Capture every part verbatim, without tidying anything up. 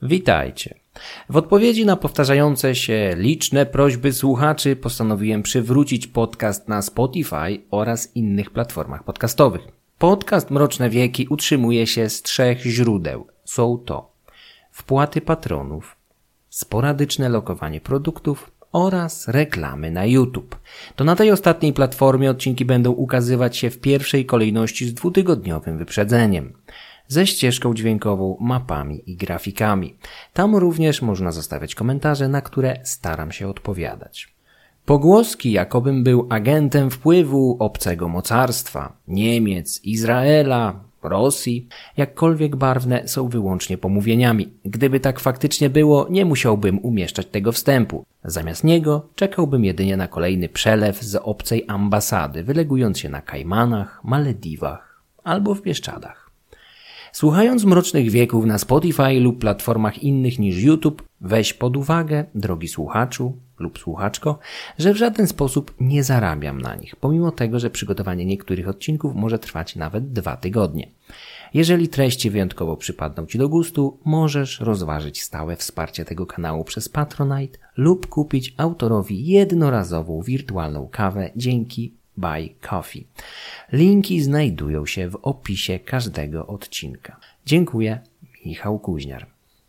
Witajcie. W odpowiedzi na powtarzające się liczne prośby słuchaczy postanowiłem przywrócić podcast na Spotify oraz innych platformach podcastowych. Podcast Mroczne Wieki utrzymuje się z trzech źródeł. Są to wpłaty patronów, sporadyczne lokowanie produktów oraz reklamy na YouTube. To na tej ostatniej platformie odcinki będą ukazywać się w pierwszej kolejności z dwutygodniowym wyprzedzeniem, ze ścieżką dźwiękową, mapami i grafikami. Tam również można zostawiać komentarze, na które staram się odpowiadać. Pogłoski, jakobym był agentem wpływu obcego mocarstwa, Niemiec, Izraela, Rosji, jakkolwiek barwne, są wyłącznie pomówieniami. Gdyby tak faktycznie było, nie musiałbym umieszczać tego wstępu. Zamiast niego czekałbym jedynie na kolejny przelew z obcej ambasady, wylegując się na Kajmanach, Malediwach albo w Bieszczadach. Słuchając Mrocznych Wieków na Spotify lub platformach innych niż YouTube, weź pod uwagę, drogi słuchaczu lub słuchaczko, że w żaden sposób nie zarabiam na nich, pomimo tego, że przygotowanie niektórych odcinków może trwać nawet dwa tygodnie. Jeżeli treści wyjątkowo przypadną Ci do gustu, możesz rozważyć stałe wsparcie tego kanału przez Patronite lub kupić autorowi jednorazową wirtualną kawę dzięki Buy Coffee. Linki znajdują się w opisie każdego odcinka. Dziękuję, Michał Kuźniar.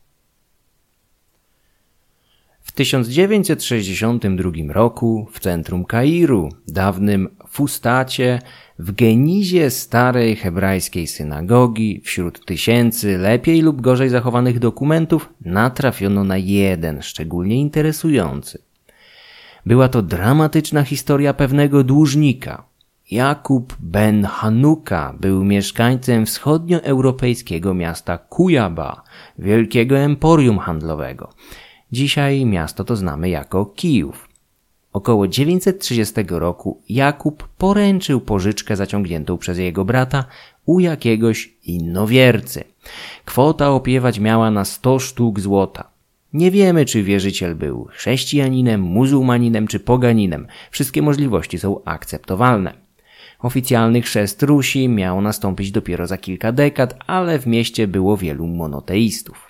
W tysiąc dziewięćset sześćdziesiątym drugim roku w centrum Kairu, dawnym Fustacie, w genizie starej hebrajskiej synagogi, wśród tysięcy lepiej lub gorzej zachowanych dokumentów, natrafiono na jeden szczególnie interesujący. Była to dramatyczna historia pewnego dłużnika. Jakub ben Hanuka był mieszkańcem wschodnioeuropejskiego miasta Kujaba, wielkiego emporium handlowego. Dzisiaj miasto to znamy jako Kijów. Około dziewięćset trzydziestego roku Jakub poręczył pożyczkę zaciągniętą przez jego brata u jakiegoś innowiercy. Kwota opiewać miała na sto sztuk złota. Nie wiemy, czy wierzyciel był chrześcijaninem, muzułmaninem czy poganinem. Wszystkie możliwości są akceptowalne. Oficjalny chrzest Rusi miał nastąpić dopiero za kilka dekad, ale w mieście było wielu monoteistów.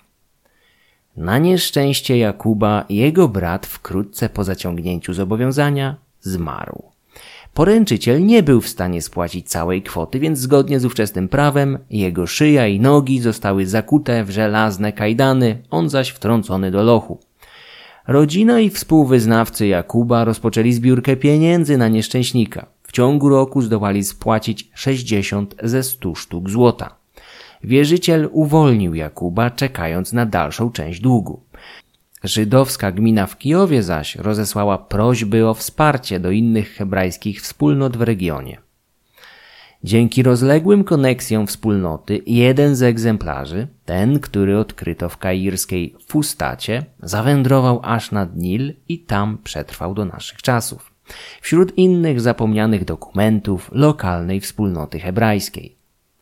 Na nieszczęście Jakuba jego brat wkrótce po zaciągnięciu zobowiązania zmarł. Poręczyciel nie był w stanie spłacić całej kwoty, więc zgodnie z ówczesnym prawem jego szyja i nogi zostały zakute w żelazne kajdany, on zaś wtrącony do lochu. Rodzina i współwyznawcy Jakuba rozpoczęli zbiórkę pieniędzy na nieszczęśnika. W ciągu roku zdołali spłacić sześćdziesiąt ze stu sztuk złota. Wierzyciel uwolnił Jakuba, czekając na dalszą część długu. Żydowska gmina w Kijowie zaś rozesłała prośby o wsparcie do innych hebrajskich wspólnot w regionie. Dzięki rozległym koneksjom wspólnoty jeden z egzemplarzy, ten, który odkryto w kairskiej Fustacie, zawędrował aż nad Nil i tam przetrwał do naszych czasów. Wśród innych zapomnianych dokumentów lokalnej wspólnoty hebrajskiej.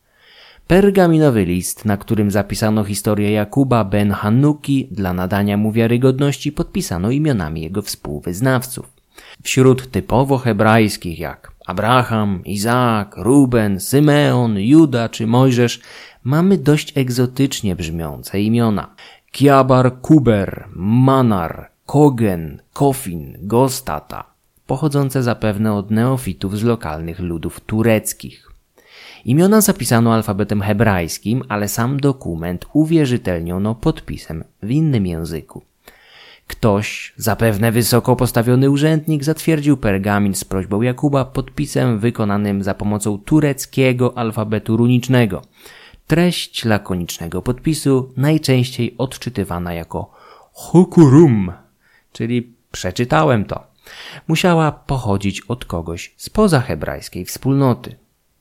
Pergaminowy list, na którym zapisano historię Jakuba ben Hanuki, dla nadania mu wiarygodności podpisano imionami jego współwyznawców. Wśród typowo hebrajskich jak Abraham, Izaak, Ruben, Symeon, Juda czy Mojżesz mamy dość egzotycznie brzmiące imiona. Kiabar Kuber, Manar, Kogen, Kofin, Gostata, pochodzące zapewne od neofitów z lokalnych ludów tureckich. Imiona zapisano alfabetem hebrajskim, ale sam dokument uwierzytelniono podpisem w innym języku. Ktoś, zapewne wysoko postawiony urzędnik, zatwierdził pergamin z prośbą Jakuba podpisem wykonanym za pomocą tureckiego alfabetu runicznego. Treść lakonicznego podpisu najczęściej odczytywana jako hukurum, czyli przeczytałem to, musiała pochodzić od kogoś spoza hebrajskiej wspólnoty.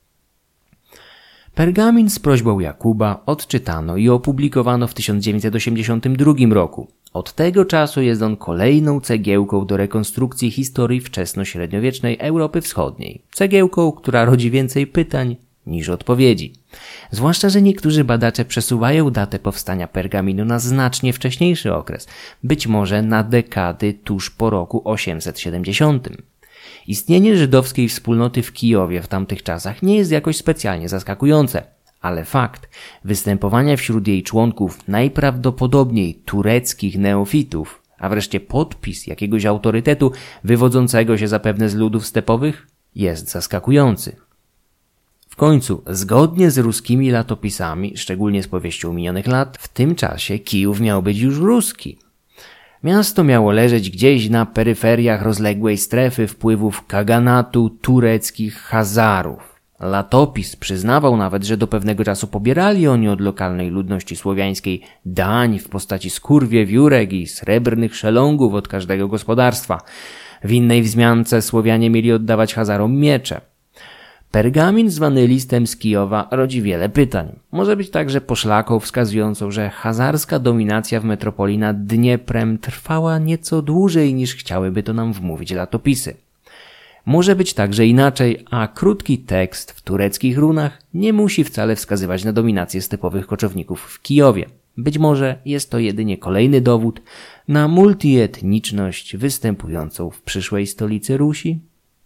Pergamin z prośbą Jakuba odczytano i opublikowano w tysiąc dziewięćset osiemdziesiątym drugim roku. Od tego czasu jest on kolejną cegiełką do rekonstrukcji historii wczesnośredniowiecznej Europy Wschodniej. Cegiełką, która rodzi więcej pytań niż odpowiedzi. Zwłaszcza, że niektórzy badacze przesuwają datę powstania pergaminu na znacznie wcześniejszy okres, być może na dekady tuż po roku osiemset siedemdziesiątym. Istnienie żydowskiej wspólnoty w Kijowie w tamtych czasach nie jest jakoś specjalnie zaskakujące, ale fakt występowania wśród jej członków najprawdopodobniej tureckich neofitów, a wreszcie podpis jakiegoś autorytetu wywodzącego się zapewne z ludów stepowych jest zaskakujący. W końcu, zgodnie z ruskimi latopisami, szczególnie z powieścią minionych lat, w tym czasie Kijów miał być już ruski. Miasto miało leżeć gdzieś na peryferiach rozległej strefy wpływów kaganatu tureckich Hazarów. Latopis przyznawał nawet, że do pewnego czasu pobierali oni od lokalnej ludności słowiańskiej dań w postaci skór wiewiórek i srebrnych szelongów od każdego gospodarstwa. W innej wzmiance Słowianie mieli oddawać Hazarom miecze. Pergamin zwany listem z Kijowa rodzi wiele pytań. Może być także poszlaką wskazującą, że hazarska dominacja w metropolii nad Dnieprem trwała nieco dłużej niż chciałyby to nam wmówić latopisy. Może być także inaczej, a krótki tekst w tureckich runach nie musi wcale wskazywać na dominację stepowych koczowników w Kijowie. Być może jest to jedynie kolejny dowód na multietniczność występującą w przyszłej stolicy Rusi.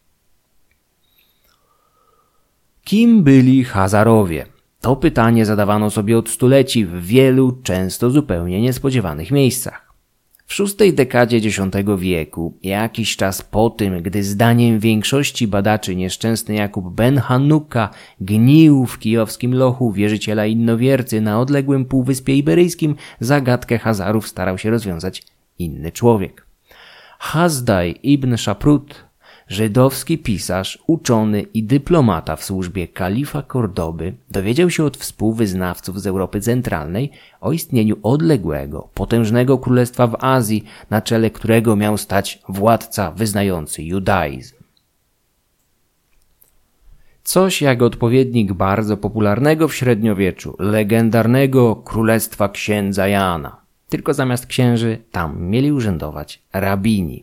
Kim byli Hazarowie? To pytanie zadawano sobie od stuleci w wielu, często zupełnie niespodziewanych miejscach. W szóstej dekadzie dziesiątego wieku, jakiś czas po tym, gdy zdaniem większości badaczy nieszczęsny Jakub ben Hanuka gnił w kijowskim lochu wierzyciela innowiercy na odległym półwyspie iberyjskim, zagadkę Hazarów starał się rozwiązać inny człowiek. Hazdaj ibn Shaprut, żydowski pisarz, uczony i dyplomata w służbie kalifa Kordoby, dowiedział się od współwyznawców z Europy Centralnej o istnieniu odległego, potężnego królestwa w Azji, na czele którego miał stać władca wyznający judaizm. Coś jak odpowiednik bardzo popularnego w średniowieczu, legendarnego Królestwa Księdza Jana. Tylko zamiast księży tam mieli urzędować rabini.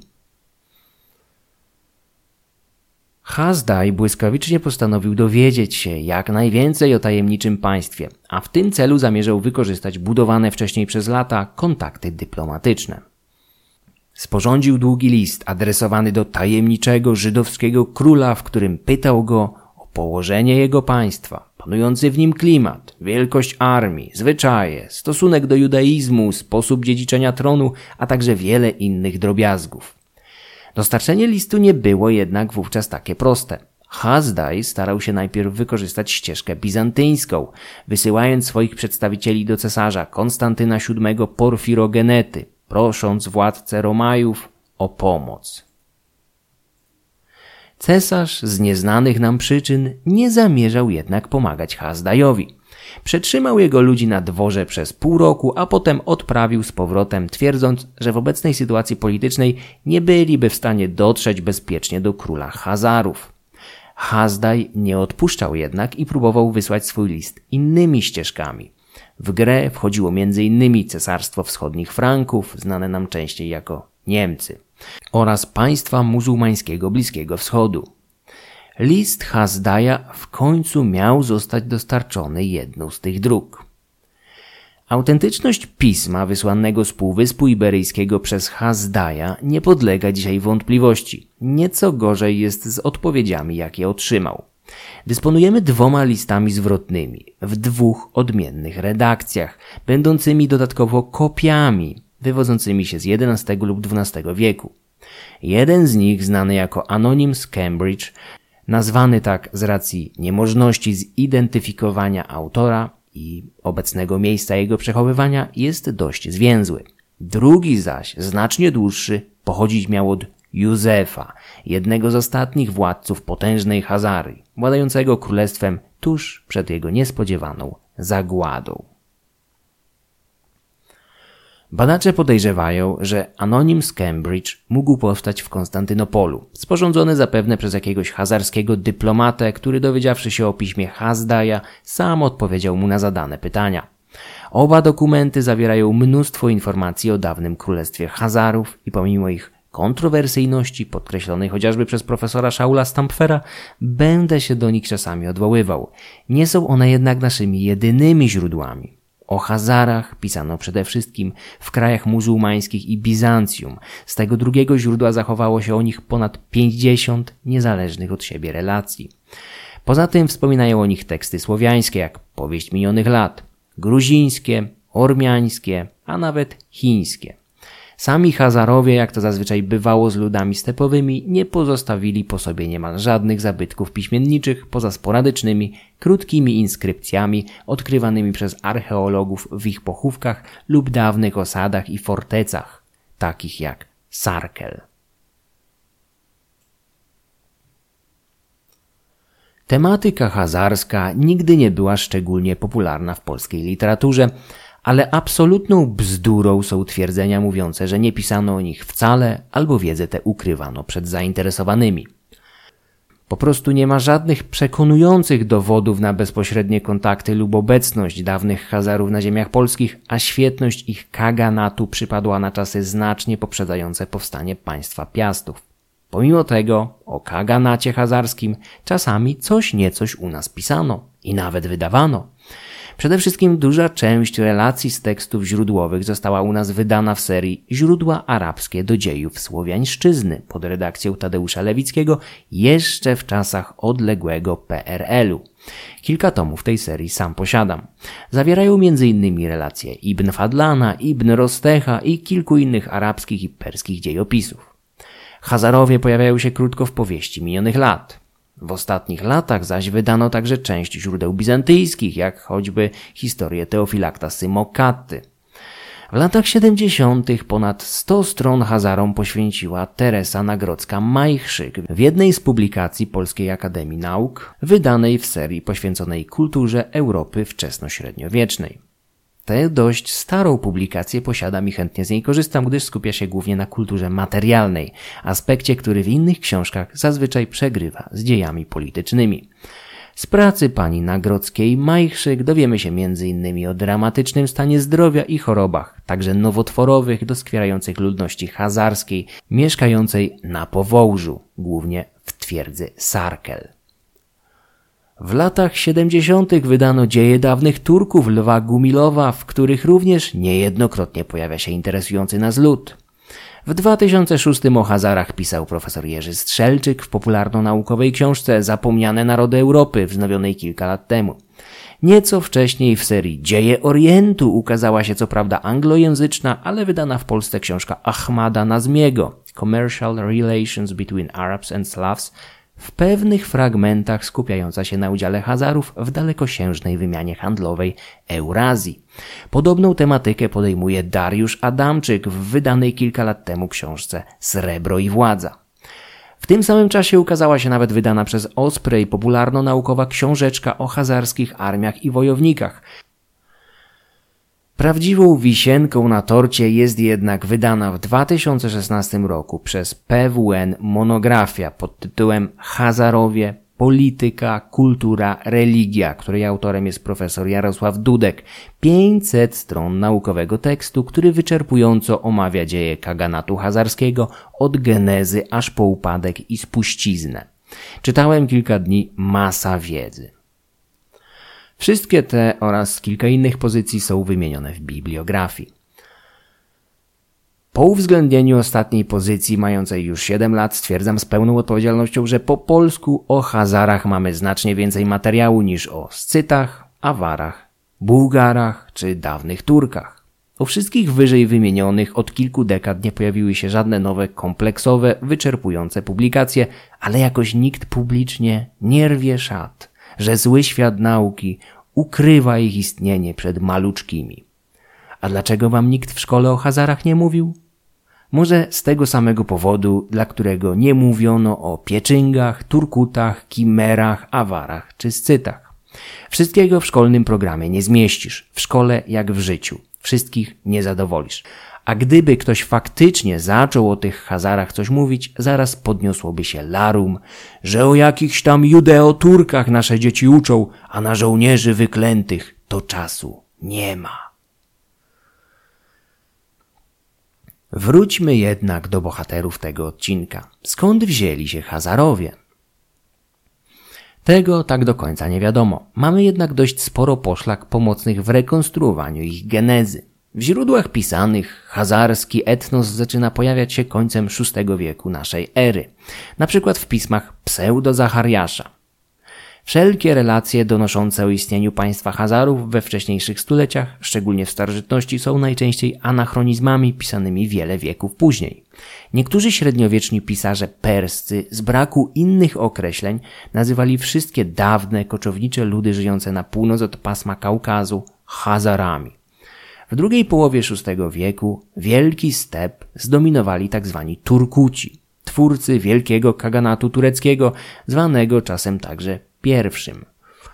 Hazdaj błyskawicznie postanowił dowiedzieć się jak najwięcej o tajemniczym państwie, a w tym celu zamierzał wykorzystać budowane wcześniej przez lata kontakty dyplomatyczne. Sporządził długi list adresowany do tajemniczego żydowskiego króla, w którym pytał go o położenie jego państwa, panujący w nim klimat, wielkość armii, zwyczaje, stosunek do judaizmu, sposób dziedziczenia tronu, a także wiele innych drobiazgów. Dostarczenie listu nie było jednak wówczas takie proste. Hazdaj starał się najpierw wykorzystać ścieżkę bizantyjską, wysyłając swoich przedstawicieli do cesarza Konstantyna siódmego Porfirogenety, prosząc władcę Romajów o pomoc. Cesarz z nieznanych nam przyczyn nie zamierzał jednak pomagać Hazdajowi. Przetrzymał jego ludzi na dworze przez pół roku, a potem odprawił z powrotem, twierdząc, że w obecnej sytuacji politycznej nie byliby w stanie dotrzeć bezpiecznie do króla Hazarów. Hazdaj nie odpuszczał jednak i próbował wysłać swój list innymi ścieżkami. W grę wchodziło między innymi Cesarstwo Wschodnich Franków, znane nam częściej jako Niemcy, oraz państwa muzułmańskiego Bliskiego Wschodu. List Hazdaja w końcu miał zostać dostarczony jedną z tych dróg. Autentyczność pisma wysłanego z Półwyspu Iberyjskiego przez Hazdaja nie podlega dzisiaj wątpliwości. Nieco gorzej jest z odpowiedziami, jakie otrzymał. Dysponujemy dwoma listami zwrotnymi, w dwóch odmiennych redakcjach, będącymi dodatkowo kopiami, wywodzącymi się z jedenastego lub dwunastego wieku. Jeden z nich, znany jako Anonim z Cambridge, nazwany tak z racji niemożności zidentyfikowania autora i obecnego miejsca jego przechowywania, jest dość zwięzły. Drugi zaś, znacznie dłuższy, pochodzić miał od Józefa, jednego z ostatnich władców potężnej Hazarii, władającego królestwem tuż przed jego niespodziewaną zagładą. Badacze podejrzewają, że Anonim z Cambridge mógł powstać w Konstantynopolu, sporządzony zapewne przez jakiegoś hazarskiego dyplomatę, który dowiedziawszy się o piśmie Hazdaja, sam odpowiedział mu na zadane pytania. Oba dokumenty zawierają mnóstwo informacji o dawnym królestwie Hazarów i pomimo ich kontrowersyjności, podkreślonej chociażby przez profesora Shaula Stampfera, będę się do nich czasami odwoływał. Nie są one jednak naszymi jedynymi źródłami. O Hazarach pisano przede wszystkim w krajach muzułmańskich i Bizancjum. Z tego drugiego źródła zachowało się o nich ponad pięćdziesiąt niezależnych od siebie relacji. Poza tym wspominają o nich teksty słowiańskie, jak Powieść minionych lat, gruzińskie, ormiańskie, a nawet chińskie. Sami Hazarowie, jak to zazwyczaj bywało z ludami stepowymi, nie pozostawili po sobie niemal żadnych zabytków piśmienniczych, poza sporadycznymi, krótkimi inskrypcjami odkrywanymi przez archeologów w ich pochówkach lub dawnych osadach i fortecach, takich jak Sarkel. Tematyka hazarska nigdy nie była szczególnie popularna w polskiej literaturze, ale absolutną bzdurą są twierdzenia mówiące, że nie pisano o nich wcale albo wiedzę tę ukrywano przed zainteresowanymi. Po prostu nie ma żadnych przekonujących dowodów na bezpośrednie kontakty lub obecność dawnych Hazarów na ziemiach polskich, a świetność ich kaganatu przypadła na czasy znacznie poprzedzające powstanie państwa Piastów. Pomimo tego o kaganacie hazarskim czasami coś niecoś u nas pisano i nawet wydawano. Przede wszystkim duża część relacji z tekstów źródłowych została u nas wydana w serii Źródła arabskie do dziejów słowiańszczyzny pod redakcją Tadeusza Lewickiego jeszcze w czasach odległego P R L u. Kilka tomów tej serii sam posiadam. Zawierają między innymi relacje Ibn Fadlana, Ibn Rostecha i kilku innych arabskich i perskich dziejopisów. Hazarowie pojawiają się krótko w Powieści minionych lat. W ostatnich latach zaś wydano także część źródeł bizantyjskich, jak choćby historię Teofilakta Symokaty. W latach siedemdziesiątych ponad sto stron Hazarom poświęciła Teresa Nagrodzka-Majchrzyk w jednej z publikacji Polskiej Akademii Nauk, wydanej w serii poświęconej kulturze Europy wczesnośredniowiecznej. Tę dość starą publikację posiadam i chętnie z niej korzystam, gdyż skupia się głównie na kulturze materialnej, aspekcie, który w innych książkach zazwyczaj przegrywa z dziejami politycznymi. Z pracy pani Nagrodzkiej-Majchrzyk dowiemy się między innymi o dramatycznym stanie zdrowia i chorobach, także nowotworowych, doskwierających ludności hazarskiej, mieszkającej na Powążu, głównie w twierdzy Sarkel. W latach siedemdziesiątych wydano Dzieje dawnych Turków Lwa Gumilowa, w których również niejednokrotnie pojawia się interesujący nas lud. W dwa tysiące szóstym o Hazarach pisał profesor Jerzy Strzelczyk w popularno-naukowej książce Zapomniane narody Europy, wznowionej kilka lat temu. Nieco wcześniej w serii Dzieje Orientu ukazała się co prawda anglojęzyczna, ale wydana w Polsce książka Ahmada Nazmiego Commercial Relations Between Arabs and Slavs, w pewnych fragmentach skupiająca się na udziale Hazarów w dalekosiężnej wymianie handlowej Eurazji. Podobną tematykę podejmuje Dariusz Adamczyk w wydanej kilka lat temu książce Srebro i władza. W tym samym czasie ukazała się nawet wydana przez Osprey popularno-naukowa książeczka o hazarskich armiach i wojownikach. Prawdziwą wisienką na torcie jest jednak wydana w dwa tysiące szesnastym roku przez P W N monografia pod tytułem Hazarowie, polityka, kultura, religia, której autorem jest profesor Jarosław Dudek. pięćset stron naukowego tekstu, który wyczerpująco omawia dzieje kaganatu hazarskiego od genezy aż po upadek i spuściznę. Czytałem kilka dni, masa wiedzy. Wszystkie te oraz kilka innych pozycji są wymienione w bibliografii. Po uwzględnieniu ostatniej pozycji, mającej już siedem lat, stwierdzam z pełną odpowiedzialnością, że po polsku o Hazarach mamy znacznie więcej materiału niż o Scytach, Awarach, Bułgarach czy dawnych Turkach. O wszystkich wyżej wymienionych od kilku dekad nie pojawiły się żadne nowe, kompleksowe, wyczerpujące publikacje, ale jakoś nikt publicznie nie rwie szat, że zły świat nauki ukrywa ich istnienie przed maluczkimi. A dlaczego wam nikt w szkole o Hazarach nie mówił? Może z tego samego powodu, dla którego nie mówiono o Pieczyngach, Turkutach, Kimerach, Awarach czy Scytach. Wszystkiego w szkolnym programie nie zmieścisz, w szkole jak w życiu. Wszystkich nie zadowolisz. A gdyby ktoś faktycznie zaczął o tych Hazarach coś mówić, zaraz podniosłoby się larum, że o jakichś tam Judeo-Turkach nasze dzieci uczą, a na żołnierzy wyklętych to czasu nie ma. Wróćmy jednak do bohaterów tego odcinka. Skąd wzięli się Hazarowie? Tego tak do końca nie wiadomo. Mamy jednak dość sporo poszlak pomocnych w rekonstruowaniu ich genezy. W źródłach pisanych hazarski etnos zaczyna pojawiać się końcem szóstego wieku naszej ery, na przykład w pismach Pseudo-Zachariasza. Wszelkie relacje donoszące o istnieniu państwa Chazarów we wcześniejszych stuleciach, szczególnie w starożytności, są najczęściej anachronizmami pisanymi wiele wieków później. Niektórzy średniowieczni pisarze perscy z braku innych określeń nazywali wszystkie dawne, koczownicze ludy żyjące na północ od pasma Kaukazu Chazarami. W drugiej połowie szóstego wieku wielki step zdominowali tzw. Turkuci, twórcy wielkiego kaganatu tureckiego, zwanego czasem także pierwszym.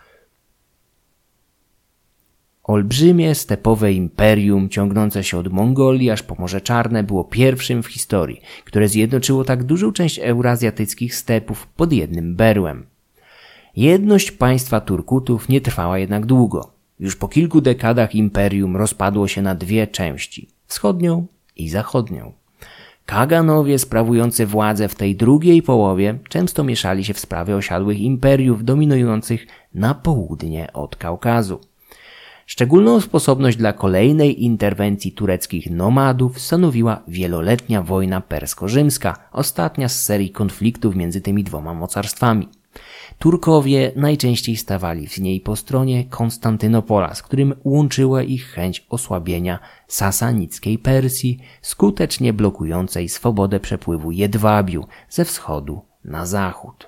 Olbrzymie stepowe imperium ciągnące się od Mongolii aż po Morze Czarne było pierwszym w historii, które zjednoczyło tak dużą część eurazjatyckich stepów pod jednym berłem. Jedność państwa Turkutów nie trwała jednak długo. Już po kilku dekadach imperium rozpadło się na dwie części – wschodnią i zachodnią. Kaganowie sprawujący władzę w tej drugiej połowie często mieszali się w sprawy osiadłych imperiów dominujących na południe od Kaukazu. Szczególną sposobność dla kolejnej interwencji tureckich nomadów stanowiła wieloletnia wojna persko-rzymska, ostatnia z serii konfliktów między tymi dwoma mocarstwami. Turkowie najczęściej stawali w niej po stronie Konstantynopola, z którym łączyła ich chęć osłabienia sasanickiej Persji, skutecznie blokującej swobodę przepływu jedwabiu ze wschodu na zachód.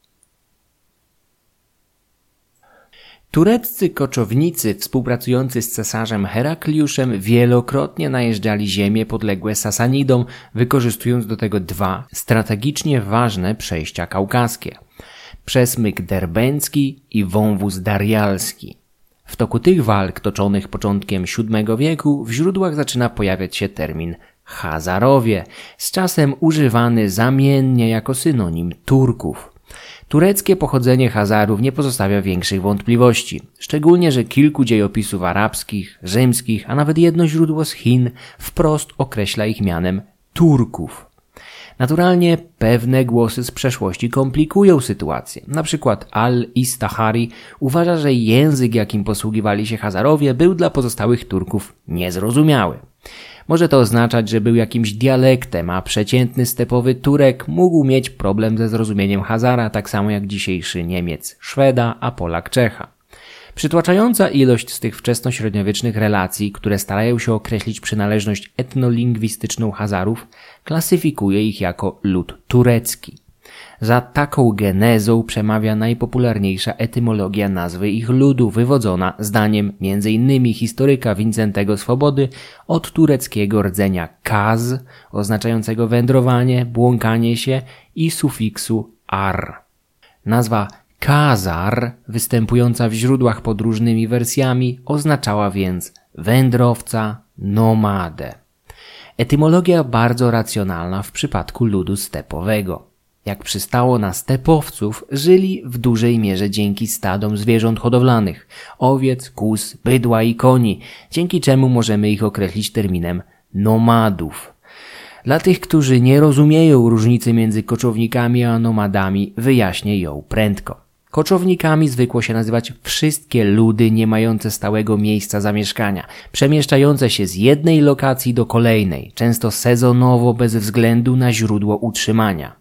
Tureccy koczownicy współpracujący z cesarzem Herakliuszem wielokrotnie najeżdżali ziemie podległe Sasanidom, wykorzystując do tego dwa strategicznie ważne przejścia kaukaskie – przesmyk derbencki i wąwóz darialski. W toku tych walk toczonych początkiem siódmego wieku w źródłach zaczyna pojawiać się termin Chazarowie, z czasem używany zamiennie jako synonim Turków. Tureckie pochodzenie Chazarów nie pozostawia większych wątpliwości, szczególnie że kilku dziejopisów arabskich, rzymskich, a nawet jedno źródło z Chin wprost określa ich mianem Turków. Naturalnie pewne głosy z przeszłości komplikują sytuację. Na przykład Al-Istahari uważa, że język, jakim posługiwali się Chazarowie, był dla pozostałych Turków niezrozumiały. Może to oznaczać, że był jakimś dialektem, a przeciętny stepowy Turek mógł mieć problem ze zrozumieniem Chazara, tak samo jak dzisiejszy Niemiec Szweda, a Polak Czecha. Przytłaczająca ilość z tych wczesnośredniowiecznych relacji, które starają się określić przynależność etnolingwistyczną Chazarów, klasyfikuje ich jako lud turecki. Za taką genezą przemawia najpopularniejsza etymologia nazwy ich ludu, wywodzona zdaniem między innymi historyka Wincentego Swobody od tureckiego rdzenia kaz, oznaczającego wędrowanie, błąkanie się i sufiksu ar. Nazwa Kazar, występująca w źródłach pod różnymi wersjami, oznaczała więc wędrowca, nomadę. Etymologia bardzo racjonalna w przypadku ludu stepowego. Jak przystało na stepowców, żyli w dużej mierze dzięki stadom zwierząt hodowlanych, owiec, kóz, bydła i koni, dzięki czemu możemy ich określić terminem nomadów. Dla tych, którzy nie rozumieją różnicy między koczownikami a nomadami, wyjaśnię ją prędko. Koczownikami zwykło się nazywać wszystkie ludy nie mające stałego miejsca zamieszkania, przemieszczające się z jednej lokacji do kolejnej, często sezonowo bez względu na źródło utrzymania.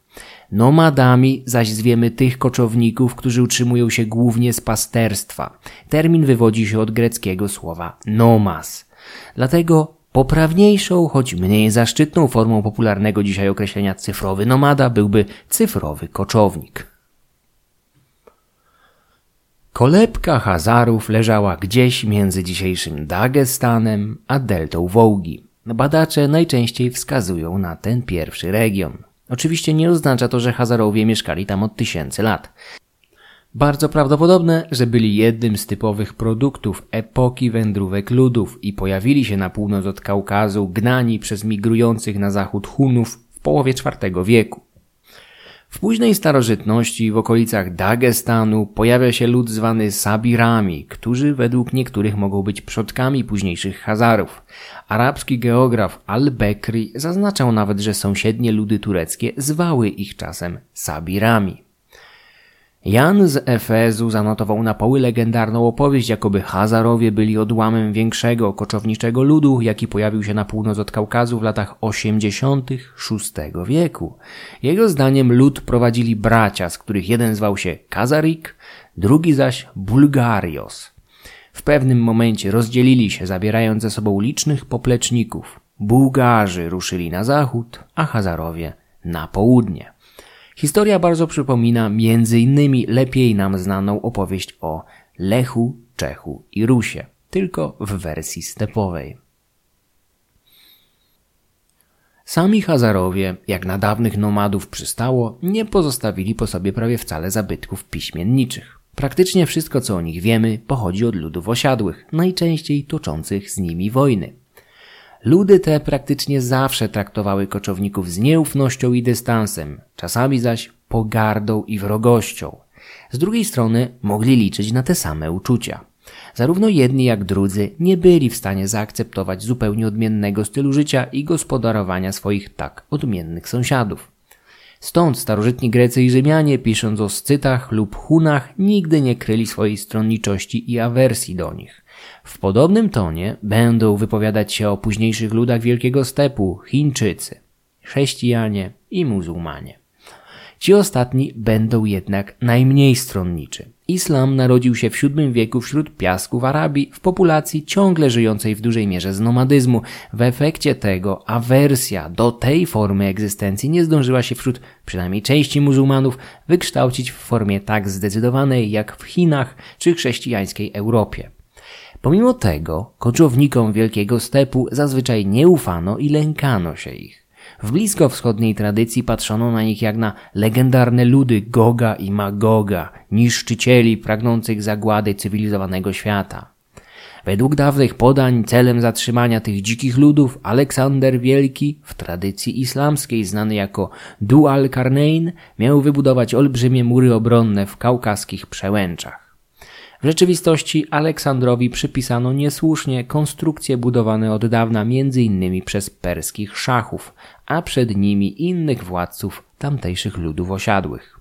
Nomadami zaś zwiemy tych koczowników, którzy utrzymują się głównie z pasterstwa. Termin wywodzi się od greckiego słowa nomas. Dlatego poprawniejszą, choć mniej zaszczytną formą popularnego dzisiaj określenia cyfrowy nomada byłby cyfrowy koczownik. Kolebka Chazarów leżała gdzieś między dzisiejszym Dagestanem a deltą Wołgi. Badacze najczęściej wskazują na ten pierwszy region. Oczywiście nie oznacza to, że Chazarowie mieszkali tam od tysięcy lat. Bardzo prawdopodobne, że byli jednym z typowych produktów epoki wędrówek ludów i pojawili się na północ od Kaukazu gnani przez migrujących na zachód Hunów w połowie czwartego wieku. W późnej starożytności w okolicach Dagestanu pojawia się lud zwany Sabirami, którzy według niektórych mogą być przodkami późniejszych Chazarów. Arabski geograf Al-Bekri zaznaczał nawet, że sąsiednie ludy tureckie zwały ich czasem Sabirami. Jan z Efezu zanotował na poły legendarną opowieść, jakoby Chazarowie byli odłamem większego koczowniczego ludu, jaki pojawił się na północ od Kaukazu w latach osiemdziesiątych szóstego wieku. Jego zdaniem lud prowadzili bracia, z których jeden zwał się Kazarik, drugi zaś Bulgarios. W pewnym momencie rozdzielili się, zabierając ze sobą licznych popleczników. Bułgarzy ruszyli na zachód, a Chazarowie na południe. Historia bardzo przypomina między innymi lepiej nam znaną opowieść o Lechu, Czechu i Rusie, tylko w wersji stepowej. Sami Chazarowie, jak na dawnych nomadów przystało, nie pozostawili po sobie prawie wcale zabytków piśmienniczych. Praktycznie wszystko, co o nich wiemy, pochodzi od ludów osiadłych, najczęściej toczących z nimi wojny. Ludy te praktycznie zawsze traktowały koczowników z nieufnością i dystansem, czasami zaś pogardą i wrogością. Z drugiej strony mogli liczyć na te same uczucia. Zarówno jedni jak drudzy nie byli w stanie zaakceptować zupełnie odmiennego stylu życia i gospodarowania swoich tak odmiennych sąsiadów. Stąd starożytni Grecy i Rzymianie, pisząc o Scytach lub Hunach, nigdy nie kryli swojej stronniczości i awersji do nich. W podobnym tonie będą wypowiadać się o późniejszych ludach Wielkiego Stepu Chińczycy, chrześcijanie i muzułmanie. Ci ostatni będą jednak najmniej stronniczy. Islam narodził się w siódmym wieku wśród piasków Arabii w populacji ciągle żyjącej w dużej mierze z nomadyzmu. W efekcie tego awersja do tej formy egzystencji nie zdążyła się wśród przynajmniej części muzułmanów wykształcić w formie tak zdecydowanej jak w Chinach czy chrześcijańskiej Europie. Pomimo tego koczownikom Wielkiego Stepu zazwyczaj nie ufano i lękano się ich. W bliskowschodniej tradycji patrzono na nich jak na legendarne ludy Goga i Magoga, niszczycieli pragnących zagłady cywilizowanego świata. Według dawnych podań celem zatrzymania tych dzikich ludów Aleksander Wielki, w tradycji islamskiej znany jako Du al-Karnein, miał wybudować olbrzymie mury obronne w kaukaskich przełęczach. W rzeczywistości Aleksandrowi przypisano niesłusznie konstrukcje budowane od dawna między innymi przez perskich szachów, a przed nimi innych władców tamtejszych ludów osiadłych.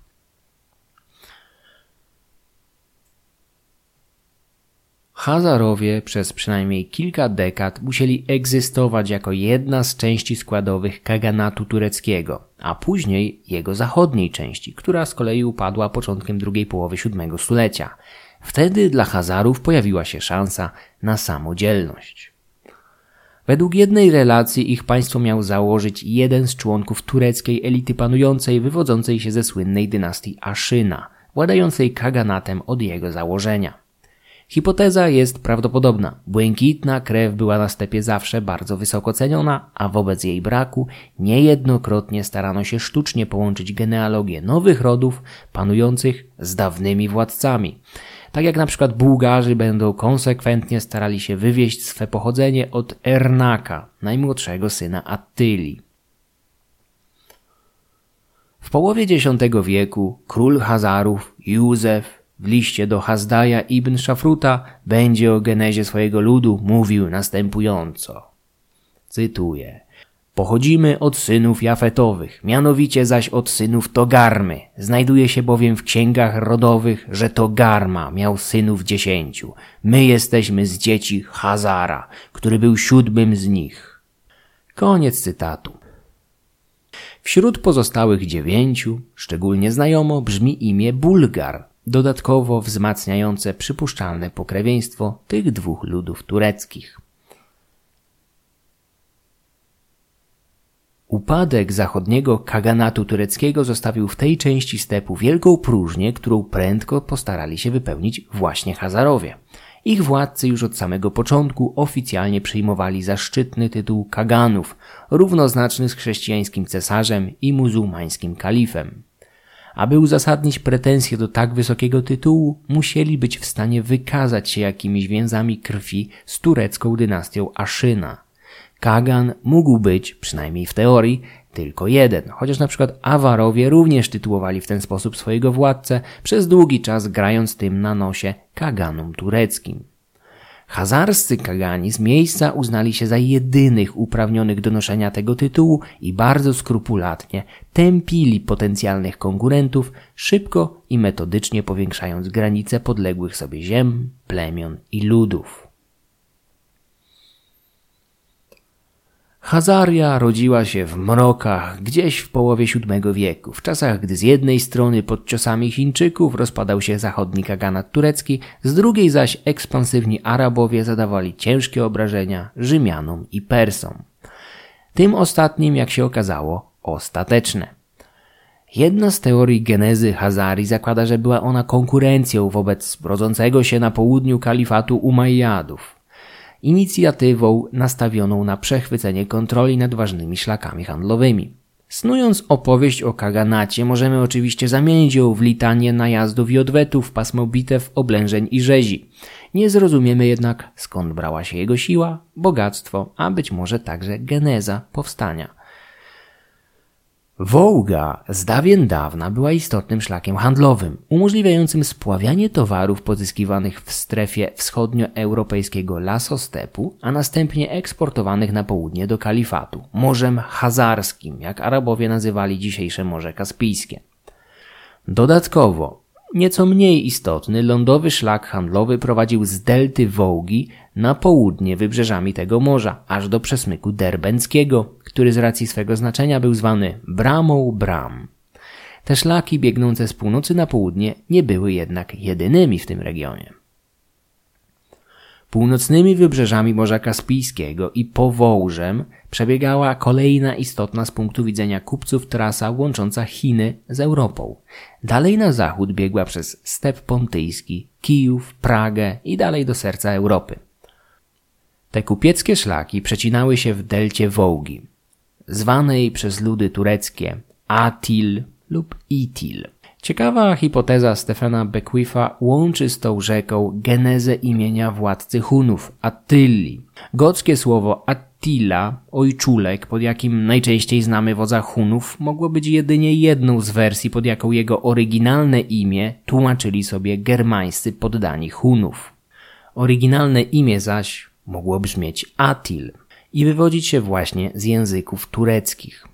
Chazarowie przez przynajmniej kilka dekad musieli egzystować jako jedna z części składowych kaganatu tureckiego, a później jego zachodniej części, która z kolei upadła początkiem drugiej połowy siódmego stulecia. Wtedy dla Chazarów pojawiła się szansa na samodzielność. Według jednej relacji ich państwo miał założyć jeden z członków tureckiej elity panującej, wywodzącej się ze słynnej dynastii Aszyna, władającej kaganatem od jego założenia. Hipoteza jest prawdopodobna. Błękitna krew była na stepie zawsze bardzo wysoko ceniona, a wobec jej braku niejednokrotnie starano się sztucznie połączyć genealogię nowych rodów panujących z dawnymi władcami. Tak jak na przykład Bułgarzy będą konsekwentnie starali się wywieść swe pochodzenie od Ernaka, najmłodszego syna Attylii. W połowie dziesiątego wieku król Chazarów, Józef, w liście do Hazdaja ibn Szafruta będzie o genezie swojego ludu mówił następująco. Cytuję. Pochodzimy od synów Jafetowych, mianowicie zaś od synów Togarmy. Znajduje się bowiem w księgach rodowych, że Togarma miał synów dziesięciu. My jesteśmy z dzieci Chazara, który był siódmym z nich. Koniec cytatu. Wśród pozostałych dziewięciu, szczególnie znajomo brzmi imię Bulgar, dodatkowo wzmacniające przypuszczalne pokrewieństwo tych dwóch ludów tureckich. Upadek zachodniego kaganatu tureckiego zostawił w tej części stepu wielką próżnię, którą prędko postarali się wypełnić właśnie Chazarowie. Ich władcy już od samego początku oficjalnie przyjmowali zaszczytny tytuł kaganów, równoznaczny z chrześcijańskim cesarzem i muzułmańskim kalifem. Aby uzasadnić pretensje do tak wysokiego tytułu, musieli być w stanie wykazać się jakimiś więzami krwi z turecką dynastią Aszyna. Kagan mógł być, przynajmniej w teorii, tylko jeden, chociaż na przykład Awarowie również tytułowali w ten sposób swojego władcę, przez długi czas grając tym na nosie kaganom tureckim. Hazarscy kagani z miejsca uznali się za jedynych uprawnionych do noszenia tego tytułu i bardzo skrupulatnie tępili potencjalnych konkurentów, szybko i metodycznie powiększając granice podległych sobie ziem, plemion i ludów. Hazaria rodziła się w mrokach gdzieś w połowie siódmego wieku, w czasach gdy z jednej strony pod ciosami Chińczyków rozpadał się zachodni kaganat turecki, z drugiej zaś ekspansywni Arabowie zadawali ciężkie obrażenia Rzymianom i Persom. Tym ostatnim, jak się okazało, ostateczne. Jedna z teorii genezy Hazarii zakłada, że była ona konkurencją wobec rodzącego się na południu kalifatu Umayyadów. Inicjatywą nastawioną na przechwycenie kontroli nad ważnymi szlakami handlowymi. Snując opowieść o kaganacie, możemy oczywiście zamienić ją w litanię najazdów i odwetów, pasmo bitew, oblężeń i rzezi. Nie zrozumiemy jednak, skąd brała się jego siła, bogactwo, a być może także geneza powstania. Wołga z dawien dawna była istotnym szlakiem handlowym, umożliwiającym spławianie towarów pozyskiwanych w strefie wschodnioeuropejskiego lasostepu, a następnie eksportowanych na południe do kalifatu, Morzem Hazarskim, jak Arabowie nazywali dzisiejsze Morze Kaspijskie. Dodatkowo, nieco mniej istotny lądowy szlak handlowy prowadził z delty Wołgi na południe wybrzeżami tego morza, aż do przesmyku derbenckiego, który z racji swego znaczenia był zwany Bramą Bram. Te szlaki biegnące z północy na południe nie były jednak jedynymi w tym regionie. Północnymi wybrzeżami Morza Kaspijskiego i Powołżem przebiegała kolejna istotna z punktu widzenia kupców trasa łącząca Chiny z Europą. Dalej na zachód biegła przez step pontyjski, Kijów, Pragę i dalej do serca Europy. Te kupieckie szlaki przecinały się w delcie Wołgi, zwanej przez ludy tureckie Atil lub Itil. Ciekawa hipoteza Stefana Bequeatha łączy z tą rzeką genezę imienia władcy Hunów, Attyli. Gockie słowo Attila, ojczulek, pod jakim najczęściej znamy wodza Hunów, mogło być jedynie jedną z wersji, pod jaką jego oryginalne imię tłumaczyli sobie germańscy poddani Hunów. Oryginalne imię zaś mogło brzmieć Atil i wywodzić się właśnie z języków tureckich.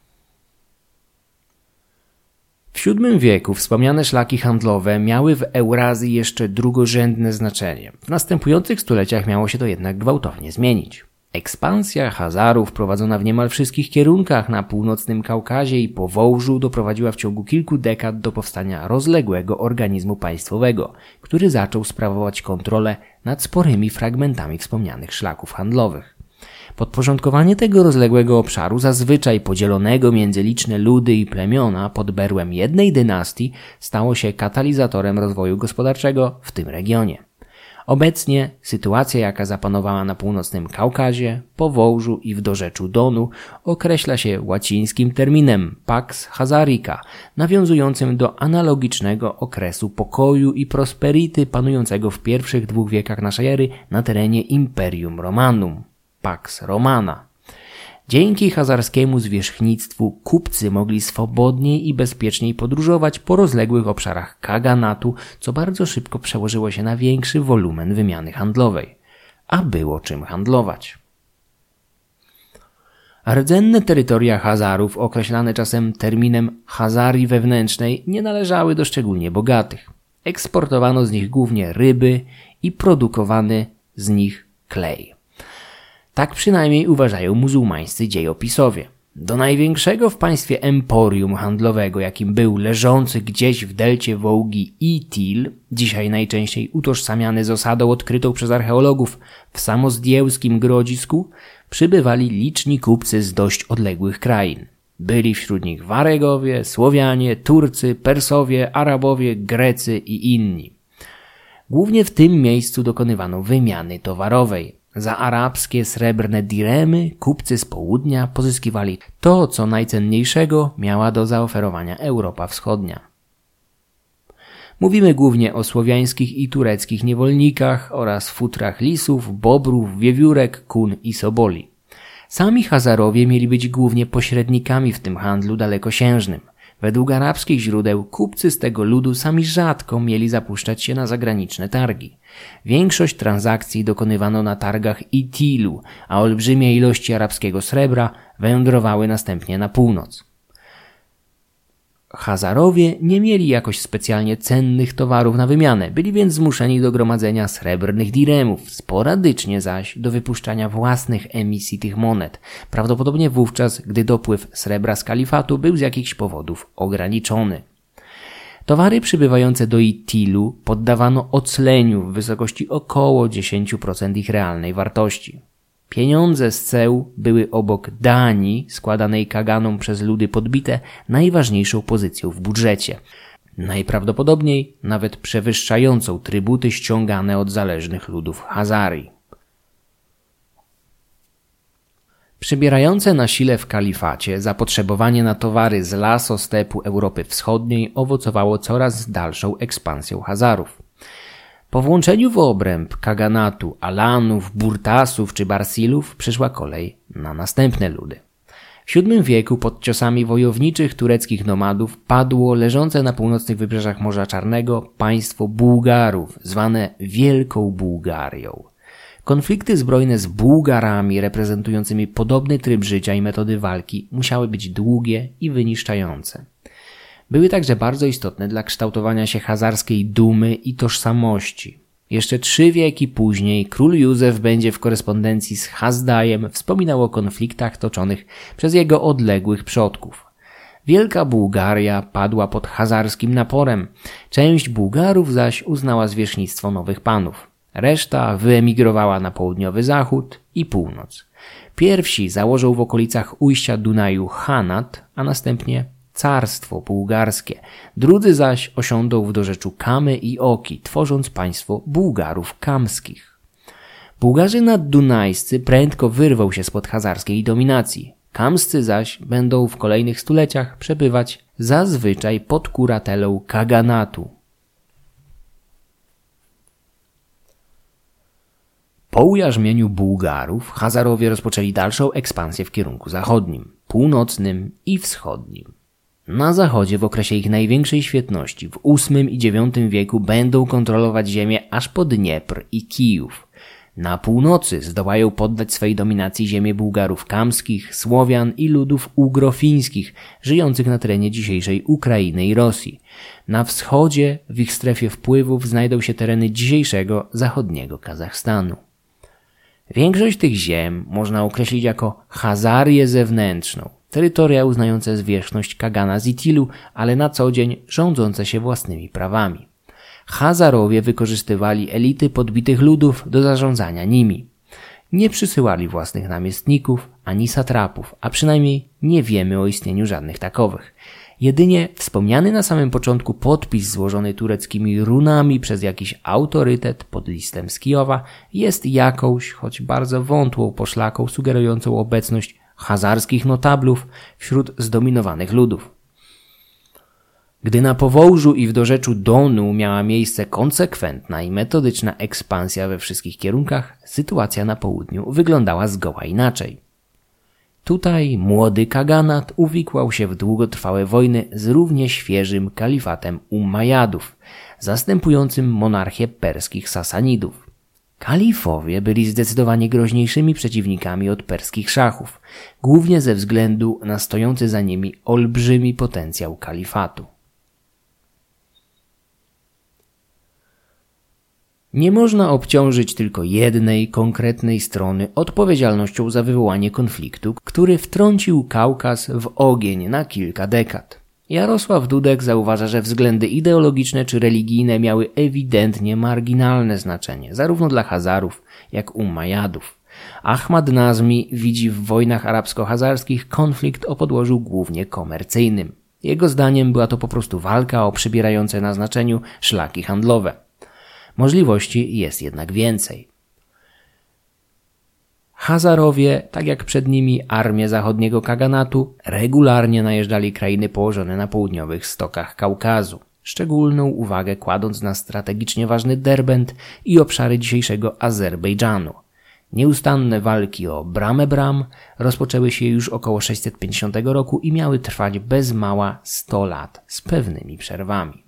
W siódmym wieku wspomniane szlaki handlowe miały w Eurazji jeszcze drugorzędne znaczenie. W następujących stuleciach miało się to jednak gwałtownie zmienić. Ekspansja Hazarów prowadzona w niemal wszystkich kierunkach na północnym Kaukazie i Powołżu doprowadziła w ciągu kilku dekad do powstania rozległego organizmu państwowego, który zaczął sprawować kontrolę nad sporymi fragmentami wspomnianych szlaków handlowych. Podporządkowanie tego rozległego obszaru, zazwyczaj podzielonego między liczne ludy i plemiona pod berłem jednej dynastii, stało się katalizatorem rozwoju gospodarczego w tym regionie. Obecnie sytuacja, jaka zapanowała na północnym Kaukazie, Powołżu i w dorzeczu Donu, określa się łacińskim terminem Pax Hazarica, nawiązującym do analogicznego okresu pokoju i prosperity panującego w pierwszych dwóch wiekach naszej ery na terenie Imperium Romanum. Pax Romana. Dzięki hazarskiemu zwierzchnictwu kupcy mogli swobodniej i bezpieczniej podróżować po rozległych obszarach kaganatu, co bardzo szybko przełożyło się na większy wolumen wymiany handlowej. A było czym handlować. Rdzenne terytoria Hazarów, określane czasem terminem Hazarii wewnętrznej, nie należały do szczególnie bogatych. Eksportowano z nich głównie ryby i produkowany z nich klej. Tak przynajmniej uważają muzułmańscy dziejopisowie. Do największego w państwie emporium handlowego, jakim był leżący gdzieś w delcie Wołgi Itil, dzisiaj najczęściej utożsamiany z osadą odkrytą przez archeologów w Samozdiełskim Grodzisku, przybywali liczni kupcy z dość odległych krain. Byli wśród nich Waregowie, Słowianie, Turcy, Persowie, Arabowie, Grecy i inni. Głównie w tym miejscu dokonywano wymiany towarowej. Za arabskie srebrne diremy kupcy z południa pozyskiwali to, co najcenniejszego miała do zaoferowania Europa Wschodnia. Mówimy głównie o słowiańskich i tureckich niewolnikach oraz futrach lisów, bobrów, wiewiórek, kun i soboli. Sami Hazarowie mieli być głównie pośrednikami w tym handlu dalekosiężnym. Według arabskich źródeł kupcy z tego ludu sami rzadko mieli zapuszczać się na zagraniczne targi. Większość transakcji dokonywano na targach Itilu, a olbrzymie ilości arabskiego srebra wędrowały następnie na północ. Hazarowie nie mieli jakoś specjalnie cennych towarów na wymianę, byli więc zmuszeni do gromadzenia srebrnych diremów, sporadycznie zaś do wypuszczania własnych emisji tych monet, prawdopodobnie wówczas, gdy dopływ srebra z kalifatu był z jakichś powodów ograniczony. Towary przybywające do Itilu poddawano ocleniu w wysokości około dziesięć procent ich realnej wartości. Pieniądze z ceł były obok dani składanej kaganom przez ludy podbite najważniejszą pozycją w budżecie. Najprawdopodobniej nawet przewyższającą trybuty ściągane od zależnych ludów Hazarii. Przybierające na sile w kalifacie zapotrzebowanie na towary z lasostepu Europy Wschodniej owocowało coraz dalszą ekspansją Hazarów. Po włączeniu w obręb kaganatu Alanów, Burtasów czy Barsilów przyszła kolej na następne ludy. W siódmym wieku pod ciosami wojowniczych tureckich nomadów padło leżące na północnych wybrzeżach Morza Czarnego państwo Bułgarów, zwane Wielką Bułgarią. Konflikty zbrojne z Bułgarami reprezentującymi podobny tryb życia i metody walki musiały być długie i wyniszczające. Były także bardzo istotne dla kształtowania się hazarskiej dumy i tożsamości. Jeszcze trzy wieki później król Józef będzie w korespondencji z Hazdajem wspominał o konfliktach toczonych przez jego odległych przodków. Wielka Bułgaria padła pod hazarskim naporem, część Bułgarów zaś uznała zwierzchnictwo nowych panów. Reszta wyemigrowała na południowy zachód i północ. Pierwsi założą w okolicach ujścia Dunaju Hanat, a następnie carstwo bułgarskie. Drudzy zaś osiądą w dorzeczu Kamy i Oki, tworząc państwo Bułgarów kamskich. Bułgarzy naddunajscy prędko wyrwą się spod hazarskiej dominacji. Kamscy zaś będą w kolejnych stuleciach przebywać zazwyczaj pod kuratelą kaganatu. Po ujarzmieniu Bułgarów Hazarowie rozpoczęli dalszą ekspansję w kierunku zachodnim, północnym i wschodnim. Na zachodzie w okresie ich największej świetności w ósmym i dziewiątym wieku będą kontrolować ziemię aż po Dniepr i Kijów. Na północy zdołają poddać swej dominacji ziemię Bułgarów kamskich, Słowian i ludów ugrofińskich, żyjących na terenie dzisiejszej Ukrainy i Rosji. Na wschodzie w ich strefie wpływów znajdą się tereny dzisiejszego zachodniego Kazachstanu. Większość tych ziem można określić jako Hazarię zewnętrzną, terytoria uznające zwierzchność kagana z Itilu, ale na co dzień rządzące się własnymi prawami. Hazarowie wykorzystywali elity podbitych ludów do zarządzania nimi. Nie przysyłali własnych namiestników ani satrapów, a przynajmniej nie wiemy o istnieniu żadnych takowych. Jedynie wspomniany na samym początku podpis złożony tureckimi runami przez jakiś autorytet pod listem z Kijowa jest jakąś, choć bardzo wątłą poszlaką sugerującą obecność hazarskich notablów wśród zdominowanych ludów. Gdy na Powołżu i w dorzeczu Donu miała miejsce konsekwentna i metodyczna ekspansja we wszystkich kierunkach, sytuacja na południu wyglądała zgoła inaczej. Tutaj młody kaganat uwikłał się w długotrwałe wojny z równie świeżym kalifatem Umayyadów, zastępującym monarchię perskich Sasanidów. Kalifowie byli zdecydowanie groźniejszymi przeciwnikami od perskich szachów, głównie ze względu na stojący za nimi olbrzymi potencjał kalifatu. Nie można obciążyć tylko jednej konkretnej strony odpowiedzialnością za wywołanie konfliktu, który wtrącił Kaukaz w ogień na kilka dekad. Jarosław Dudek zauważa, że względy ideologiczne czy religijne miały ewidentnie marginalne znaczenie, zarówno dla Hazarów, jak Umayyadów. Ahmad Nazmi widzi w wojnach arabsko-hazarskich konflikt o podłożu głównie komercyjnym. Jego zdaniem była to po prostu walka o przybierające na znaczeniu szlaki handlowe. Możliwości jest jednak więcej. Hazarowie, tak jak przed nimi armie zachodniego kaganatu, regularnie najeżdżali krainy położone na południowych stokach Kaukazu, szczególną uwagę kładąc na strategicznie ważny Derbent i obszary dzisiejszego Azerbejdżanu. Nieustanne walki o bramę bram rozpoczęły się już około sześćset pięćdziesiątego roku i miały trwać bez mała sto lat z pewnymi przerwami.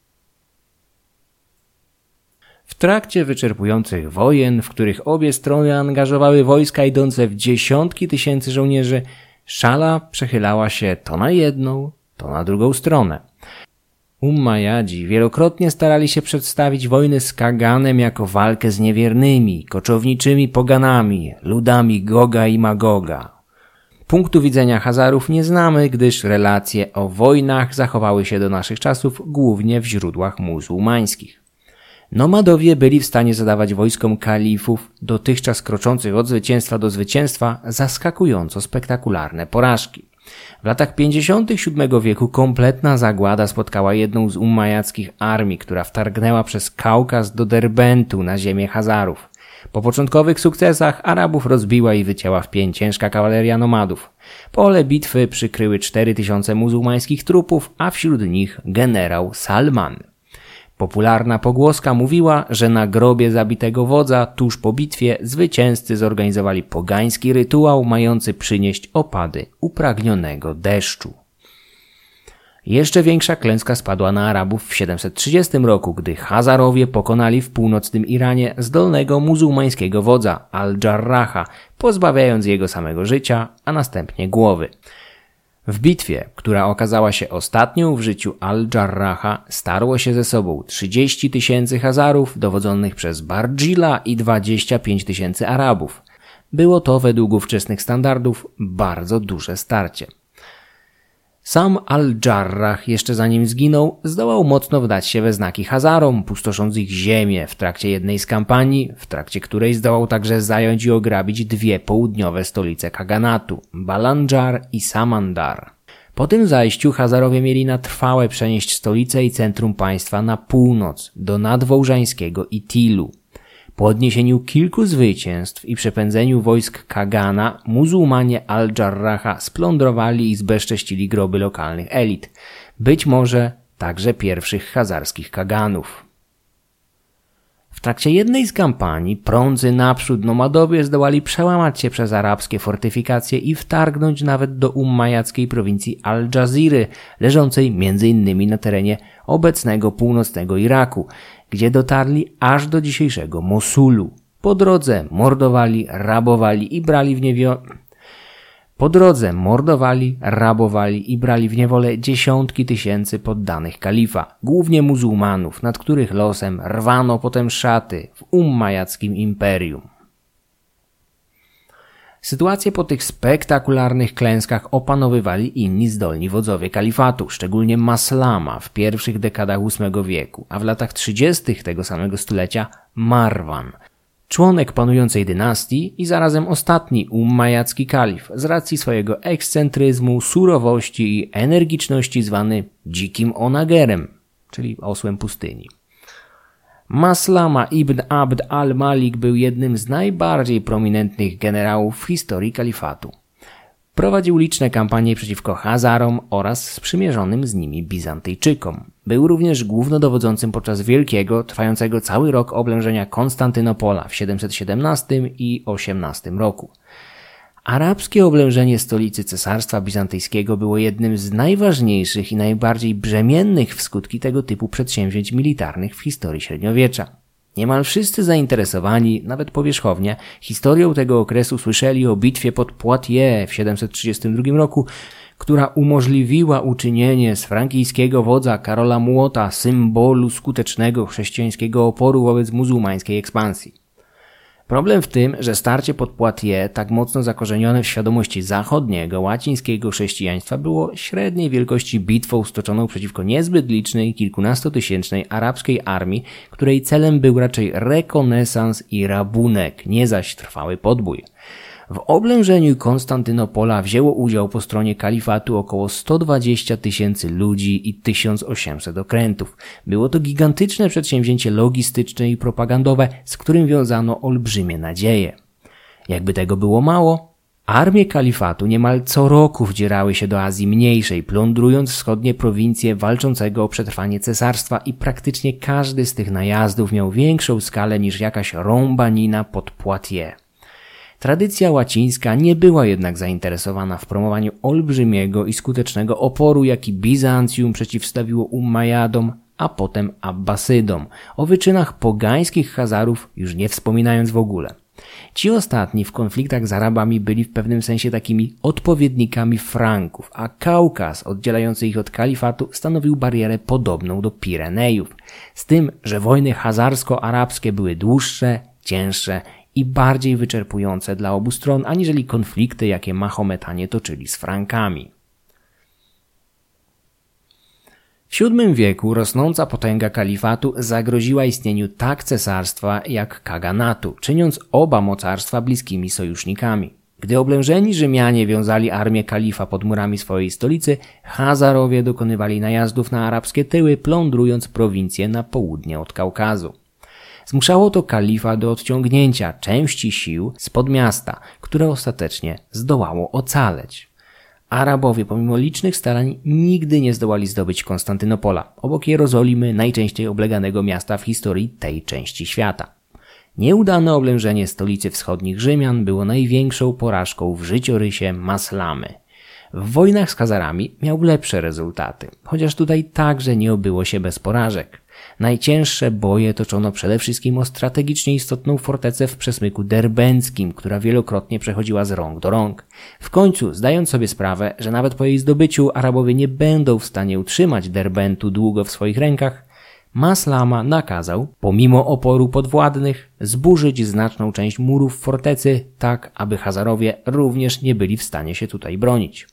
W trakcie wyczerpujących wojen, w których obie strony angażowały wojska idące w dziesiątki tysięcy żołnierzy, szala przechylała się to na jedną, to na drugą stronę. Umayyadzi wielokrotnie starali się przedstawić wojnę z Kaganem jako walkę z niewiernymi, koczowniczymi poganami, ludami Goga i Magoga. Punktu widzenia Chazarów nie znamy, gdyż relacje o wojnach zachowały się do naszych czasów głównie w źródłach muzułmańskich. Nomadowie byli w stanie zadawać wojskom kalifów, dotychczas kroczących od zwycięstwa do zwycięstwa, zaskakująco spektakularne porażki. W latach pięćdziesiątych siódmego wieku kompletna zagłada spotkała jedną z umayyadzkich armii, która wtargnęła przez Kaukaz do Derbentu na ziemię Chazarów. Po początkowych sukcesach Arabów rozbiła i wycięła w pień ciężka kawaleria nomadów. Pole bitwy przykryły cztery tysiące muzułmańskich trupów, a wśród nich generał Salman. Popularna pogłoska mówiła, że na grobie zabitego wodza tuż po bitwie zwycięzcy zorganizowali pogański rytuał mający przynieść opady upragnionego deszczu. Jeszcze większa klęska spadła na Arabów w siedemset trzydziestym roku, gdy Chazarowie pokonali w północnym Iranie zdolnego muzułmańskiego wodza Al-Jarraha, pozbawiając jego samego życia, a następnie głowy. W bitwie, która okazała się ostatnią w życiu Al-Jarraha, starło się ze sobą trzydzieści tysięcy Chazarów dowodzonych przez Bardżila i dwadzieścia pięć tysięcy Arabów. Było to według ówczesnych standardów bardzo duże starcie. Sam Al-Jarrah, jeszcze zanim zginął, zdołał mocno wdać się we znaki Chazarom, pustosząc ich ziemię w trakcie jednej z kampanii, w trakcie której zdołał także zająć i ograbić dwie południowe stolice Kaganatu, Balandżar i Samandar. Po tym zajściu Chazarowie mieli na trwałe przenieść stolicę i centrum państwa na północ, do nadwołżańskiego Itilu. Po odniesieniu kilku zwycięstw i przepędzeniu wojsk Kagana, muzułmanie Al-Jarraha splądrowali i zbezcześcili groby lokalnych elit, być może także pierwszych chazarskich Kaganów. W trakcie jednej z kampanii prądzy naprzód nomadowie zdołali przełamać się przez arabskie fortyfikacje i wtargnąć nawet do umayyadzkiej prowincji Al-Jaziry, leżącej między innymi na terenie obecnego północnego Iraku, gdzie dotarli aż do dzisiejszego Mosulu. Po drodze mordowali, rabowali i brali w niewolę Po drodze mordowali, rabowali i brali w niewolę dziesiątki tysięcy poddanych kalifa, głównie muzułmanów, nad których losem rwano potem szaty w umayyadzkim imperium. Sytuację po tych spektakularnych klęskach opanowywali inni zdolni wodzowie kalifatu, szczególnie Maslama w pierwszych dekadach ósmego wieku, a w latach trzydziestych tego samego stulecia Marwan, członek panującej dynastii i zarazem ostatni umayyadzki kalif, z racji swojego ekscentryzmu, surowości i energiczności zwany dzikim onagerem, czyli osłem pustyni. Maslama ibn Abd al-Malik był jednym z najbardziej prominentnych generałów w historii kalifatu. Prowadził liczne kampanie przeciwko Chazarom oraz sprzymierzonym z nimi Bizantyjczykom. Był również głównodowodzącym podczas wielkiego, trwającego cały rok oblężenia Konstantynopola w siedemset siedemnastym i osiemnastym roku. Arabskie oblężenie stolicy Cesarstwa Bizantyjskiego było jednym z najważniejszych i najbardziej brzemiennych w skutki tego typu przedsięwzięć militarnych w historii średniowiecza. Niemal wszyscy zainteresowani, nawet powierzchownie, historią tego okresu słyszeli o bitwie pod Poitiers w siedemset trzydziestym drugim roku, która umożliwiła uczynienie z frankijskiego wodza Karola Młota symbolu skutecznego chrześcijańskiego oporu wobec muzułmańskiej ekspansji. Problem w tym, że starcie pod Poitiers, tak mocno zakorzenione w świadomości zachodniego, łacińskiego chrześcijaństwa, było średniej wielkości bitwą stoczoną przeciwko niezbyt licznej, kilkunastotysięcznej arabskiej armii, której celem był raczej rekonesans i rabunek, nie zaś trwały podbój. W oblężeniu Konstantynopola wzięło udział po stronie kalifatu około sto dwadzieścia tysięcy ludzi i tysiąc osiemset okrętów. Było to gigantyczne przedsięwzięcie logistyczne i propagandowe, z którym wiązano olbrzymie nadzieje. Jakby tego było mało, armie kalifatu niemal co roku wdzierały się do Azji Mniejszej, plądrując wschodnie prowincje walczącego o przetrwanie cesarstwa i praktycznie każdy z tych najazdów miał większą skalę niż jakaś rąbanina pod Poitiers. Tradycja łacińska nie była jednak zainteresowana w promowaniu olbrzymiego i skutecznego oporu, jaki Bizancjum przeciwstawiło Umayyadom, a potem Abbasydom, o wyczynach pogańskich Chazarów już nie wspominając w ogóle. Ci ostatni w konfliktach z Arabami byli w pewnym sensie takimi odpowiednikami Franków, a Kaukaz oddzielający ich od kalifatu stanowił barierę podobną do Pirenejów, z tym, że wojny chazarsko-arabskie były dłuższe, cięższe i bardziej wyczerpujące dla obu stron, aniżeli konflikty, jakie Mahometanie toczyli z Frankami. W siódmym wieku rosnąca potęga kalifatu zagroziła istnieniu tak cesarstwa jak kaganatu, czyniąc oba mocarstwa bliskimi sojusznikami. Gdy oblężeni Rzymianie wiązali armię kalifa pod murami swojej stolicy, Chazarowie dokonywali najazdów na arabskie tyły, plądrując prowincje na południe od Kaukazu. Zmuszało to kalifa do odciągnięcia części sił spod miasta, które ostatecznie zdołało ocaleć. Arabowie pomimo licznych starań nigdy nie zdołali zdobyć Konstantynopola, obok Jerozolimy, najczęściej obleganego miasta w historii tej części świata. Nieudane oblężenie stolicy wschodnich Rzymian było największą porażką w życiorysie Maslamy. W wojnach z Chazarami miał lepsze rezultaty, chociaż tutaj także nie obyło się bez porażek. Najcięższe boje toczono przede wszystkim o strategicznie istotną fortecę w przesmyku derbenckim, która wielokrotnie przechodziła z rąk do rąk. W końcu, zdając sobie sprawę, że nawet po jej zdobyciu Arabowie nie będą w stanie utrzymać Derbentu długo w swoich rękach, Maslama nakazał, pomimo oporu podwładnych, zburzyć znaczną część murów fortecy, tak aby Chazarowie również nie byli w stanie się tutaj bronić.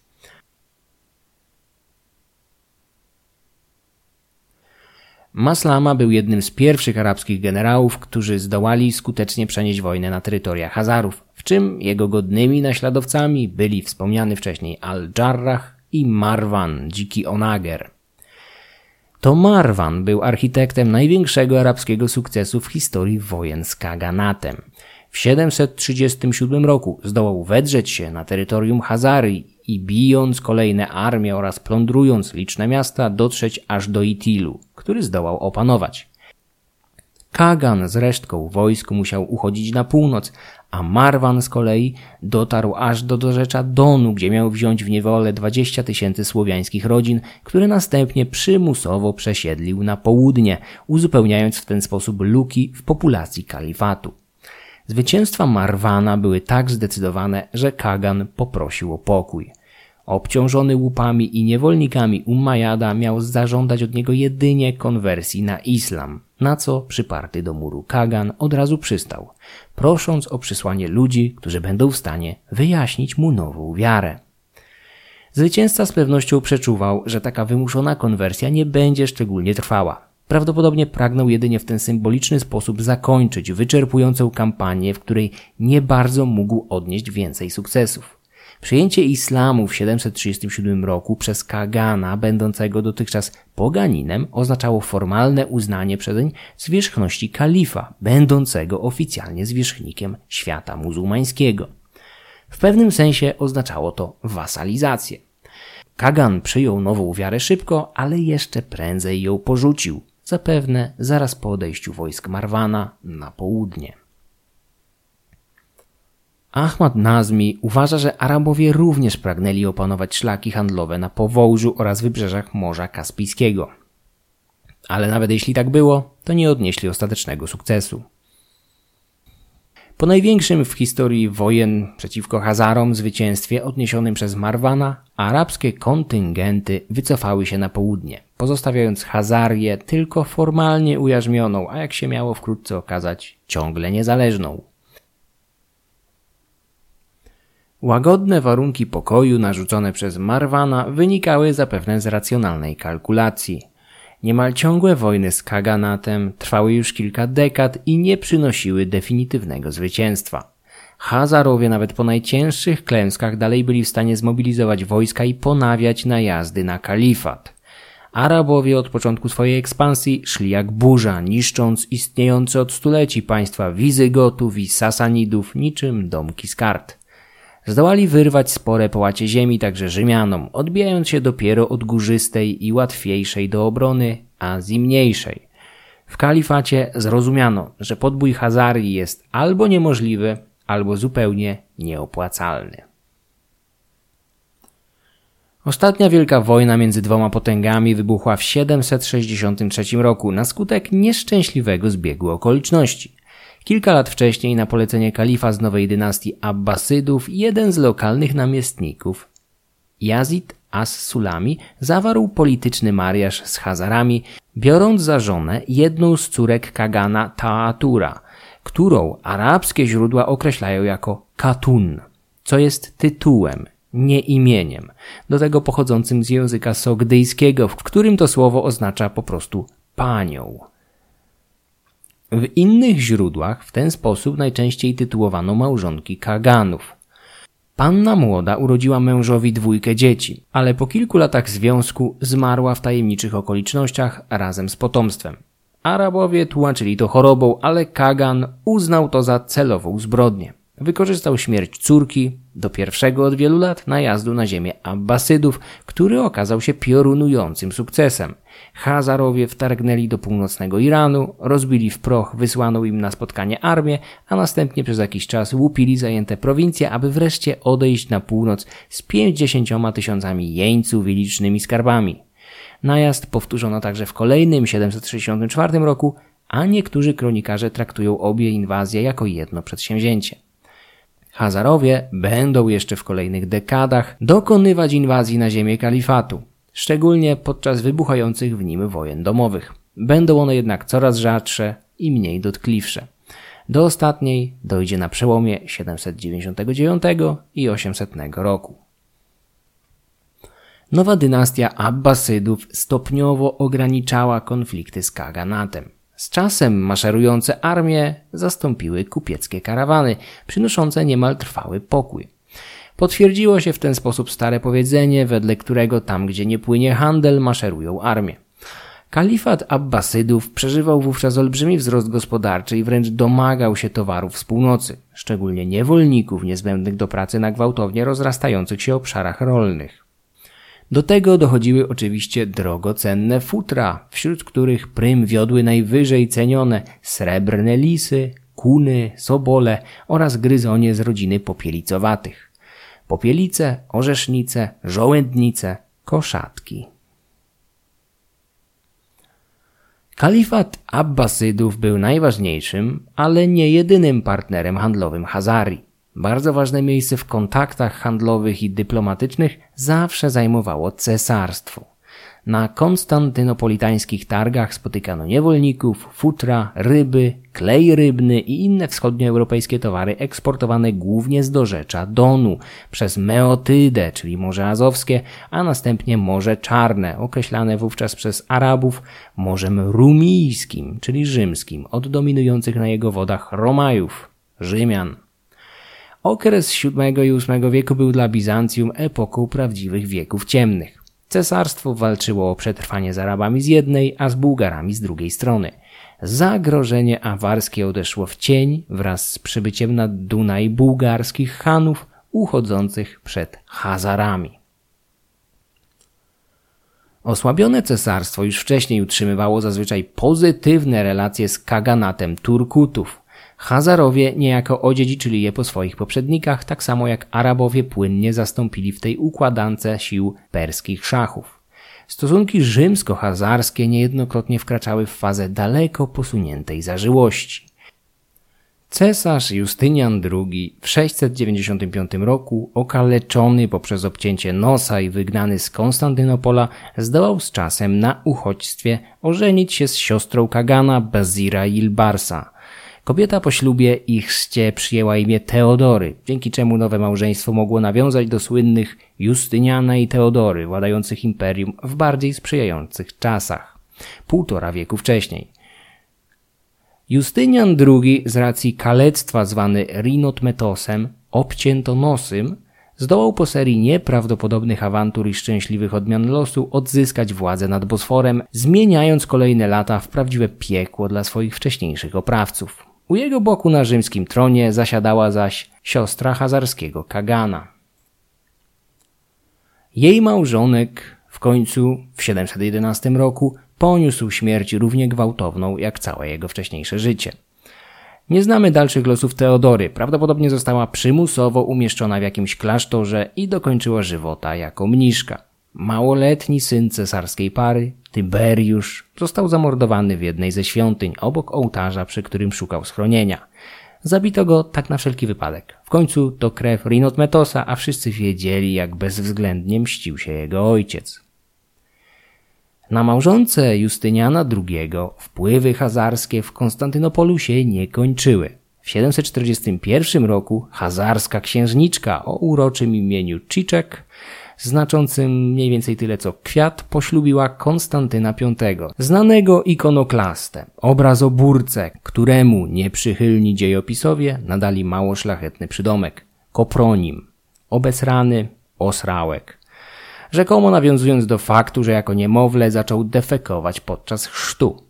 Maslama był jednym z pierwszych arabskich generałów, którzy zdołali skutecznie przenieść wojnę na terytoria Chazarów, w czym jego godnymi naśladowcami byli wspomniany wcześniej Al-Dżarrah i Marwan, dziki Onager. To Marwan był architektem największego arabskiego sukcesu w historii wojen z kaganatem. W siedemset trzydziestym siódmym roku zdołał wedrzeć się na terytorium Chazarii i bijąc kolejne armie oraz plądrując liczne miasta dotrzeć aż do Itilu, który zdołał opanować. Kagan z resztką wojsk musiał uchodzić na północ, a Marwan z kolei dotarł aż do dorzecza Donu, gdzie miał wziąć w niewolę dwadzieścia tysięcy słowiańskich rodzin, które następnie przymusowo przesiedlił na południe, uzupełniając w ten sposób luki w populacji kalifatu. Zwycięstwa Marwana były tak zdecydowane, że Kagan poprosił o pokój. Obciążony łupami i niewolnikami Umayyada miał zażądać od niego jedynie konwersji na islam, na co przyparty do muru Kagan od razu przystał, prosząc o przysłanie ludzi, którzy będą w stanie wyjaśnić mu nową wiarę. Zwycięzca z pewnością przeczuwał, że taka wymuszona konwersja nie będzie szczególnie trwała. Prawdopodobnie pragnął jedynie w ten symboliczny sposób zakończyć wyczerpującą kampanię, w której nie bardzo mógł odnieść więcej sukcesów. Przyjęcie islamu w siedemset trzydziestym siódmym roku przez Kagana, będącego dotychczas poganinem, oznaczało formalne uznanie przezeń zwierzchności kalifa, będącego oficjalnie zwierzchnikiem świata muzułmańskiego. W pewnym sensie oznaczało to wasalizację. Kagan przyjął nową wiarę szybko, ale jeszcze prędzej ją porzucił, zapewne zaraz po odejściu wojsk Marwana na południe. Ahmad Nazmi uważa, że Arabowie również pragnęli opanować szlaki handlowe na Powołżu oraz wybrzeżach Morza Kaspijskiego. Ale nawet jeśli tak było, to nie odnieśli ostatecznego sukcesu. Po największym w historii wojen przeciwko Chazarom zwycięstwie odniesionym przez Marwana, arabskie kontyngenty wycofały się na południe, pozostawiając Chazarię tylko formalnie ujarzmioną, a jak się miało wkrótce okazać, ciągle niezależną. Łagodne warunki pokoju narzucone przez Marwana wynikały zapewne z racjonalnej kalkulacji. Niemal ciągłe wojny z Kaganatem trwały już kilka dekad i nie przynosiły definitywnego zwycięstwa. Chazarowie nawet po najcięższych klęskach dalej byli w stanie zmobilizować wojska i ponawiać najazdy na kalifat. Arabowie od początku swojej ekspansji szli jak burza, niszcząc istniejące od stuleci państwa Wizygotów i Sasanidów niczym domki z kart. Zdołali wyrwać spore połacie ziemi także Rzymianom, odbijając się dopiero od górzystej i łatwiejszej do obrony Azji Mniejszej. W kalifacie zrozumiano, że podbój Chazarii jest albo niemożliwy, albo zupełnie nieopłacalny. Ostatnia wielka wojna między dwoma potęgami wybuchła w siedemset sześćdziesiątym trzecim roku na skutek nieszczęśliwego zbiegu okoliczności. Kilka lat wcześniej na polecenie kalifa z nowej dynastii Abbasydów jeden z lokalnych namiestników, Yazid as-Sulami, zawarł polityczny mariaż z Hazarami, biorąc za żonę jedną z córek kagana Taatura, którą arabskie źródła określają jako Katun, co jest tytułem, nie imieniem, do tego pochodzącym z języka sogdyjskiego, w którym to słowo oznacza po prostu panią. W innych źródłach w ten sposób najczęściej tytułowano małżonki kaganów. Panna młoda urodziła mężowi dwójkę dzieci, ale po kilku latach związku zmarła w tajemniczych okolicznościach razem z potomstwem. Arabowie tłumaczyli to chorobą, ale kagan uznał to za celową zbrodnię. Wykorzystał śmierć córki do pierwszego od wielu lat najazdu na ziemię Abbasydów, który okazał się piorunującym sukcesem. Hazarowie wtargnęli do północnego Iranu, rozbili w proch wysłaną im na spotkanie armię, a następnie przez jakiś czas łupili zajęte prowincje, aby wreszcie odejść na północ z pięćdziesięcioma tysiącami jeńców i licznymi skarbami. Najazd powtórzono także w kolejnym siedemset sześćdziesiątym czwartym roku, a niektórzy kronikarze traktują obie inwazje jako jedno przedsięwzięcie. Hazarowie będą jeszcze w kolejnych dekadach dokonywać inwazji na ziemię kalifatu, szczególnie podczas wybuchających w nim wojen domowych. Będą one jednak coraz rzadsze i mniej dotkliwsze. Do ostatniej dojdzie na przełomie siedemset dziewięćdziesiątego dziewiątego i osiemsetnego roku. Nowa dynastia Abbasydów stopniowo ograniczała konflikty z kaganatem. Z czasem maszerujące armie zastąpiły kupieckie karawany, przynoszące niemal trwały pokój. Potwierdziło się w ten sposób stare powiedzenie, wedle którego tam, gdzie nie płynie handel, maszerują armie. Kalifat Abbasydów przeżywał wówczas olbrzymi wzrost gospodarczy i wręcz domagał się towarów z północy, szczególnie niewolników niezbędnych do pracy na gwałtownie rozrastających się obszarach rolnych. Do tego dochodziły oczywiście drogocenne futra, wśród których prym wiodły najwyżej cenione srebrne lisy, kuny, sobole oraz gryzonie z rodziny popielicowatych. Popielice, orzesznice, żołędnice, koszatki. Kalifat Abbasydów był najważniejszym, ale nie jedynym partnerem handlowym Hazarii. Bardzo ważne miejsce w kontaktach handlowych i dyplomatycznych zawsze zajmowało cesarstwo. Na konstantynopolitańskich targach spotykano niewolników, futra, ryby, klej rybny i inne wschodnioeuropejskie towary eksportowane głównie z dorzecza Donu przez Meotydę, czyli Morze Azowskie, a następnie Morze Czarne, określane wówczas przez Arabów Morzem Rumijskim, czyli rzymskim, od dominujących na jego wodach Romajów, Rzymian. Okres siódmego i ósmego wieku był dla Bizancjum epoką prawdziwych wieków ciemnych. Cesarstwo walczyło o przetrwanie z Arabami z jednej, a z Bułgarami z drugiej strony. Zagrożenie awarskie odeszło w cień wraz z przybyciem na Dunaj bułgarskich chanów uchodzących przed Hazarami. Osłabione cesarstwo już wcześniej utrzymywało zazwyczaj pozytywne relacje z kaganatem Turkutów. Hazarowie niejako odziedziczyli je po swoich poprzednikach, tak samo jak Arabowie płynnie zastąpili w tej układance sił perskich szachów. Stosunki rzymsko-hazarskie niejednokrotnie wkraczały w fazę daleko posuniętej zażyłości. Cesarz Justynian drugi w sześćset dziewięćdziesiątym piątym roku, okaleczony poprzez obcięcie nosa i wygnany z Konstantynopola, zdołał z czasem na uchodźstwie ożenić się z siostrą kagana Bazira Ilbarsa. Kobieta po ślubie i chrzcie przyjęła imię Teodory, dzięki czemu nowe małżeństwo mogło nawiązać do słynnych Justyniana i Teodory, władających imperium w bardziej sprzyjających czasach, półtora wieku wcześniej. Justynian drugi z racji kalectwa zwany Rinotmetosem, obciętonosym, zdołał po serii nieprawdopodobnych awantur i szczęśliwych odmian losu odzyskać władzę nad Bosforem, zmieniając kolejne lata w prawdziwe piekło dla swoich wcześniejszych oprawców. U jego boku na rzymskim tronie zasiadała zaś siostra hazarskiego kagana. Jej małżonek w końcu w siedemset jedenastym roku poniósł śmierć równie gwałtowną jak całe jego wcześniejsze życie. Nie znamy dalszych losów Teodory. Prawdopodobnie została przymusowo umieszczona w jakimś klasztorze i dokończyła żywota jako mniszka. Małoletni syn cesarskiej pary, Tyberiusz, został zamordowany w jednej ze świątyń obok ołtarza, przy którym szukał schronienia. Zabito go tak na wszelki wypadek. W końcu to krew Rinotmetosa, a wszyscy wiedzieli, jak bezwzględnie mścił się jego ojciec. Na małżonce Justyniana drugiego wpływy chazarskie w Konstantynopolu się nie kończyły. W siedemset czterdziestym pierwszym roku chazarska księżniczka o uroczym imieniu Cziczek, znaczącym mniej więcej tyle co kwiat, poślubiła Konstantyna piątego, znanego ikonoklastę, obrazoburcę, któremu nieprzychylni dziejopisowie nadali mało szlachetny przydomek – Kopronim, obesrany osrałek. Rzekomo nawiązując do faktu, że jako niemowlę zaczął defekować podczas chrztu.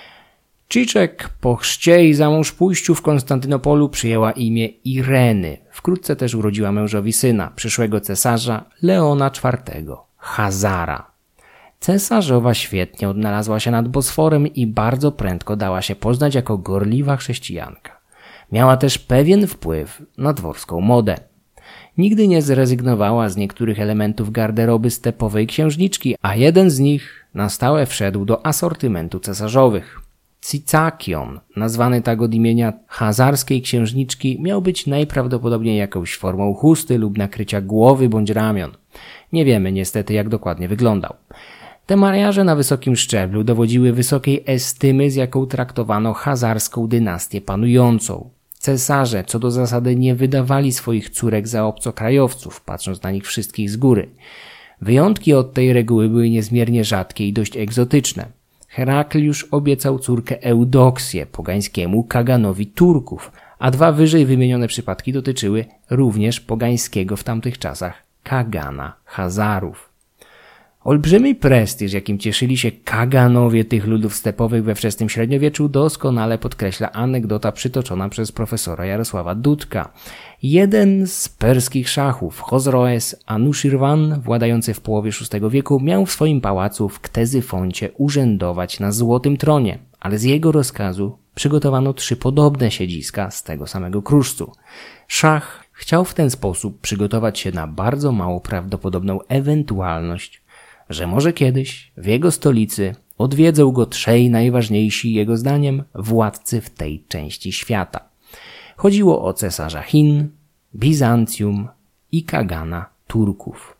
Cziczek po chrzcie i za mąż pójściu w Konstantynopolu przyjęła imię Ireny. Wkrótce też urodziła mężowi syna, przyszłego cesarza Leona czwartego, Chazara. Cesarzowa świetnie odnalazła się nad Bosforem i bardzo prędko dała się poznać jako gorliwa chrześcijanka. Miała też pewien wpływ na dworską modę. Nigdy nie zrezygnowała z niektórych elementów garderoby stepowej księżniczki, a jeden z nich na stałe wszedł do asortymentu cesarzowych. Cicakion, nazwany tak od imienia chazarskiej księżniczki, miał być najprawdopodobniej jakąś formą chusty lub nakrycia głowy bądź ramion. Nie wiemy niestety, jak dokładnie wyglądał. Te mariaże na wysokim szczeblu dowodziły wysokiej estymy, z jaką traktowano chazarską dynastię panującą. Cesarze co do zasady nie wydawali swoich córek za obcokrajowców, patrząc na nich wszystkich z góry. Wyjątki od tej reguły były niezmiernie rzadkie i dość egzotyczne. Herakliusz obiecał córkę Eudoksję pogańskiemu Kaganowi Turków, a dwa wyżej wymienione przypadki dotyczyły również pogańskiego w tamtych czasach Kagana Chazarów. Olbrzymi prestiż, jakim cieszyli się Kaganowie tych ludów stepowych we wczesnym średniowieczu, doskonale podkreśla anegdota przytoczona przez profesora Jarosława Dudka. Jeden z perskich szachów, Chosroes Anushirwan, władający w połowie szóstego wieku, miał w swoim pałacu w Ktezyfoncie urzędować na złotym tronie, ale z jego rozkazu przygotowano trzy podobne siedziska z tego samego kruszcu. Szach chciał w ten sposób przygotować się na bardzo mało prawdopodobną ewentualność, że może kiedyś w jego stolicy odwiedzą go trzej najważniejsi jego zdaniem władcy w tej części świata. Chodziło o cesarza Chin, Bizancjum i Kagana Turków.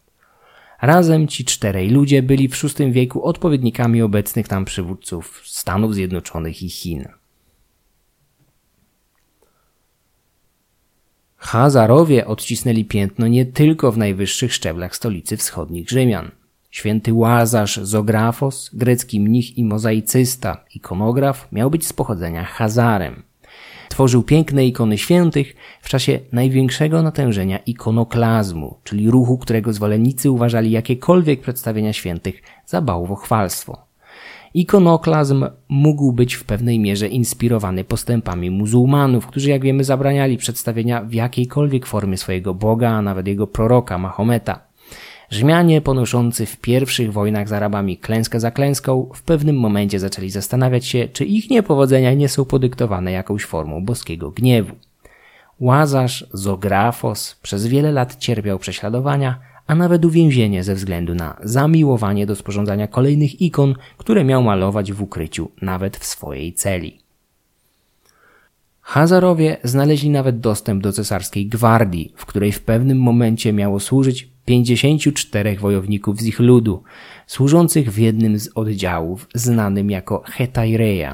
Razem ci czterej ludzie byli w szóstym wieku odpowiednikami obecnych tam przywódców Stanów Zjednoczonych i Chin. Chazarowie odcisnęli piętno nie tylko w najwyższych szczeblach stolicy wschodnich Rzymian. Święty Łazarz Zografos, grecki mnich i mozaicysta, ikonograf, miał być z pochodzenia Chazarem. Tworzył piękne ikony świętych w czasie największego natężenia ikonoklazmu, czyli ruchu, którego zwolennicy uważali jakiekolwiek przedstawienia świętych za bałwochwalstwo. Ikonoklazm mógł być w pewnej mierze inspirowany postępami muzułmanów, którzy, jak wiemy, zabraniali przedstawienia w jakiejkolwiek formie swojego Boga, a nawet jego proroka Mahometa. Rzymianie, ponoszący w pierwszych wojnach z Arabami klęskę za klęską, w pewnym momencie zaczęli zastanawiać się, czy ich niepowodzenia nie są podyktowane jakąś formą boskiego gniewu. Łazarz Zografos przez wiele lat cierpiał prześladowania, a nawet uwięzienie ze względu na zamiłowanie do sporządzania kolejnych ikon, które miał malować w ukryciu nawet w swojej celi. Chazarowie znaleźli nawet dostęp do cesarskiej gwardii, w której w pewnym momencie miało służyć pięćdziesięciu czterech wojowników z ich ludu, służących w jednym z oddziałów znanym jako Hetaireia.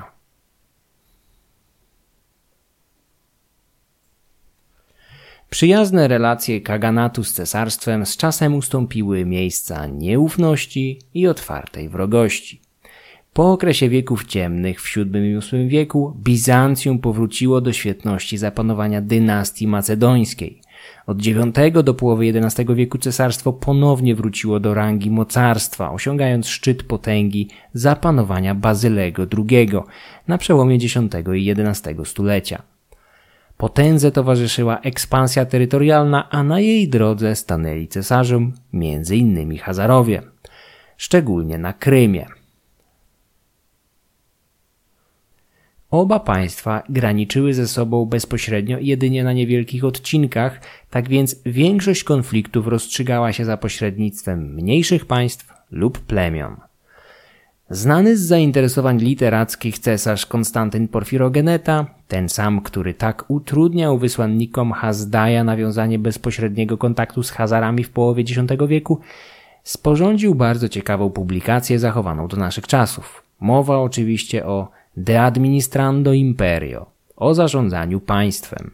Przyjazne relacje kaganatu z cesarstwem z czasem ustąpiły miejsca nieufności i otwartej wrogości. Po okresie wieków ciemnych w siódmym i ósmym wieku Bizancjum powróciło do świetności zapanowania dynastii macedońskiej. Od dziewiątego do połowy jedenastego wieku cesarstwo ponownie wróciło do rangi mocarstwa, osiągając szczyt potęgi za panowania Bazylego drugiego na przełomie dziesiątego i jedenastego stulecia. Potędze towarzyszyła ekspansja terytorialna, a na jej drodze stanęli cesarzom między innymi Chazarowie, szczególnie na Krymie. Oba państwa graniczyły ze sobą bezpośrednio jedynie na niewielkich odcinkach, tak więc większość konfliktów rozstrzygała się za pośrednictwem mniejszych państw lub plemion. Znany z zainteresowań literackich cesarz Konstantyn Porfirogeneta, ten sam, który tak utrudniał wysłannikom Hazdaja nawiązanie bezpośredniego kontaktu z Hazarami w połowie dziesiątego wieku, sporządził bardzo ciekawą publikację zachowaną do naszych czasów. Mowa oczywiście o De Administrando Imperio, o zarządzaniu państwem.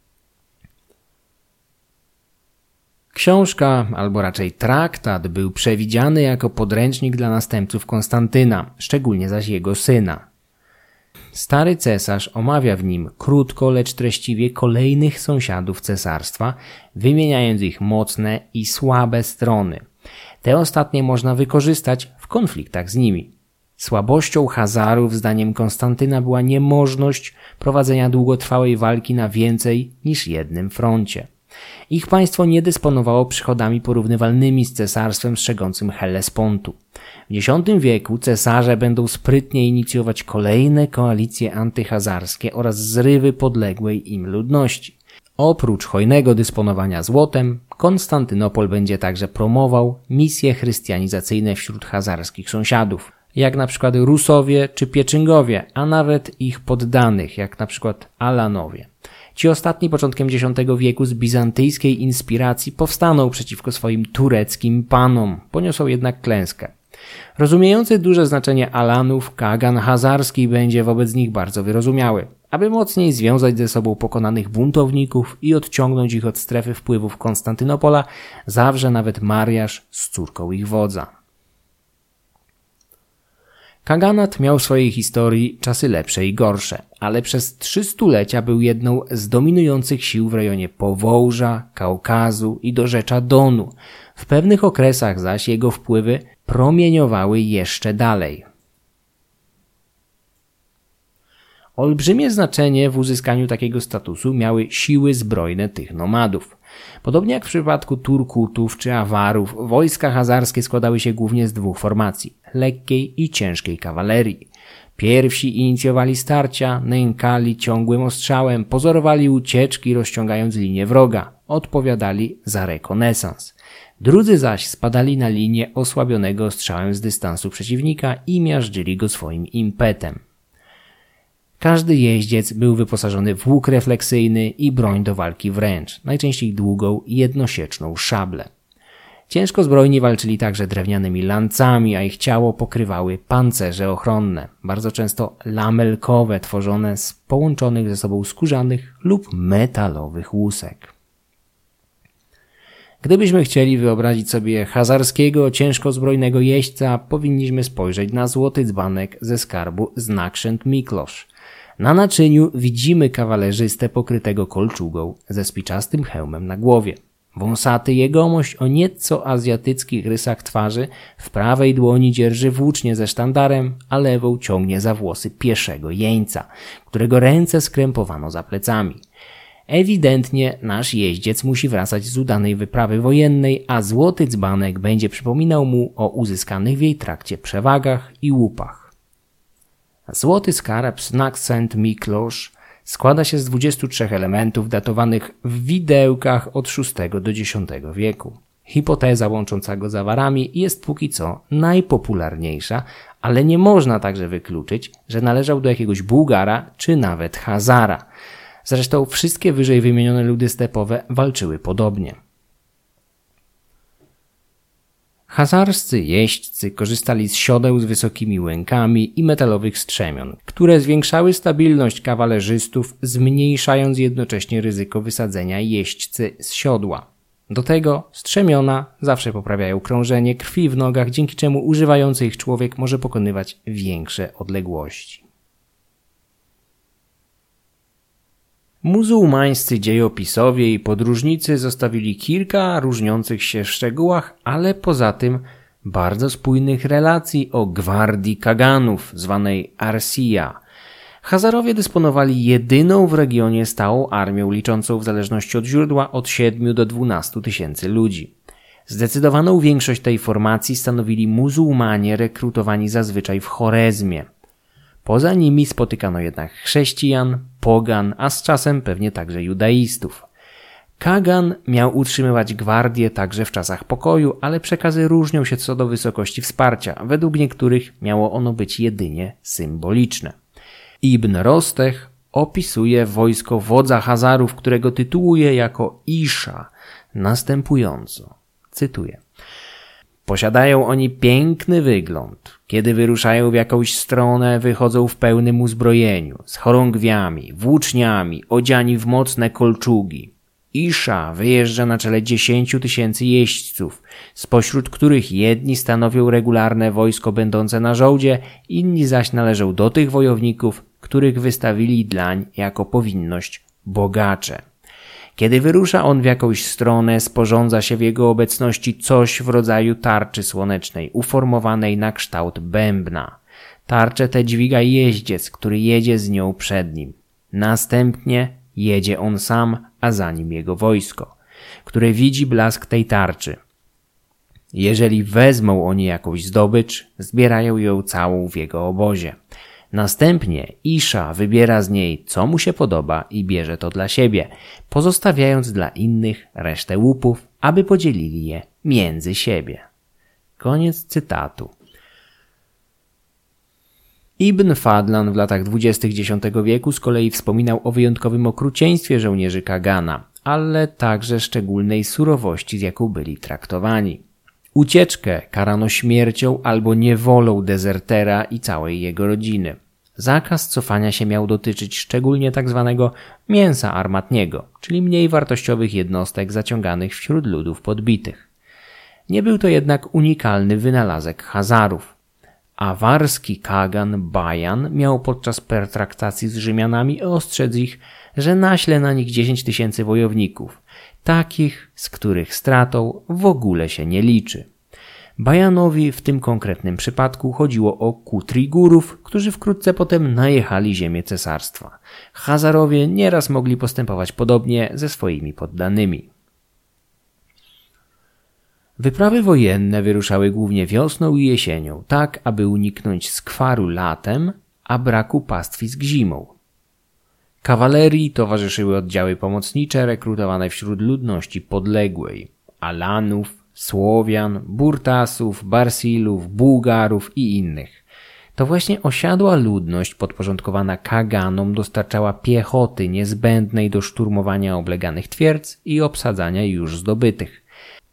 Książka, albo raczej traktat, był przewidziany jako podręcznik dla następców Konstantyna, szczególnie zaś jego syna. Stary cesarz omawia w nim krótko, lecz treściwie kolejnych sąsiadów cesarstwa, wymieniając ich mocne i słabe strony. Te ostatnie można wykorzystać w konfliktach z nimi. Słabością Hazarów, zdaniem Konstantyna, była niemożność prowadzenia długotrwałej walki na więcej niż jednym froncie. Ich państwo nie dysponowało przychodami porównywalnymi z cesarstwem strzegącym Hellespontu. W dziesiątym wieku cesarze będą sprytnie inicjować kolejne koalicje antyhazarskie oraz zrywy podległej im ludności. Oprócz hojnego dysponowania złotem, Konstantynopol będzie także promował misje chrystianizacyjne wśród hazarskich sąsiadów, jak na przykład Rusowie czy Pieczyngowie, a nawet ich poddanych, jak na przykład Alanowie. Ci ostatni początkiem dziesiątego wieku z bizantyjskiej inspiracji powstaną przeciwko swoim tureckim panom, poniosą jednak klęskę. Rozumiejący duże znaczenie Alanów, Kagan Hazarski będzie wobec nich bardzo wyrozumiały. Aby mocniej związać ze sobą pokonanych buntowników i odciągnąć ich od strefy wpływów Konstantynopola, zawrze nawet mariaż z córką ich wodza. Kaganat miał w swojej historii czasy lepsze i gorsze, ale przez trzy stulecia był jedną z dominujących sił w rejonie Powołża, Kaukazu i dorzecza Donu. W pewnych okresach zaś jego wpływy promieniowały jeszcze dalej. Olbrzymie znaczenie w uzyskaniu takiego statusu miały siły zbrojne tych nomadów. Podobnie jak w przypadku Turkutów czy Awarów, wojska hazarskie składały się głównie z dwóch formacji – lekkiej i ciężkiej kawalerii. Pierwsi inicjowali starcia, nękali ciągłym ostrzałem, pozorowali ucieczki, rozciągając linię wroga, odpowiadali za rekonesans. Drudzy zaś spadali na linię osłabionego ostrzałem z dystansu przeciwnika i miażdżyli go swoim impetem. Każdy jeździec był wyposażony w łuk refleksyjny i broń do walki wręcz, najczęściej długą, jednosieczną szablę. Ciężko zbrojni walczyli także drewnianymi lancami, a ich ciało pokrywały pancerze ochronne, bardzo często lamelkowe, tworzone z połączonych ze sobą skórzanych lub metalowych łusek. Gdybyśmy chcieli wyobrazić sobie hazarskiego, ciężkozbrojnego jeźdźca, powinniśmy spojrzeć na złoty dzbanek ze skarbu Znakshent Miklosz. Na naczyniu widzimy kawalerzystę pokrytego kolczugą ze spiczastym hełmem na głowie. Wąsaty jegomość o nieco azjatyckich rysach twarzy w prawej dłoni dzierży włócznie ze sztandarem, a lewą ciągnie za włosy pieszego jeńca, którego ręce skrępowano za plecami. Ewidentnie nasz jeździec musi wracać z udanej wyprawy wojennej, a złoty dzbanek będzie przypominał mu o uzyskanych w jej trakcie przewagach i łupach. Złoty skarb Znakshent Miklosz składa się z dwudziestu trzech elementów datowanych w widełkach od szóstego do dziesiątego wieku. Hipoteza łącząca go z Awarami jest póki co najpopularniejsza, ale nie można także wykluczyć, że należał do jakiegoś Bułgara czy nawet Hazara. Zresztą wszystkie wyżej wymienione ludy stepowe walczyły podobnie. Hazarscy jeźdźcy korzystali z siodeł z wysokimi łękami i metalowych strzemion, które zwiększały stabilność kawalerzystów, zmniejszając jednocześnie ryzyko wysadzenia jeźdźcy z siodła. Do tego strzemiona zawsze poprawiają krążenie krwi w nogach, dzięki czemu używający ich człowiek może pokonywać większe odległości. Muzułmańscy dziejopisowie i podróżnicy zostawili kilka różniących się w szczegółach, ale poza tym bardzo spójnych relacji o gwardii Kaganów, zwanej Arsija. Hazarowie dysponowali jedyną w regionie stałą armią liczącą w zależności od źródła od siedmiu do dwunastu tysięcy ludzi. Zdecydowaną większość tej formacji stanowili muzułmanie rekrutowani zazwyczaj w Chorezmie. Poza nimi spotykano jednak chrześcijan, pogan, a z czasem pewnie także judaistów. Kagan miał utrzymywać gwardię także w czasach pokoju, ale przekazy różnią się co do wysokości wsparcia. Według niektórych miało ono być jedynie symboliczne. Ibn Rostech opisuje wojsko wodza Hazarów, którego tytułuje jako Isza, następująco. Cytuję. Posiadają oni piękny wygląd. Kiedy wyruszają w jakąś stronę, wychodzą w pełnym uzbrojeniu, z chorągwiami, włóczniami, odziani w mocne kolczugi. Isza wyjeżdża na czele dziesięciu tysięcy jeźdźców, spośród których jedni stanowią regularne wojsko będące na żołdzie, inni zaś należą do tych wojowników, których wystawili dlań jako powinność bogacze. Kiedy wyrusza on w jakąś stronę, sporządza się w jego obecności coś w rodzaju tarczy słonecznej, uformowanej na kształt bębna. Tarczę tę dźwiga jeździec, który jedzie z nią przed nim. Następnie jedzie on sam, a za nim jego wojsko, które widzi blask tej tarczy. Jeżeli wezmą oni jakąś zdobycz, zbierają ją całą w jego obozie. Następnie Isza wybiera z niej, co mu się podoba i bierze to dla siebie, pozostawiając dla innych resztę łupów, aby podzielili je między siebie. Koniec cytatu. Ibn Fadlan w latach dwudziestych dziesiątego wieku z kolei wspominał o wyjątkowym okrucieństwie żołnierzy Kagana, ale także szczególnej surowości, z jaką byli traktowani. Ucieczkę karano śmiercią albo niewolą dezertera i całej jego rodziny. Zakaz cofania się miał dotyczyć szczególnie tzw. mięsa armatniego, czyli mniej wartościowych jednostek zaciąganych wśród ludów podbitych. Nie był to jednak unikalny wynalazek Hazarów. Awarski kagan Bajan miał podczas pertraktacji z Rzymianami ostrzec ich, że naśle na nich dziesięć tysięcy wojowników, takich, z których stratą w ogóle się nie liczy. Bajanowi w tym konkretnym przypadku chodziło o Kutrigurów, którzy wkrótce potem najechali ziemię cesarstwa. Hazarowie nieraz mogli postępować podobnie ze swoimi poddanymi. Wyprawy wojenne wyruszały głównie wiosną i jesienią, tak aby uniknąć skwaru latem, a braku pastwisk zimą. Kawalerii towarzyszyły oddziały pomocnicze rekrutowane wśród ludności podległej – Alanów, Słowian, Burtasów, Barsilów, Bułgarów i innych. To właśnie osiadła ludność podporządkowana Kaganom dostarczała piechoty niezbędnej do szturmowania obleganych twierdz i obsadzania już zdobytych.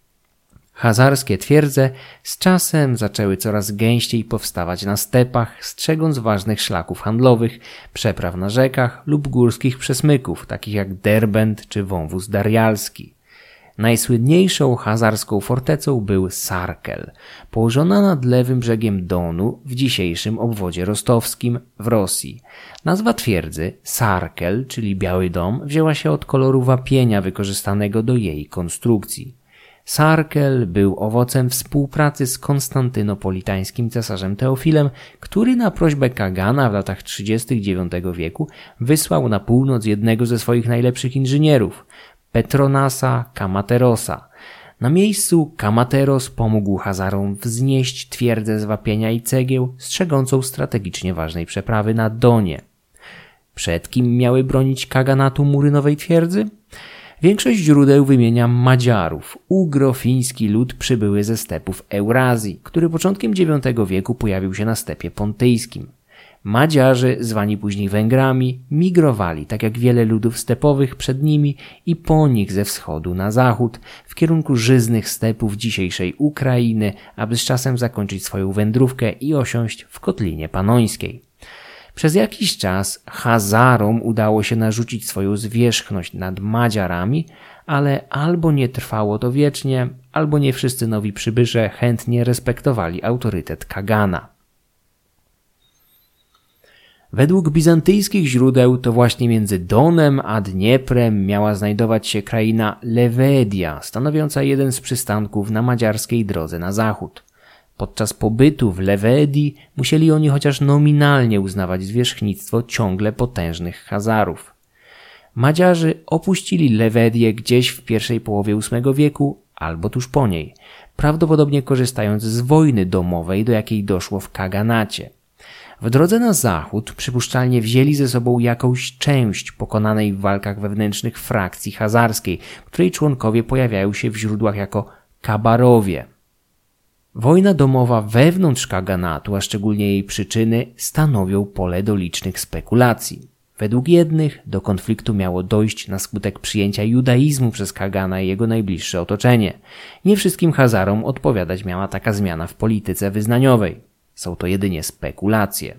Hazarskie twierdze z czasem zaczęły coraz gęściej powstawać na stepach, strzegąc ważnych szlaków handlowych, przepraw na rzekach lub górskich przesmyków, takich jak Derbent czy wąwóz Darjalski. Najsłynniejszą hazarską fortecą był Sarkel, położona nad lewym brzegiem Donu w dzisiejszym obwodzie rostowskim w Rosji. Nazwa twierdzy, Sarkel, czyli Biały Dom, wzięła się od koloru wapienia wykorzystanego do jej konstrukcji. Sarkel był owocem współpracy z konstantynopolitańskim cesarzem Teofilem, który na prośbę Kagana w latach trzydziestych dziewiątego wieku wysłał na północ jednego ze swoich najlepszych inżynierów, Petronasa Kamaterosa. Na miejscu Kamateros pomógł Hazarom wznieść twierdzę z wapienia i cegieł, strzegącą strategicznie ważnej przeprawy na Donie. Przed kim miały bronić Kaganatu mury nowej twierdzy? Większość źródeł wymienia Madziarów, ugro-fiński lud przybyły ze stepów Eurazji, który początkiem dziewiątego wieku pojawił się na stepie pontyjskim. Madziarzy, zwani później Węgrami, migrowali, tak jak wiele ludów stepowych, przed nimi i po nich ze wschodu na zachód, w kierunku żyznych stepów dzisiejszej Ukrainy, aby z czasem zakończyć swoją wędrówkę i osiąść w Kotlinie Panońskiej. Przez jakiś czas Hazarom udało się narzucić swoją zwierzchność nad Madziarami, ale albo nie trwało to wiecznie, albo nie wszyscy nowi przybysze chętnie respektowali autorytet Kagana. Według bizantyjskich źródeł to właśnie między Donem a Dnieprem miała znajdować się kraina Lewedia, stanowiąca jeden z przystanków na madziarskiej drodze na zachód. Podczas pobytu w Lewedii musieli oni chociaż nominalnie uznawać zwierzchnictwo ciągle potężnych Hazarów. Madziarzy opuścili Lewedię gdzieś w pierwszej połowie ósmego wieku albo tuż po niej, prawdopodobnie korzystając z wojny domowej, do jakiej doszło w Kaganacie. W drodze na zachód przypuszczalnie wzięli ze sobą jakąś część pokonanej w walkach wewnętrznych frakcji chazarskiej, której członkowie pojawiają się w źródłach jako Kabarowie. Wojna domowa wewnątrz kaganatu, a szczególnie jej przyczyny, stanowią pole do licznych spekulacji. Według jednych do konfliktu miało dojść na skutek przyjęcia judaizmu przez kagana i jego najbliższe otoczenie. Nie wszystkim Hazarom odpowiadać miała taka zmiana w polityce wyznaniowej. Są to jedynie spekulacje.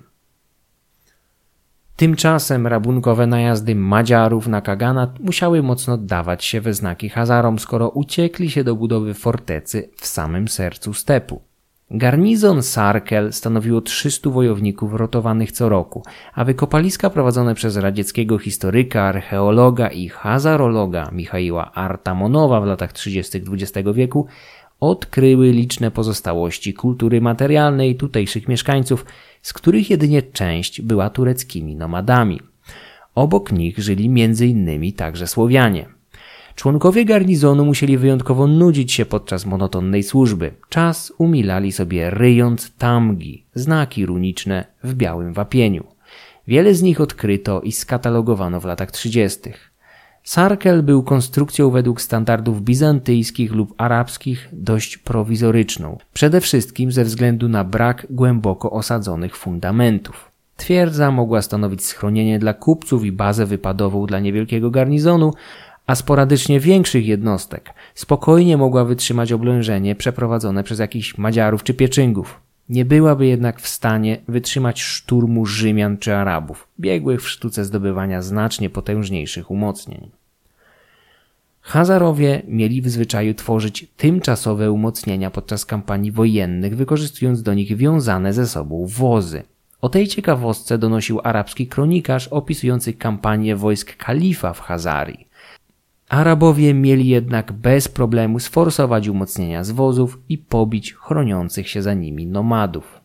Tymczasem rabunkowe najazdy Madziarów na kaganat musiały mocno dawać się we znaki Hazarom, skoro uciekli się do budowy fortecy w samym sercu stepu. Garnizon Sarkel stanowiło trzystu wojowników rotowanych co roku, a wykopaliska prowadzone przez radzieckiego historyka, archeologa i hazarologa Michaiła Artamonowa w latach trzydziestych dwudziestego wieku odkryły liczne pozostałości kultury materialnej tutejszych mieszkańców, z których jedynie część była tureckimi nomadami. Obok nich żyli między innymi także Słowianie. Członkowie garnizonu musieli wyjątkowo nudzić się podczas monotonnej służby. Czas umilali sobie ryjąc tamgi, znaki runiczne w białym wapieniu. Wiele z nich odkryto i skatalogowano w latach trzydziestych. Sarkel był konstrukcją według standardów bizantyjskich lub arabskich dość prowizoryczną, przede wszystkim ze względu na brak głęboko osadzonych fundamentów. Twierdza mogła stanowić schronienie dla kupców i bazę wypadową dla niewielkiego garnizonu, a sporadycznie większych jednostek spokojnie mogła wytrzymać oblężenie przeprowadzone przez jakichś Madziarów czy Pieczyngów. Nie byłaby jednak w stanie wytrzymać szturmu Rzymian czy Arabów, biegłych w sztuce zdobywania znacznie potężniejszych umocnień. Hazarowie mieli w zwyczaju tworzyć tymczasowe umocnienia podczas kampanii wojennych, wykorzystując do nich wiązane ze sobą wozy. O tej ciekawostce donosił arabski kronikarz opisujący kampanię wojsk kalifa w Hazarii. Arabowie mieli jednak bez problemu sforsować umocnienia z wozów i pobić chroniących się za nimi nomadów.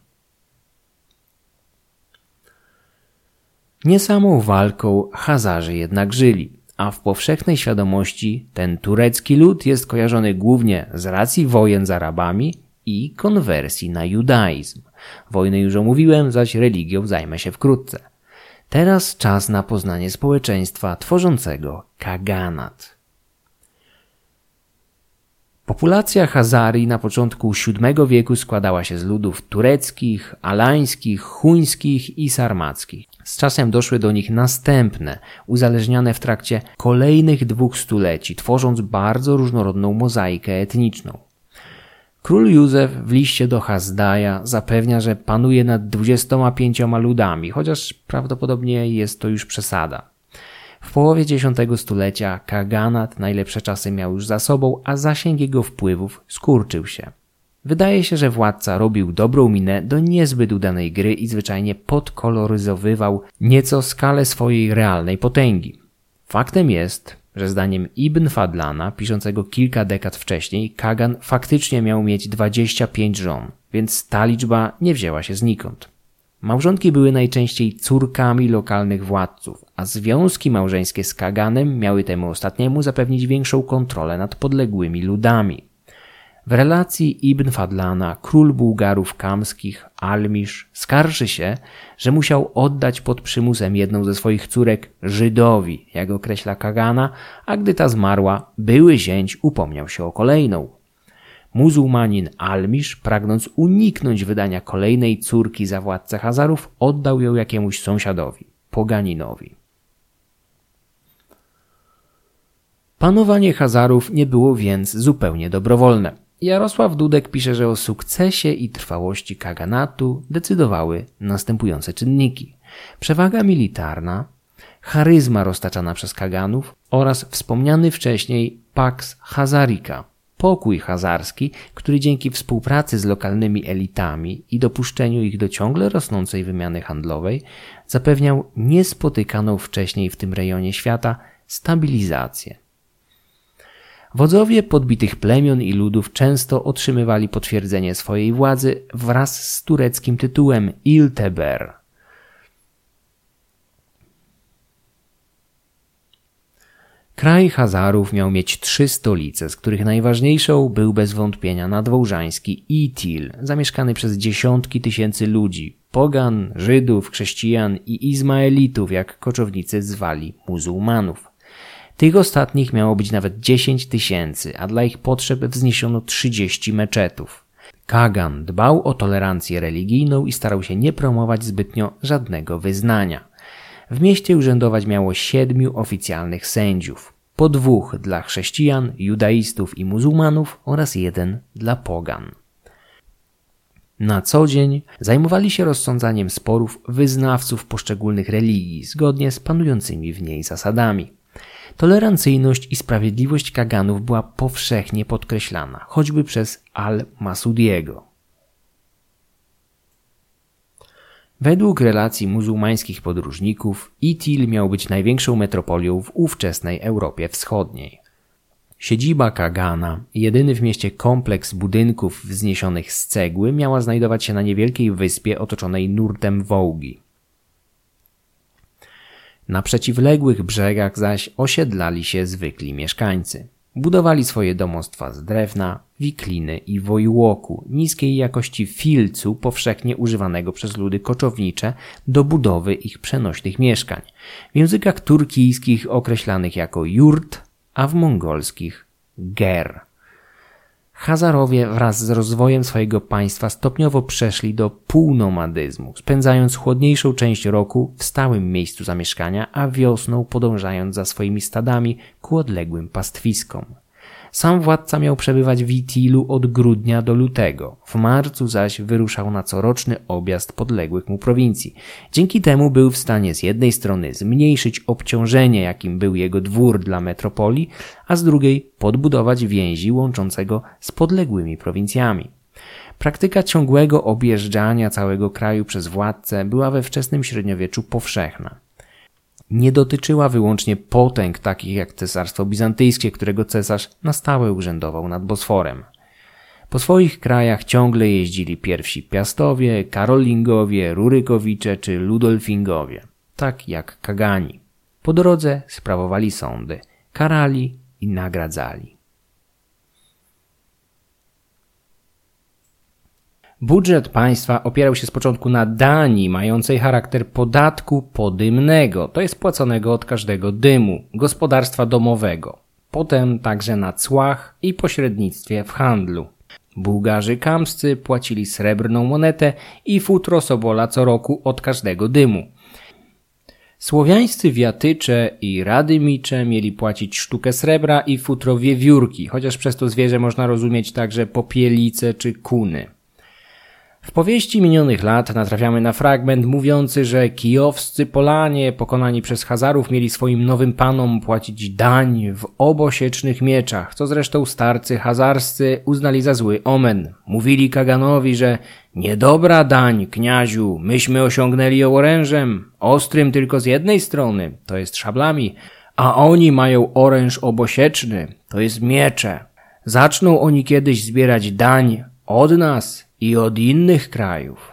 Nie samą walką Hazarzy jednak żyli, a w powszechnej świadomości ten turecki lud jest kojarzony głównie z racji wojen z Arabami i konwersji na judaizm. Wojny już omówiłem, zaś religią zajmę się wkrótce. Teraz czas na poznanie społeczeństwa tworzącego kaganat. Populacja Hazarii na początku siódmego wieku składała się z ludów tureckich, alańskich, chuńskich i sarmackich. Z czasem doszły do nich następne, uzależnione w trakcie kolejnych dwóch stuleci, tworząc bardzo różnorodną mozaikę etniczną. Król Józef w liście do Hazdaja zapewnia, że panuje nad dwudziestoma pięcioma ludami, chociaż prawdopodobnie jest to już przesada. W połowie dziesiątego stulecia kaganat najlepsze czasy miał już za sobą, a zasięg jego wpływów skurczył się. Wydaje się, że władca robił dobrą minę do niezbyt udanej gry i zwyczajnie podkoloryzowywał nieco skalę swojej realnej potęgi. Faktem jest, że zdaniem Ibn Fadlana, piszącego kilka dekad wcześniej, kagan faktycznie miał mieć dwadzieścia pięć żon, więc ta liczba nie wzięła się znikąd. Małżonki były najczęściej córkami lokalnych władców, a związki małżeńskie z kaganem miały temu ostatniemu zapewnić większą kontrolę nad podległymi ludami. W relacji Ibn Fadlana król Bułgarów kamskich, Almisz, skarży się, że musiał oddać pod przymusem jedną ze swoich córek Żydowi, jak określa kagana, a gdy ta zmarła, były zięć upomniał się o kolejną. Muzułmanin Almisz, pragnąc uniknąć wydania kolejnej córki za władcę Hazarów, oddał ją jakiemuś sąsiadowi, poganinowi. Panowanie Hazarów nie było więc zupełnie dobrowolne. Jarosław Dudek pisze, że o sukcesie i trwałości kaganatu decydowały następujące czynniki. Przewaga militarna, charyzma roztaczana przez kaganów oraz wspomniany wcześniej Pax Hazarika, pokój hazarski, który dzięki współpracy z lokalnymi elitami i dopuszczeniu ich do ciągle rosnącej wymiany handlowej zapewniał niespotykaną wcześniej w tym rejonie świata stabilizację. Wodzowie podbitych plemion i ludów często otrzymywali potwierdzenie swojej władzy wraz z tureckim tytułem Ilteber. Kraj Hazarów miał mieć trzy stolice, z których najważniejszą był bez wątpienia nadwołżański Itil, zamieszkany przez dziesiątki tysięcy ludzi, pogan, Żydów, chrześcijan i Izmaelitów, jak koczownicy zwali muzułmanów. Tych ostatnich miało być nawet dziesięć tysięcy, a dla ich potrzeb wzniesiono trzydzieści meczetów. Kagan dbał o tolerancję religijną i starał się nie promować zbytnio żadnego wyznania. W mieście urzędować miało siedmiu oficjalnych sędziów, po dwóch dla chrześcijan, judaistów i muzułmanów oraz jeden dla pogan. Na co dzień zajmowali się rozsądzaniem sporów wyznawców poszczególnych religii zgodnie z panującymi w niej zasadami. Tolerancyjność i sprawiedliwość kaganów była powszechnie podkreślana, choćby przez al-Masudiego. Według relacji muzułmańskich podróżników, Itil miał być największą metropolią w ówczesnej Europie Wschodniej. Siedziba kagana, jedyny w mieście kompleks budynków wzniesionych z cegły, miała znajdować się na niewielkiej wyspie otoczonej nurtem Wołgi. Na przeciwległych brzegach zaś osiedlali się zwykli mieszkańcy. Budowali swoje domostwa z drewna, wikliny i wojłoku, niskiej jakości filcu powszechnie używanego przez ludy koczownicze do budowy ich przenośnych mieszkań, w językach turkijskich określanych jako jurt, a w mongolskich ger. Hazarowie wraz z rozwojem swojego państwa stopniowo przeszli do półnomadyzmu, spędzając chłodniejszą część roku w stałym miejscu zamieszkania, a wiosną podążając za swoimi stadami ku odległym pastwiskom. Sam władca miał przebywać w Itilu od grudnia do lutego, w marcu zaś wyruszał na coroczny objazd podległych mu prowincji. Dzięki temu był w stanie z jednej strony zmniejszyć obciążenie, jakim był jego dwór dla metropolii, a z drugiej podbudować więzi łączące go z podległymi prowincjami. Praktyka ciągłego objeżdżania całego kraju przez władcę była we wczesnym średniowieczu powszechna. Nie dotyczyła wyłącznie potęg takich jak Cesarstwo Bizantyjskie, którego cesarz na stałe urzędował nad Bosforem. Po swoich krajach ciągle jeździli pierwsi Piastowie, Karolingowie, Rurykowicze czy Ludolfingowie, tak jak Kagani. Po drodze sprawowali sądy, karali i nagradzali. Budżet państwa opierał się z początku na dani mającej charakter podatku podymnego, to jest płaconego od każdego dymu, gospodarstwa domowego. Potem także na cłach i pośrednictwie w handlu. Bułgarzy kamscy płacili srebrną monetę i futro sobola co roku od każdego dymu. Słowiańscy wiatycze i radymicze mieli płacić sztukę srebra i futro wiewiórki, chociaż przez to zwierzę można rozumieć także popielice czy kuny. W powieści minionych lat natrafiamy na fragment mówiący, że kijowscy Polanie pokonani przez Hazarów mieli swoim nowym panom płacić dań w obosiecznych mieczach, co zresztą starcy hazarscy uznali za zły omen. Mówili Kaganowi, że niedobra dań, kniaziu, myśmy osiągnęli ją orężem, ostrym tylko z jednej strony, to jest szablami, a oni mają oręż obosieczny, to jest miecze. Zaczną oni kiedyś zbierać dań od nas i od innych krajów.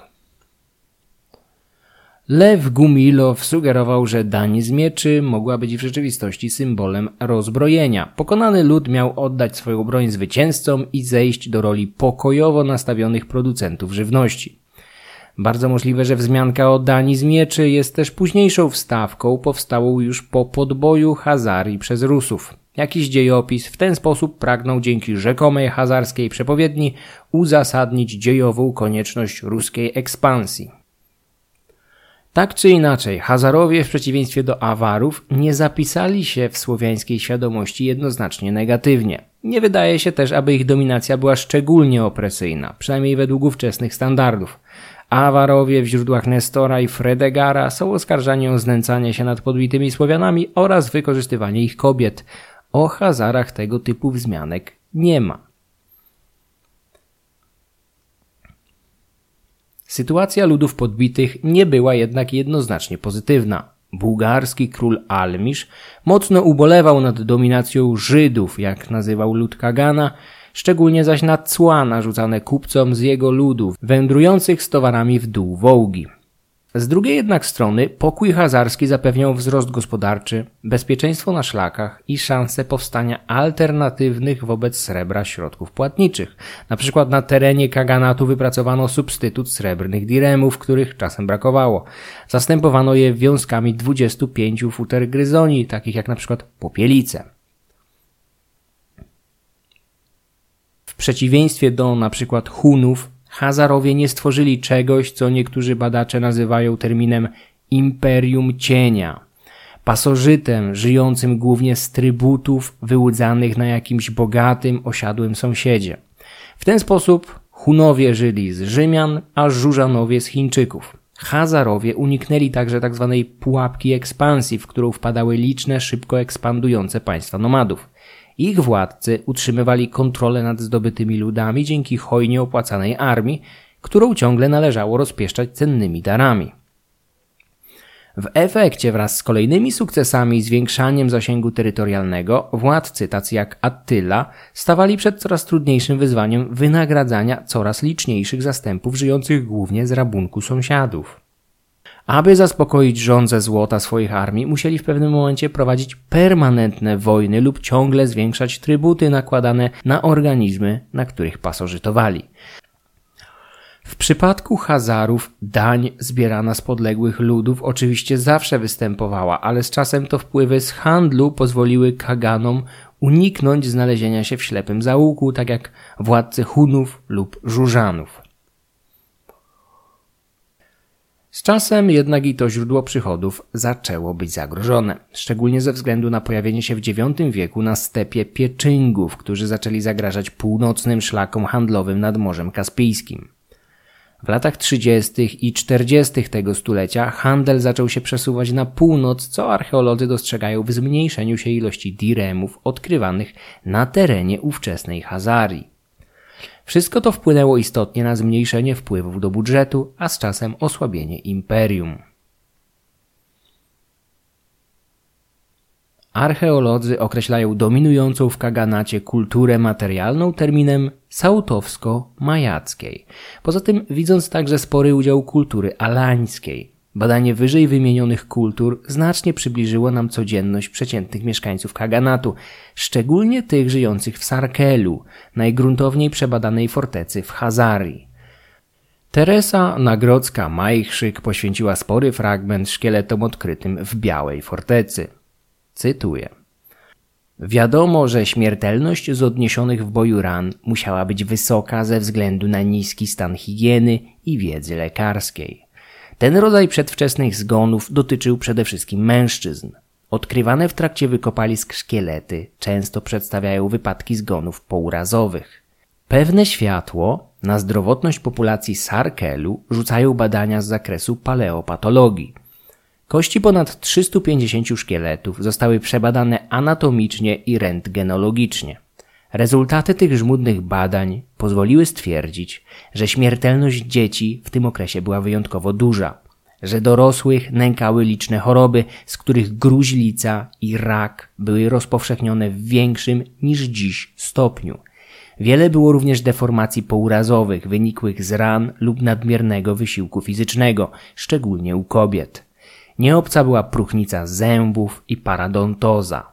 Lew Gumilow sugerował, że dań z mieczy mogła być w rzeczywistości symbolem rozbrojenia. Pokonany lud miał oddać swoją broń zwycięzcom i zejść do roli pokojowo nastawionych producentów żywności. Bardzo możliwe, że wzmianka o dani z mieczy jest też późniejszą wstawką powstałą już po podboju Hazarii przez Rusów. Jakiś dziejopis w ten sposób pragnął dzięki rzekomej hazarskiej przepowiedni uzasadnić dziejową konieczność ruskiej ekspansji. Tak czy inaczej, Hazarowie w przeciwieństwie do Awarów nie zapisali się w słowiańskiej świadomości jednoznacznie negatywnie. Nie wydaje się też, aby ich dominacja była szczególnie opresyjna, przynajmniej według ówczesnych standardów. Awarowie w źródłach Nestora i Fredegara są oskarżani o znęcanie się nad podbitymi Słowianami oraz wykorzystywanie ich kobiet. O Hazarach tego typu wzmianek nie ma. Sytuacja ludów podbitych nie była jednak jednoznacznie pozytywna. Bułgarski król Almisz mocno ubolewał nad dominacją Żydów, jak nazywał lud Kagana, szczególnie zaś nad cła narzucane kupcom z jego ludów, wędrujących z towarami w dół Wołgi. Z drugiej jednak strony pokój hazarski zapewniał wzrost gospodarczy, bezpieczeństwo na szlakach i szansę powstania alternatywnych wobec srebra środków płatniczych. Na przykład na terenie kaganatu wypracowano substytut srebrnych diremów, których czasem brakowało. Zastępowano je wiązkami dwudziestu pięciu futer gryzoni, takich jak na przykład popielice. W przeciwieństwie do na przykład Hunów, Hazarowie nie stworzyli czegoś, co niektórzy badacze nazywają terminem imperium cienia, pasożytem żyjącym głównie z trybutów wyłudzanych na jakimś bogatym, osiadłym sąsiedzie. W ten sposób Hunowie żyli z Rzymian, a Żużanowie z Chińczyków. Hazarowie uniknęli także tzw. pułapki ekspansji, w którą wpadały liczne, szybko ekspandujące państwa nomadów. Ich władcy utrzymywali kontrolę nad zdobytymi ludami dzięki hojnie opłacanej armii, którą ciągle należało rozpieszczać cennymi darami. W efekcie wraz z kolejnymi sukcesami i zwiększaniem zasięgu terytorialnego władcy tacy jak Attyla stawali przed coraz trudniejszym wyzwaniem wynagradzania coraz liczniejszych zastępów żyjących głównie z rabunku sąsiadów. Aby zaspokoić żądzę złota swoich armii, musieli w pewnym momencie prowadzić permanentne wojny lub ciągle zwiększać trybuty nakładane na organizmy, na których pasożytowali. W przypadku Hazarów dań zbierana z podległych ludów oczywiście zawsze występowała, ale z czasem to wpływy z handlu pozwoliły kaganom uniknąć znalezienia się w ślepym zaułku, tak jak władcy Hunów lub Żużanów. Z czasem jednak i to źródło przychodów zaczęło być zagrożone, szczególnie ze względu na pojawienie się w dziewiątym wieku na stepie Pieczyngów, którzy zaczęli zagrażać północnym szlakom handlowym nad Morzem Kaspijskim. W latach trzydziestych i czterdziestych tego stulecia handel zaczął się przesuwać na północ, co archeolodzy dostrzegają w zmniejszeniu się ilości diremów odkrywanych na terenie ówczesnej Hazarii. Wszystko to wpłynęło istotnie na zmniejszenie wpływów do budżetu, a z czasem osłabienie imperium. Archeolodzy określają dominującą w kaganacie kulturę materialną terminem sautowsko-majackiej. Poza tym widząc także spory udział kultury alańskiej. Badanie wyżej wymienionych kultur znacznie przybliżyło nam codzienność przeciętnych mieszkańców kaganatu, szczególnie tych żyjących w Sarkelu, najgruntowniej przebadanej fortecy w Hazarii. Teresa Nagrodzka-Majchrzyk poświęciła spory fragment szkieletom odkrytym w Białej Fortecy. Cytuję. Wiadomo, że śmiertelność z odniesionych w boju ran musiała być wysoka ze względu na niski stan higieny i wiedzy lekarskiej. Ten rodzaj przedwczesnych zgonów dotyczył przede wszystkim mężczyzn. Odkrywane w trakcie wykopalisk szkielety często przedstawiają wypadki zgonów pourazowych. Pewne światło na zdrowotność populacji Sarkelu rzucają badania z zakresu paleopatologii. Kości ponad trzystu pięćdziesięciu szkieletów zostały przebadane anatomicznie i rentgenologicznie. Rezultaty tych żmudnych badań pozwoliły stwierdzić, że śmiertelność dzieci w tym okresie była wyjątkowo duża, że dorosłych nękały liczne choroby, z których gruźlica i rak były rozpowszechnione w większym niż dziś stopniu. Wiele było również deformacji pourazowych wynikłych z ran lub nadmiernego wysiłku fizycznego, szczególnie u kobiet. Nieobca była próchnica zębów i paradontoza.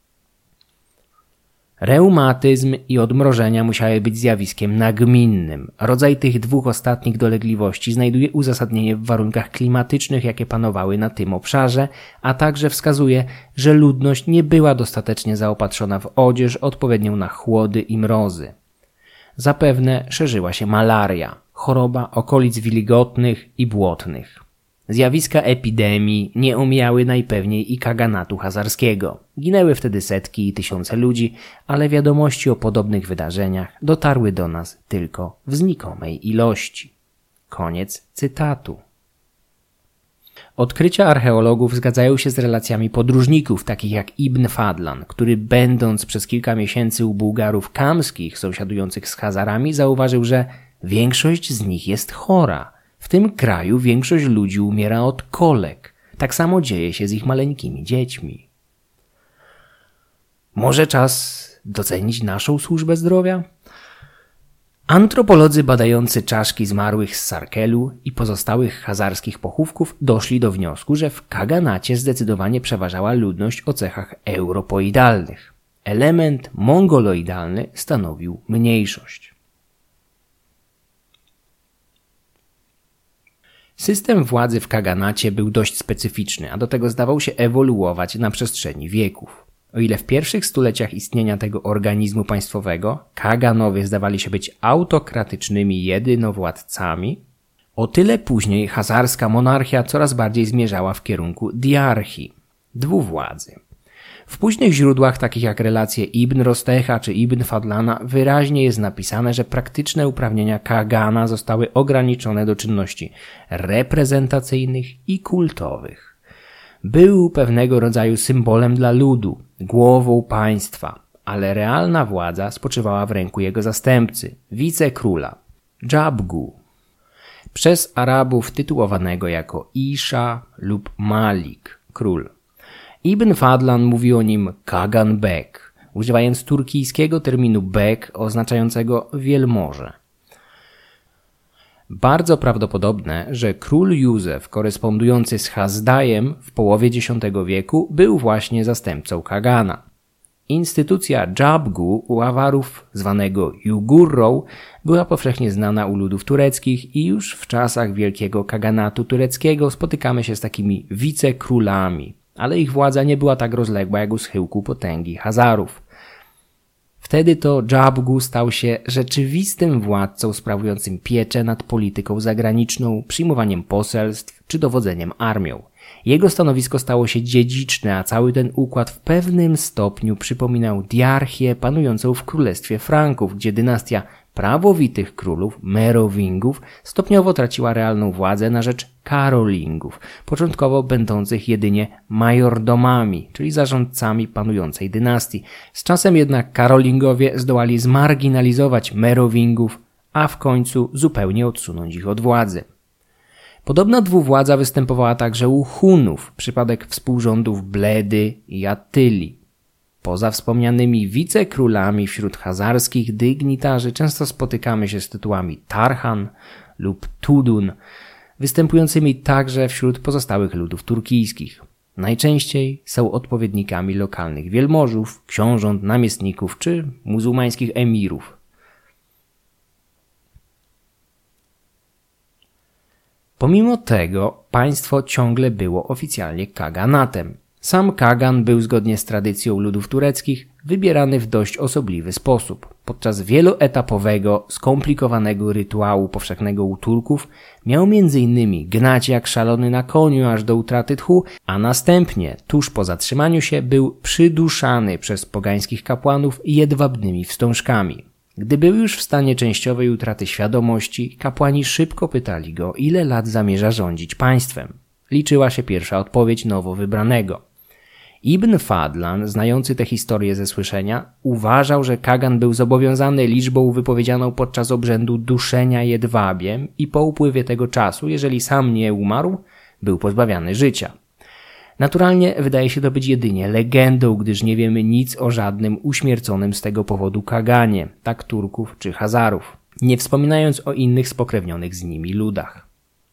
Reumatyzm i odmrożenia musiały być zjawiskiem nagminnym. Rodzaj tych dwóch ostatnich dolegliwości znajduje uzasadnienie w warunkach klimatycznych, jakie panowały na tym obszarze, a także wskazuje, że ludność nie była dostatecznie zaopatrzona w odzież odpowiednią na chłody i mrozy. Zapewne szerzyła się malaria, choroba okolic wilgotnych i błotnych. Zjawiska epidemii nie omijały najpewniej i kaganatu hazarskiego. Ginęły wtedy setki i tysiące ludzi, ale wiadomości o podobnych wydarzeniach dotarły do nas tylko w znikomej ilości. Koniec cytatu. Odkrycia archeologów zgadzają się z relacjami podróżników, takich jak Ibn Fadlan, który będąc przez kilka miesięcy u Bułgarów kamskich sąsiadujących z Hazarami zauważył, że większość z nich jest chora. W tym kraju większość ludzi umiera od kolek. Tak samo dzieje się z ich maleńkimi dziećmi. Może czas docenić naszą służbę zdrowia? Antropolodzy badający czaszki zmarłych z Sarkelu i pozostałych chazarskich pochówków doszli do wniosku, że w kaganacie zdecydowanie przeważała ludność o cechach europoidalnych. Element mongoloidalny stanowił mniejszość. System władzy w kaganacie był dość specyficzny, a do tego zdawał się ewoluować na przestrzeni wieków. O ile w pierwszych stuleciach istnienia tego organizmu państwowego kaganowie zdawali się być autokratycznymi jedynowładcami, o tyle później chazarska monarchia coraz bardziej zmierzała w kierunku diarchii, dwuwładzy. W późnych źródłach, takich jak relacje Ibn Rostecha czy Ibn Fadlana, wyraźnie jest napisane, że praktyczne uprawnienia kagana zostały ograniczone do czynności reprezentacyjnych i kultowych. Był pewnego rodzaju symbolem dla ludu, głową państwa, ale realna władza spoczywała w ręku jego zastępcy, wicekróla, Dżabgu, przez Arabów tytułowanego jako Isha lub Malik, król. Ibn Fadlan mówi o nim Kagan Bek, używając turkijskiego terminu Bek oznaczającego wielmoże. Bardzo prawdopodobne, że król Józef korespondujący z Hazdajem w połowie dziesiątego wieku był właśnie zastępcą Kagana. Instytucja Dżabgu u Awarów, zwanego Jugurrą, była powszechnie znana u ludów tureckich i już w czasach wielkiego kaganatu tureckiego spotykamy się z takimi wicekrólami, ale ich władza nie była tak rozległa jak u schyłku potęgi Hazarów. Wtedy to Dżabgu stał się rzeczywistym władcą sprawującym pieczę nad polityką zagraniczną, przyjmowaniem poselstw czy dowodzeniem armią. Jego stanowisko stało się dziedziczne, a cały ten układ w pewnym stopniu przypominał diarchię panującą w królestwie Franków, gdzie dynastia prawowitych królów, Merowingów, stopniowo traciła realną władzę na rzecz Karolingów, początkowo będących jedynie majordomami, czyli zarządcami panującej dynastii. Z czasem jednak Karolingowie zdołali zmarginalizować Merowingów, a w końcu zupełnie odsunąć ich od władzy. Podobna dwuwładza występowała także u Hunów, przypadek współrządów Bledy i Attyli. Poza wspomnianymi wicekrólami wśród chazarskich dygnitarzy często spotykamy się z tytułami Tarhan lub Tudun, występującymi także wśród pozostałych ludów turkijskich. Najczęściej są odpowiednikami lokalnych wielmożów, książąt, namiestników czy muzułmańskich emirów. Pomimo tego państwo ciągle było oficjalnie kaganatem. Sam kagan był zgodnie z tradycją ludów tureckich wybierany w dość osobliwy sposób. Podczas wieloetapowego, skomplikowanego rytuału powszechnego u Turków miał między innymi gnać jak szalony na koniu aż do utraty tchu, a następnie, tuż po zatrzymaniu się, był przyduszany przez pogańskich kapłanów jedwabnymi wstążkami. Gdy był już w stanie częściowej utraty świadomości, kapłani szybko pytali go, ile lat zamierza rządzić państwem. Liczyła się pierwsza odpowiedź nowo wybranego. Ibn Fadlan, znający tę historię ze słyszenia, uważał, że kagan był zobowiązany liczbą wypowiedzianą podczas obrzędu duszenia jedwabiem i po upływie tego czasu, jeżeli sam nie umarł, był pozbawiany życia. Naturalnie wydaje się to być jedynie legendą, gdyż nie wiemy nic o żadnym uśmierconym z tego powodu kaganie, tak Turków czy Hazarów, nie wspominając o innych spokrewnionych z nimi ludach.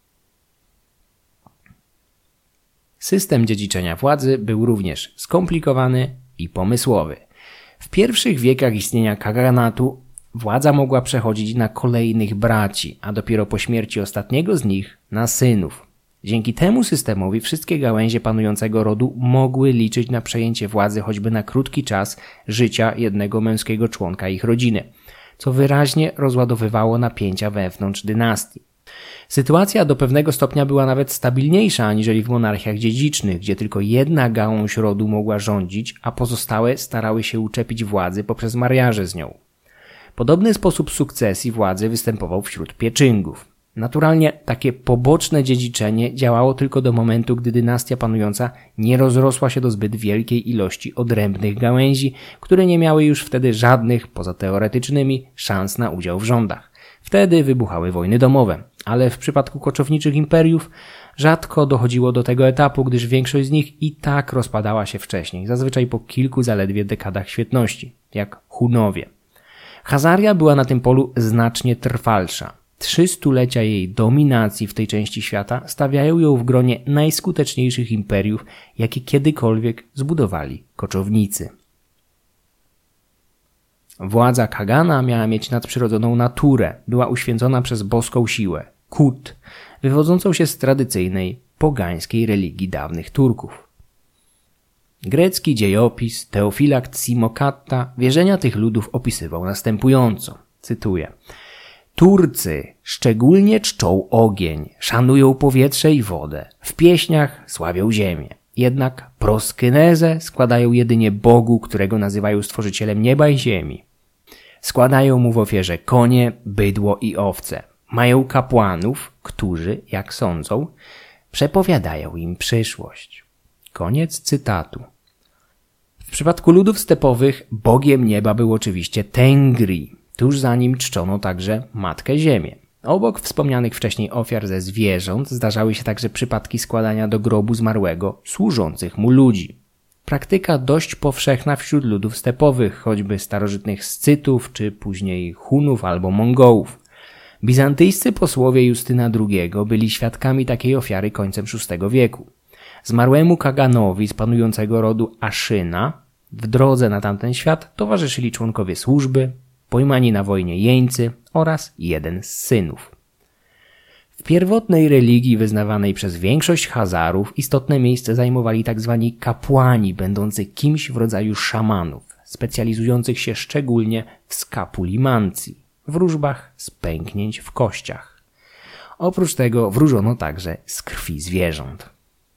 System dziedziczenia władzy był również skomplikowany i pomysłowy. W pierwszych wiekach istnienia kaganatu władza mogła przechodzić na kolejnych braci, a dopiero po śmierci ostatniego z nich na synów. Dzięki temu systemowi wszystkie gałęzie panującego rodu mogły liczyć na przejęcie władzy choćby na krótki czas życia jednego męskiego członka ich rodziny, co wyraźnie rozładowywało napięcia wewnątrz dynastii. Sytuacja do pewnego stopnia była nawet stabilniejsza aniżeli w monarchiach dziedzicznych, gdzie tylko jedna gałąź rodu mogła rządzić, a pozostałe starały się uczepić władzy poprzez mariaże z nią. Podobny sposób sukcesji władzy występował wśród Pieczyngów. Naturalnie takie poboczne dziedziczenie działało tylko do momentu, gdy dynastia panująca nie rozrosła się do zbyt wielkiej ilości odrębnych gałęzi, które nie miały już wtedy żadnych, poza teoretycznymi, szans na udział w rządach. Wtedy wybuchały wojny domowe, ale w przypadku koczowniczych imperiów rzadko dochodziło do tego etapu, gdyż większość z nich i tak rozpadała się wcześniej, zazwyczaj po kilku zaledwie dekadach świetności, jak Hunowie. Chazaria była na tym polu znacznie trwalsza. Trzy stulecia jej dominacji w tej części świata stawiają ją w gronie najskuteczniejszych imperiów, jakie kiedykolwiek zbudowali koczownicy. Władza Kagana miała mieć nadprzyrodzoną naturę, była uświęcona przez boską siłę, Kut, wywodzącą się z tradycyjnej, pogańskiej religii dawnych Turków. Grecki dziejopis Teofilakt Simokatta wierzenia tych ludów opisywał następująco, cytuję: Turcy szczególnie czczą ogień, szanują powietrze i wodę, w pieśniach sławią ziemię. Jednak proskynezę składają jedynie Bogu, którego nazywają stworzycielem nieba i ziemi. Składają mu w ofierze konie, bydło i owce. Mają kapłanów, którzy, jak sądzą, przepowiadają im przyszłość. Koniec cytatu. W przypadku ludów stepowych Bogiem nieba był oczywiście Tengri. Tuż za nim czczono także Matkę Ziemię. Obok wspomnianych wcześniej ofiar ze zwierząt zdarzały się także przypadki składania do grobu zmarłego służących mu ludzi. Praktyka dość powszechna wśród ludów stepowych, choćby starożytnych Scytów, czy później Hunów albo Mongołów. Bizantyjscy posłowie Justyna drugiego byli świadkami takiej ofiary końcem szóstego wieku. Zmarłemu Kaganowi z panującego rodu Aszyna w drodze na tamten świat towarzyszyli członkowie służby, pojmani na wojnie jeńcy oraz jeden z synów. W pierwotnej religii wyznawanej przez większość Chazarów istotne miejsce zajmowali tzw. kapłani, będący kimś w rodzaju szamanów, specjalizujących się szczególnie w skapulimancji, wróżbach z pęknięć w kościach. Oprócz tego wróżono także z krwi zwierząt.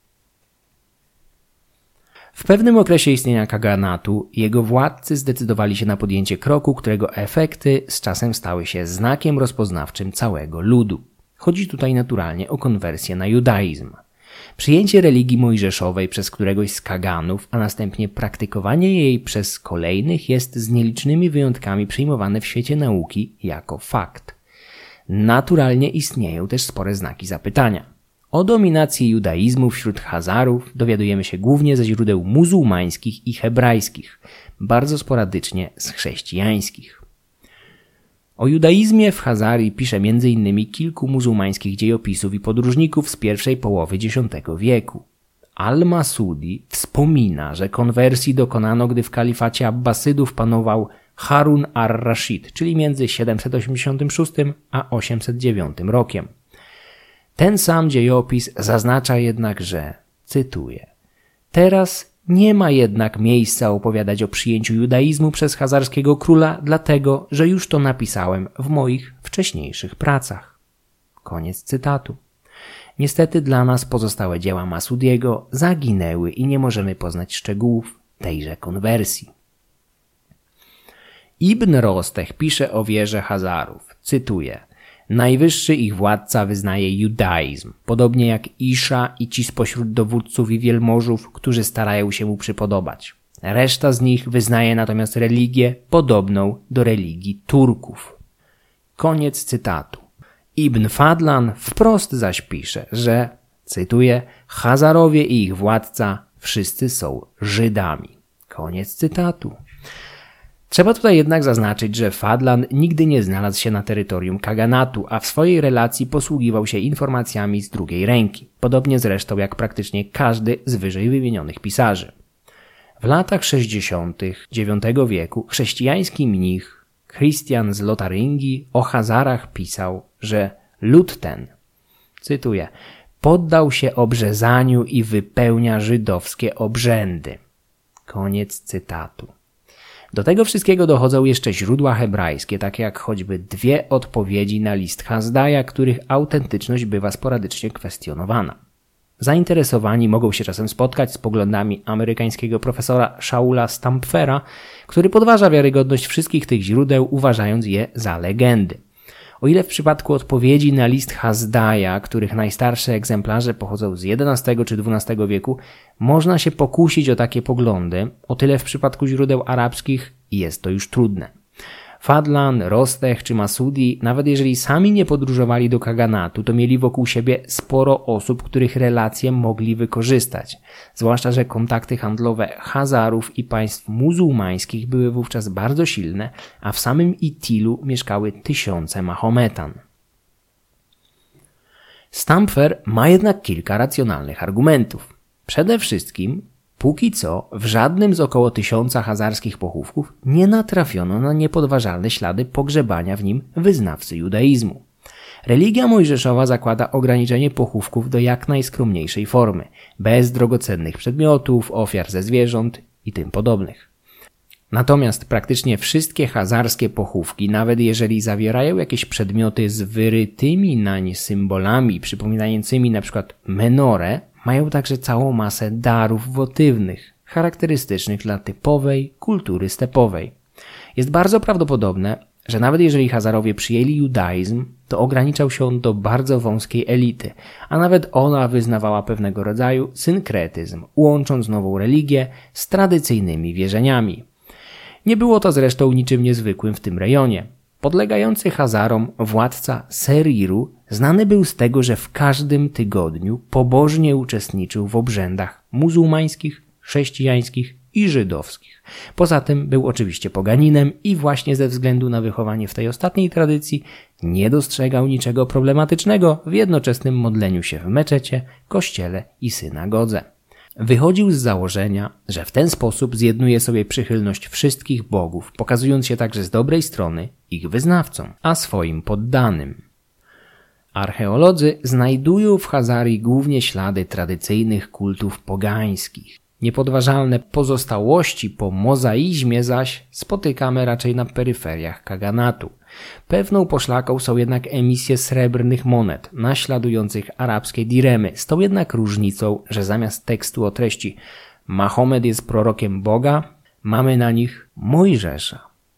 W pewnym okresie istnienia kaganatu jego władcy zdecydowali się na podjęcie kroku, którego efekty z czasem stały się znakiem rozpoznawczym całego ludu. Chodzi tutaj naturalnie o konwersję na judaizm. Przyjęcie religii mojżeszowej przez któregoś z kaganów, a następnie praktykowanie jej przez kolejnych jest z nielicznymi wyjątkami przyjmowane w świecie nauki jako fakt. Naturalnie istnieją też spore znaki zapytania. O dominacji judaizmu wśród Chazarów dowiadujemy się głównie ze źródeł muzułmańskich i hebrajskich, bardzo sporadycznie z chrześcijańskich. O judaizmie w Chazarii pisze między innymi kilku muzułmańskich dziejopisów i podróżników z pierwszej połowy dziesiątego wieku. Al-Masudi wspomina, że konwersji dokonano, gdy w kalifacie Abbasydów panował Harun ar-Rashid, czyli między siedemset osiemdziesiątym szóstym a osiemset dziewiątym rokiem. Ten sam dziejopis zaznacza jednak, że, cytuję, teraz nie ma jednak miejsca opowiadać o przyjęciu judaizmu przez chazarskiego króla, dlatego, że już to napisałem w moich wcześniejszych pracach. Koniec cytatu. Niestety dla nas pozostałe dzieła Masudiego zaginęły i nie możemy poznać szczegółów tejże konwersji. Ibn Rostech pisze o wierze Chazarów, cytuję, najwyższy ich władca wyznaje judaizm, podobnie jak Isza i ci spośród dowódców i wielmożów, którzy starają się mu przypodobać. Reszta z nich wyznaje natomiast religię podobną do religii Turków. Koniec cytatu. Ibn Fadlan wprost zaś pisze, że, cytuję, Chazarowie i ich władca wszyscy są Żydami. Koniec cytatu. Trzeba tutaj jednak zaznaczyć, że Fadlan nigdy nie znalazł się na terytorium kaganatu, a w swojej relacji posługiwał się informacjami z drugiej ręki, podobnie zresztą jak praktycznie każdy z wyżej wymienionych pisarzy. W latach sześćdziesiątych dziewiątego wieku chrześcijański mnich Christian z Lotaryngii o Chazarach pisał, że lud ten, cytuję, poddał się obrzezaniu i wypełnia żydowskie obrzędy. Koniec cytatu. Do tego wszystkiego dochodzą jeszcze źródła hebrajskie, takie jak choćby dwie odpowiedzi na list Hazdaja, których autentyczność bywa sporadycznie kwestionowana. Zainteresowani mogą się czasem spotkać z poglądami amerykańskiego profesora Shaula Stampfera, który podważa wiarygodność wszystkich tych źródeł, uważając je za legendy. O ile w przypadku odpowiedzi na list Hazdaja, których najstarsze egzemplarze pochodzą z jedenastego czy dwunastego wieku, można się pokusić o takie poglądy, o tyle w przypadku źródeł arabskich jest to już trudne. Fadlan, Rostech czy Masudi, nawet jeżeli sami nie podróżowali do kaganatu, to mieli wokół siebie sporo osób, których relacje mogli wykorzystać. Zwłaszcza, że kontakty handlowe Hazarów i państw muzułmańskich były wówczas bardzo silne, a w samym Itilu mieszkały tysiące Mahometan. Stampfer ma jednak kilka racjonalnych argumentów. Przede wszystkim, póki co, w żadnym z około tysiąca hazarskich pochówków nie natrafiono na niepodważalne ślady pogrzebania w nim wyznawcy judaizmu. Religia mojżeszowa zakłada ograniczenie pochówków do jak najskromniejszej formy, bez drogocennych przedmiotów, ofiar ze zwierząt i tym podobnych. Natomiast praktycznie wszystkie hazarskie pochówki, nawet jeżeli zawierają jakieś przedmioty z wyrytymi nań symbolami przypominającymi np. menorę, mają także całą masę darów wotywnych, charakterystycznych dla typowej kultury stepowej. Jest bardzo prawdopodobne, że nawet jeżeli Hazarowie przyjęli judaizm, to ograniczał się on do bardzo wąskiej elity, a nawet ona wyznawała pewnego rodzaju synkretyzm, łącząc nową religię z tradycyjnymi wierzeniami. Nie było to zresztą niczym niezwykłym w tym rejonie. Podlegający Hazarom władca Seriru znany był z tego, że w każdym tygodniu pobożnie uczestniczył w obrzędach muzułmańskich, chrześcijańskich i żydowskich. Poza tym był oczywiście poganinem i właśnie ze względu na wychowanie w tej ostatniej tradycji nie dostrzegał niczego problematycznego w jednoczesnym modleniu się w meczecie, kościele i synagodze. Wychodził z założenia, że w ten sposób zjednuje sobie przychylność wszystkich bogów, pokazując się także z dobrej strony ich wyznawcom, a swoim poddanym. Archeolodzy znajdują w Hazarii głównie ślady tradycyjnych kultów pogańskich. Niepodważalne pozostałości po mozaizmie zaś spotykamy raczej na peryferiach kaganatu. Pewną poszlaką są jednak emisje srebrnych monet, naśladujących arabskie diremy, z tą jednak różnicą, że zamiast tekstu o treści Mahomet jest prorokiem Boga, mamy na nich Mojżesza.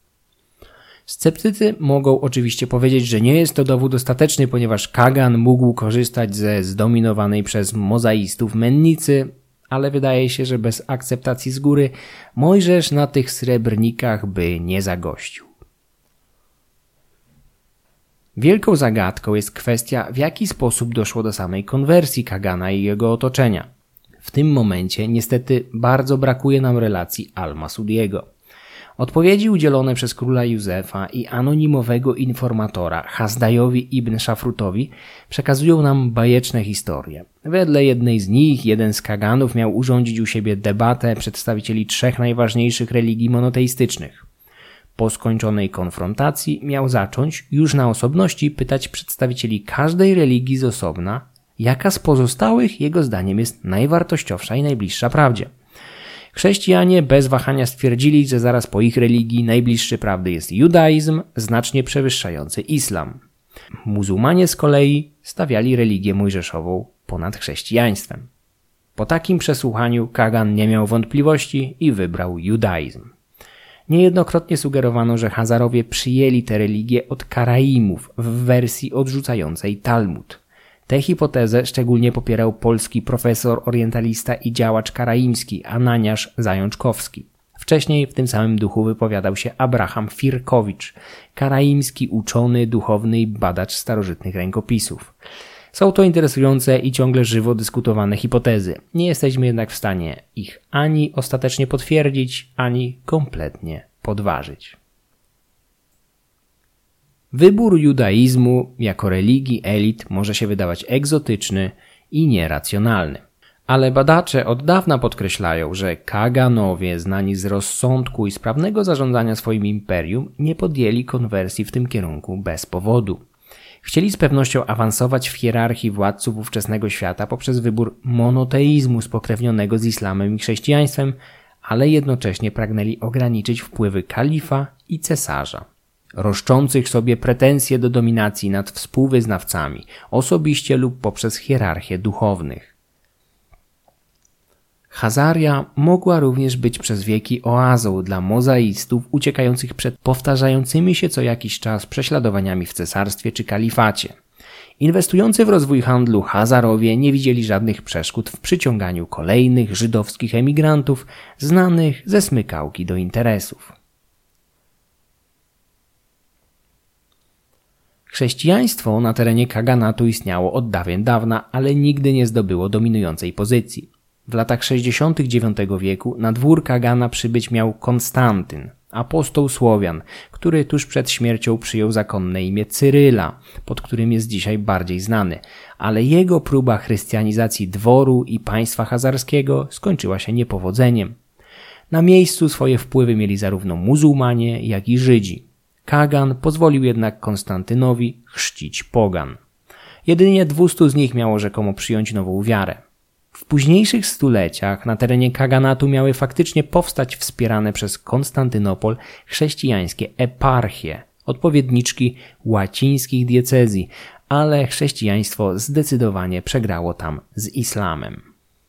Sceptycy mogą oczywiście powiedzieć, że nie jest to dowód dostateczny, ponieważ Kagan mógł korzystać ze zdominowanej przez mozaistów mennicy, ale wydaje się, że bez akceptacji z góry Mojżesz na tych srebrnikach by nie zagościł. Wielką zagadką jest kwestia, w jaki sposób doszło do samej konwersji Kagana i jego otoczenia. W tym momencie niestety bardzo brakuje nam relacji Al-Masudiego. Odpowiedzi udzielone przez króla Józefa i anonimowego informatora Hasdajowi ibn Szafrutowi przekazują nam bajeczne historie. Wedle jednej z nich jeden z Kaganów miał urządzić u siebie debatę przedstawicieli trzech najważniejszych religii monoteistycznych. Po skończonej konfrontacji miał zacząć już na osobności pytać przedstawicieli każdej religii z osobna, jaka z pozostałych jego zdaniem jest najwartościowsza i najbliższa prawdzie. Chrześcijanie bez wahania stwierdzili, że zaraz po ich religii najbliższy prawdy jest judaizm, znacznie przewyższający islam. Muzułmanie z kolei stawiali religię mojżeszową ponad chrześcijaństwem. Po takim przesłuchaniu Kagan nie miał wątpliwości i wybrał judaizm. Niejednokrotnie sugerowano, że Hazarowie przyjęli tę religię od Karaimów w wersji odrzucającej Talmud. Tę hipotezę szczególnie popierał polski profesor, orientalista i działacz karaimski Ananiasz Zajączkowski. Wcześniej w tym samym duchu wypowiadał się Abraham Firkowicz, karaimski uczony, duchowny i badacz starożytnych rękopisów. Są to interesujące i ciągle żywo dyskutowane hipotezy. Nie jesteśmy jednak w stanie ich ani ostatecznie potwierdzić, ani kompletnie podważyć. Wybór judaizmu jako religii elit może się wydawać egzotyczny i nieracjonalny. Ale badacze od dawna podkreślają, że Kaganowie znani z rozsądku i sprawnego zarządzania swoim imperium nie podjęli konwersji w tym kierunku bez powodu. Chcieli z pewnością awansować w hierarchii władców ówczesnego świata poprzez wybór monoteizmu spokrewnionego z islamem i chrześcijaństwem, ale jednocześnie pragnęli ograniczyć wpływy kalifa i cesarza, roszczących sobie pretensje do dominacji nad współwyznawcami, osobiście lub poprzez hierarchię duchownych. Hazaria mogła również być przez wieki oazą dla mozaistów uciekających przed powtarzającymi się co jakiś czas prześladowaniami w cesarstwie czy kalifacie. Inwestujący w rozwój handlu Hazarowie nie widzieli żadnych przeszkód w przyciąganiu kolejnych żydowskich emigrantów znanych ze smykałki do interesów. Chrześcijaństwo na terenie kaganatu istniało od dawien dawna, ale nigdy nie zdobyło dominującej pozycji. W latach sześćdziesiątych dziewiątego wieku na dwór kagana przybyć miał Konstantyn, apostoł Słowian, który tuż przed śmiercią przyjął zakonne imię Cyryla, pod którym jest dzisiaj bardziej znany, ale jego próba chrystianizacji dworu i państwa chazarskiego skończyła się niepowodzeniem. Na miejscu swoje wpływy mieli zarówno muzułmanie, jak i Żydzi. Kagan pozwolił jednak Konstantynowi chrzcić pogan. Jedynie dwustu z nich miało rzekomo przyjąć nową wiarę. W późniejszych stuleciach na terenie kaganatu miały faktycznie powstać wspierane przez Konstantynopol chrześcijańskie eparchie, odpowiedniczki łacińskich diecezji, ale chrześcijaństwo zdecydowanie przegrało tam z islamem.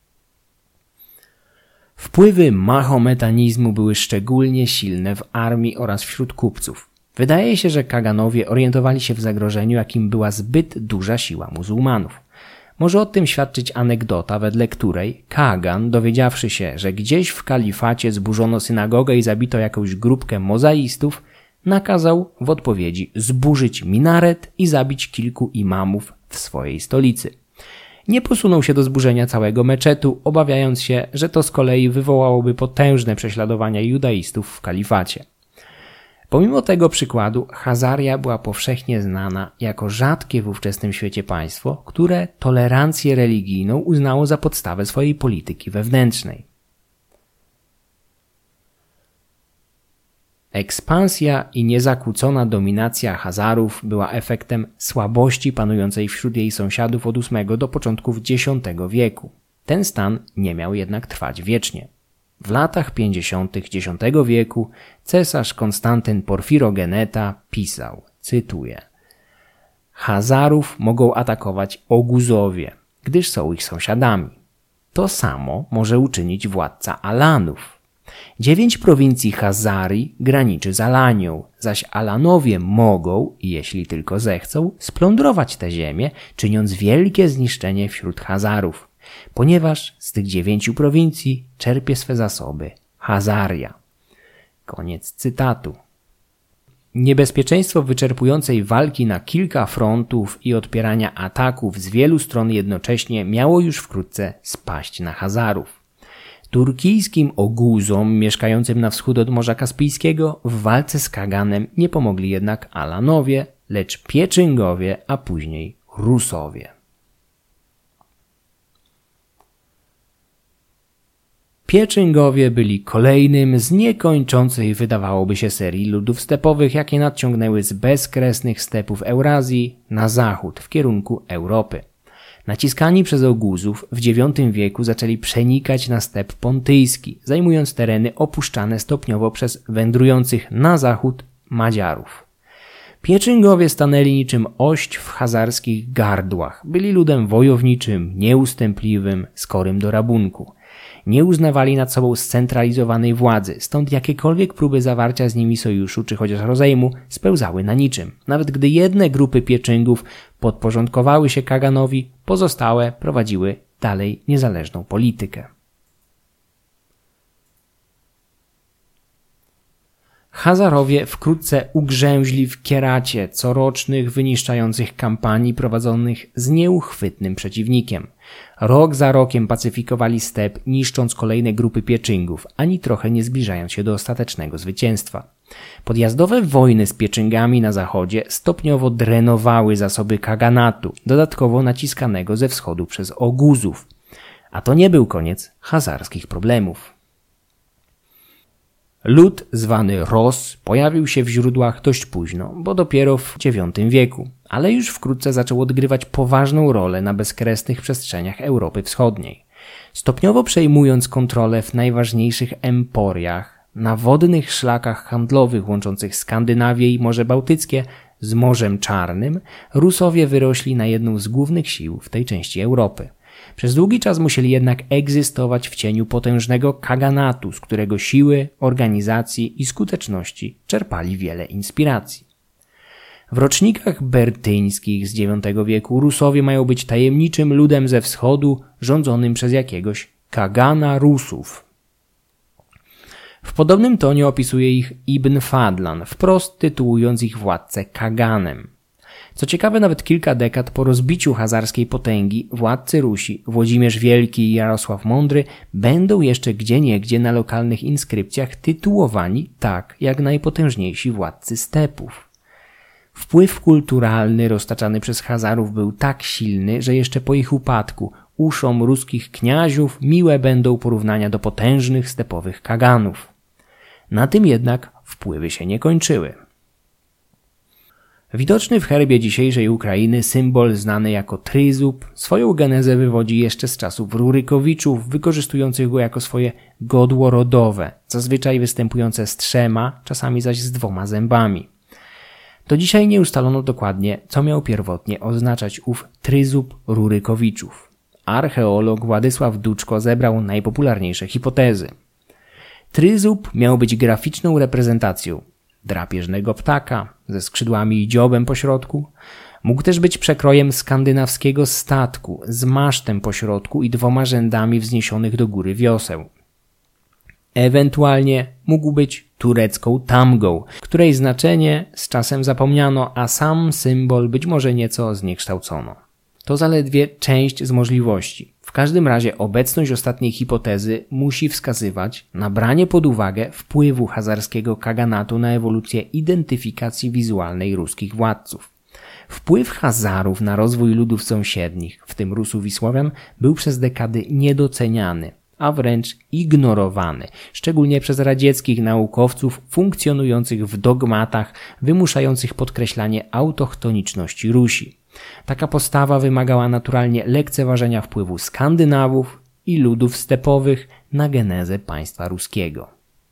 Wpływy mahometanizmu były szczególnie silne w armii oraz wśród kupców. Wydaje się, że kaganowie orientowali się w zagrożeniu, jakim była zbyt duża siła muzułmanów. Może o tym świadczyć anegdota, wedle której Kagan, dowiedziawszy się, że gdzieś w kalifacie zburzono synagogę i zabito jakąś grupkę mozaistów, nakazał w odpowiedzi zburzyć minaret i zabić kilku imamów w swojej stolicy. Nie posunął się do zburzenia całego meczetu, obawiając się, że to z kolei wywołałoby potężne prześladowania judaistów w kalifacie. Pomimo tego przykładu, Chazaria była powszechnie znana jako rzadkie w ówczesnym świecie państwo, które tolerancję religijną uznało za podstawę swojej polityki wewnętrznej. Ekspansja i niezakłócona dominacja Chazarów była efektem słabości panującej wśród jej sąsiadów od ósmego do początków dziesiątego wieku. Ten stan nie miał jednak trwać wiecznie. W latach pięćdziesiątych dziesiątego wieku cesarz Konstantyn Porfirogeneta pisał, cytuję: Chazarów mogą atakować Oguzowie, gdyż są ich sąsiadami. To samo może uczynić władca Alanów. Dziewięć prowincji Chazarii graniczy z Alanią, zaś Alanowie mogą, jeśli tylko zechcą, splądrować tę ziemię, czyniąc wielkie zniszczenie wśród Chazarów, ponieważ z tych dziewięciu prowincji czerpie swe zasoby Chazaria. Koniec cytatu. Niebezpieczeństwo wyczerpującej walki na kilka frontów i odpierania ataków z wielu stron jednocześnie miało już wkrótce spaść na Chazarów. Turkijskim Oguzom mieszkającym na wschód od Morza Kaspijskiego w walce z Kaganem nie pomogli jednak Alanowie, lecz Pieczyngowie, a później Rusowie. Pieczyngowie byli kolejnym z niekończącej wydawałoby się serii ludów stepowych, jakie nadciągnęły z bezkresnych stepów Eurazji na zachód w kierunku Europy. Naciskani przez Oguzów w dziewiątym wieku zaczęli przenikać na step pontyjski, zajmując tereny opuszczane stopniowo przez wędrujących na zachód Madziarów. Pieczyngowie stanęli niczym ość w chazarskich gardłach. Byli ludem wojowniczym, nieustępliwym, skorym do rabunku. Nie uznawali nad sobą scentralizowanej władzy, stąd jakiekolwiek próby zawarcia z nimi sojuszu czy chociaż rozejmu spełzały na niczym. Nawet gdy jedne grupy Pieczyngów podporządkowały się Kaganowi, pozostałe prowadziły dalej niezależną politykę. Chazarowie wkrótce ugrzęźli w kieracie corocznych wyniszczających kampanii prowadzonych z nieuchwytnym przeciwnikiem. Rok za rokiem pacyfikowali step, niszcząc kolejne grupy Pieczyngów, ani trochę nie zbliżając się do ostatecznego zwycięstwa. Podjazdowe wojny z Pieczyngami na zachodzie stopniowo drenowały zasoby Kaganatu, dodatkowo naciskanego ze wschodu przez Oguzów. A to nie był koniec chazarskich problemów. Lud zwany Ros pojawił się w źródłach dość późno, bo dopiero w dziewiątym wieku, ale już wkrótce zaczął odgrywać poważną rolę na bezkresnych przestrzeniach Europy Wschodniej. Stopniowo przejmując kontrolę w najważniejszych emporiach, na wodnych szlakach handlowych łączących Skandynawię i Morze Bałtyckie z Morzem Czarnym, Rusowie wyrośli na jedną z głównych sił w tej części Europy. Przez długi czas musieli jednak egzystować w cieniu potężnego kaganatu, z którego siły, organizacji i skuteczności czerpali wiele inspiracji. W rocznikach bertyńskich z dziewiątego wieku Rusowie mają być tajemniczym ludem ze wschodu rządzonym przez jakiegoś kagana Rusów. W podobnym tonie opisuje ich Ibn Fadlan, wprost tytułując ich władcę kaganem. Co ciekawe, nawet kilka dekad po rozbiciu hazarskiej potęgi władcy Rusi Włodzimierz Wielki i Jarosław Mądry będą jeszcze gdzieniegdzie na lokalnych inskrypcjach tytułowani tak jak najpotężniejsi władcy stepów. Wpływ kulturalny roztaczany przez Hazarów był tak silny, że jeszcze po ich upadku uszom ruskich kniaziów miłe będą porównania do potężnych stepowych kaganów. Na tym jednak wpływy się nie kończyły. Widoczny w herbie dzisiejszej Ukrainy symbol znany jako tryzub swoją genezę wywodzi jeszcze z czasów Rurykowiczów, wykorzystujących go jako swoje godło rodowe, zazwyczaj występujące z trzema, czasami zaś z dwoma zębami. Do dzisiaj nie ustalono dokładnie, co miał pierwotnie oznaczać ów tryzub Rurykowiczów. Archeolog Władysław Duczko zebrał najpopularniejsze hipotezy. Tryzub miał być graficzną reprezentacją drapieżnego ptaka ze skrzydłami i dziobem po środku. Mógł też być przekrojem skandynawskiego statku z masztem po środku i dwoma rzędami wzniesionych do góry wioseł. Ewentualnie mógł być turecką tamgą, której znaczenie z czasem zapomniano, a sam symbol być może nieco zniekształcono. To zaledwie część z możliwości. W każdym razie obecność ostatniej hipotezy musi wskazywać na branie pod uwagę wpływu hazarskiego kaganatu na ewolucję identyfikacji wizualnej ruskich władców. Wpływ Hazarów na rozwój ludów sąsiednich, w tym Rusów i Słowian, był przez dekady niedoceniany, a wręcz ignorowany, szczególnie przez radzieckich naukowców funkcjonujących w dogmatach wymuszających podkreślanie autochtoniczności Rusi. Taka postawa wymagała naturalnie lekceważenia wpływu Skandynawów i ludów stepowych na genezę państwa ruskiego.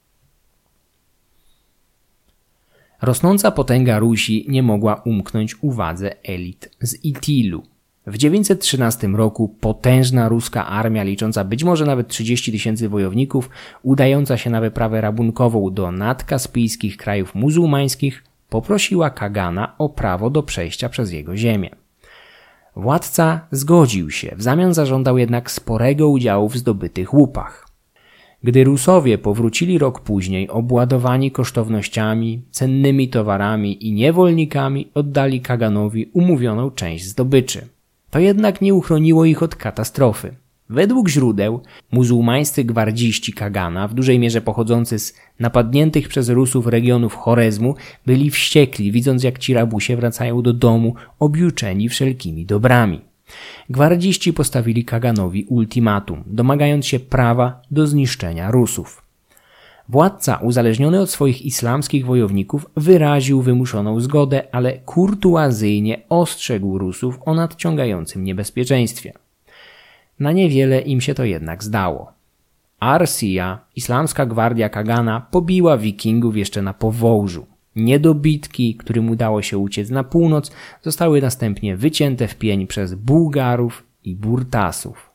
Rosnąca potęga Rusi nie mogła umknąć uwadze elit z Itilu. W dziewięćset trzynastym roku potężna ruska armia, licząca być może nawet trzydzieści tysięcy wojowników, udająca się na wyprawę rabunkową do nadkaspijskich krajów muzułmańskich, poprosiła Kagana o prawo do przejścia przez jego ziemię. Władca zgodził się, w zamian zażądał jednak sporego udziału w zdobytych łupach. Gdy Rusowie powrócili rok później obładowani kosztownościami, cennymi towarami i niewolnikami, oddali Kaganowi umówioną część zdobyczy. To jednak nie uchroniło ich od katastrofy. Według źródeł muzułmańscy gwardziści Kagana, w dużej mierze pochodzący z napadniętych przez Rusów regionów Chorezmu, byli wściekli, widząc jak ci rabusie wracają do domu objuczeni wszelkimi dobrami. Gwardziści postawili Kaganowi ultimatum, domagając się prawa do zniszczenia Rusów. Władca, uzależniony od swoich islamskich wojowników, wyraził wymuszoną zgodę, ale kurtuazyjnie ostrzegł Rusów o nadciągającym niebezpieczeństwie. Na niewiele im się to jednak zdało. Arsija, islamska gwardia Kagana, pobiła wikingów jeszcze na Powołżu. Niedobitki, którym udało się uciec na północ, zostały następnie wycięte w pień przez Bułgarów i Burtasów.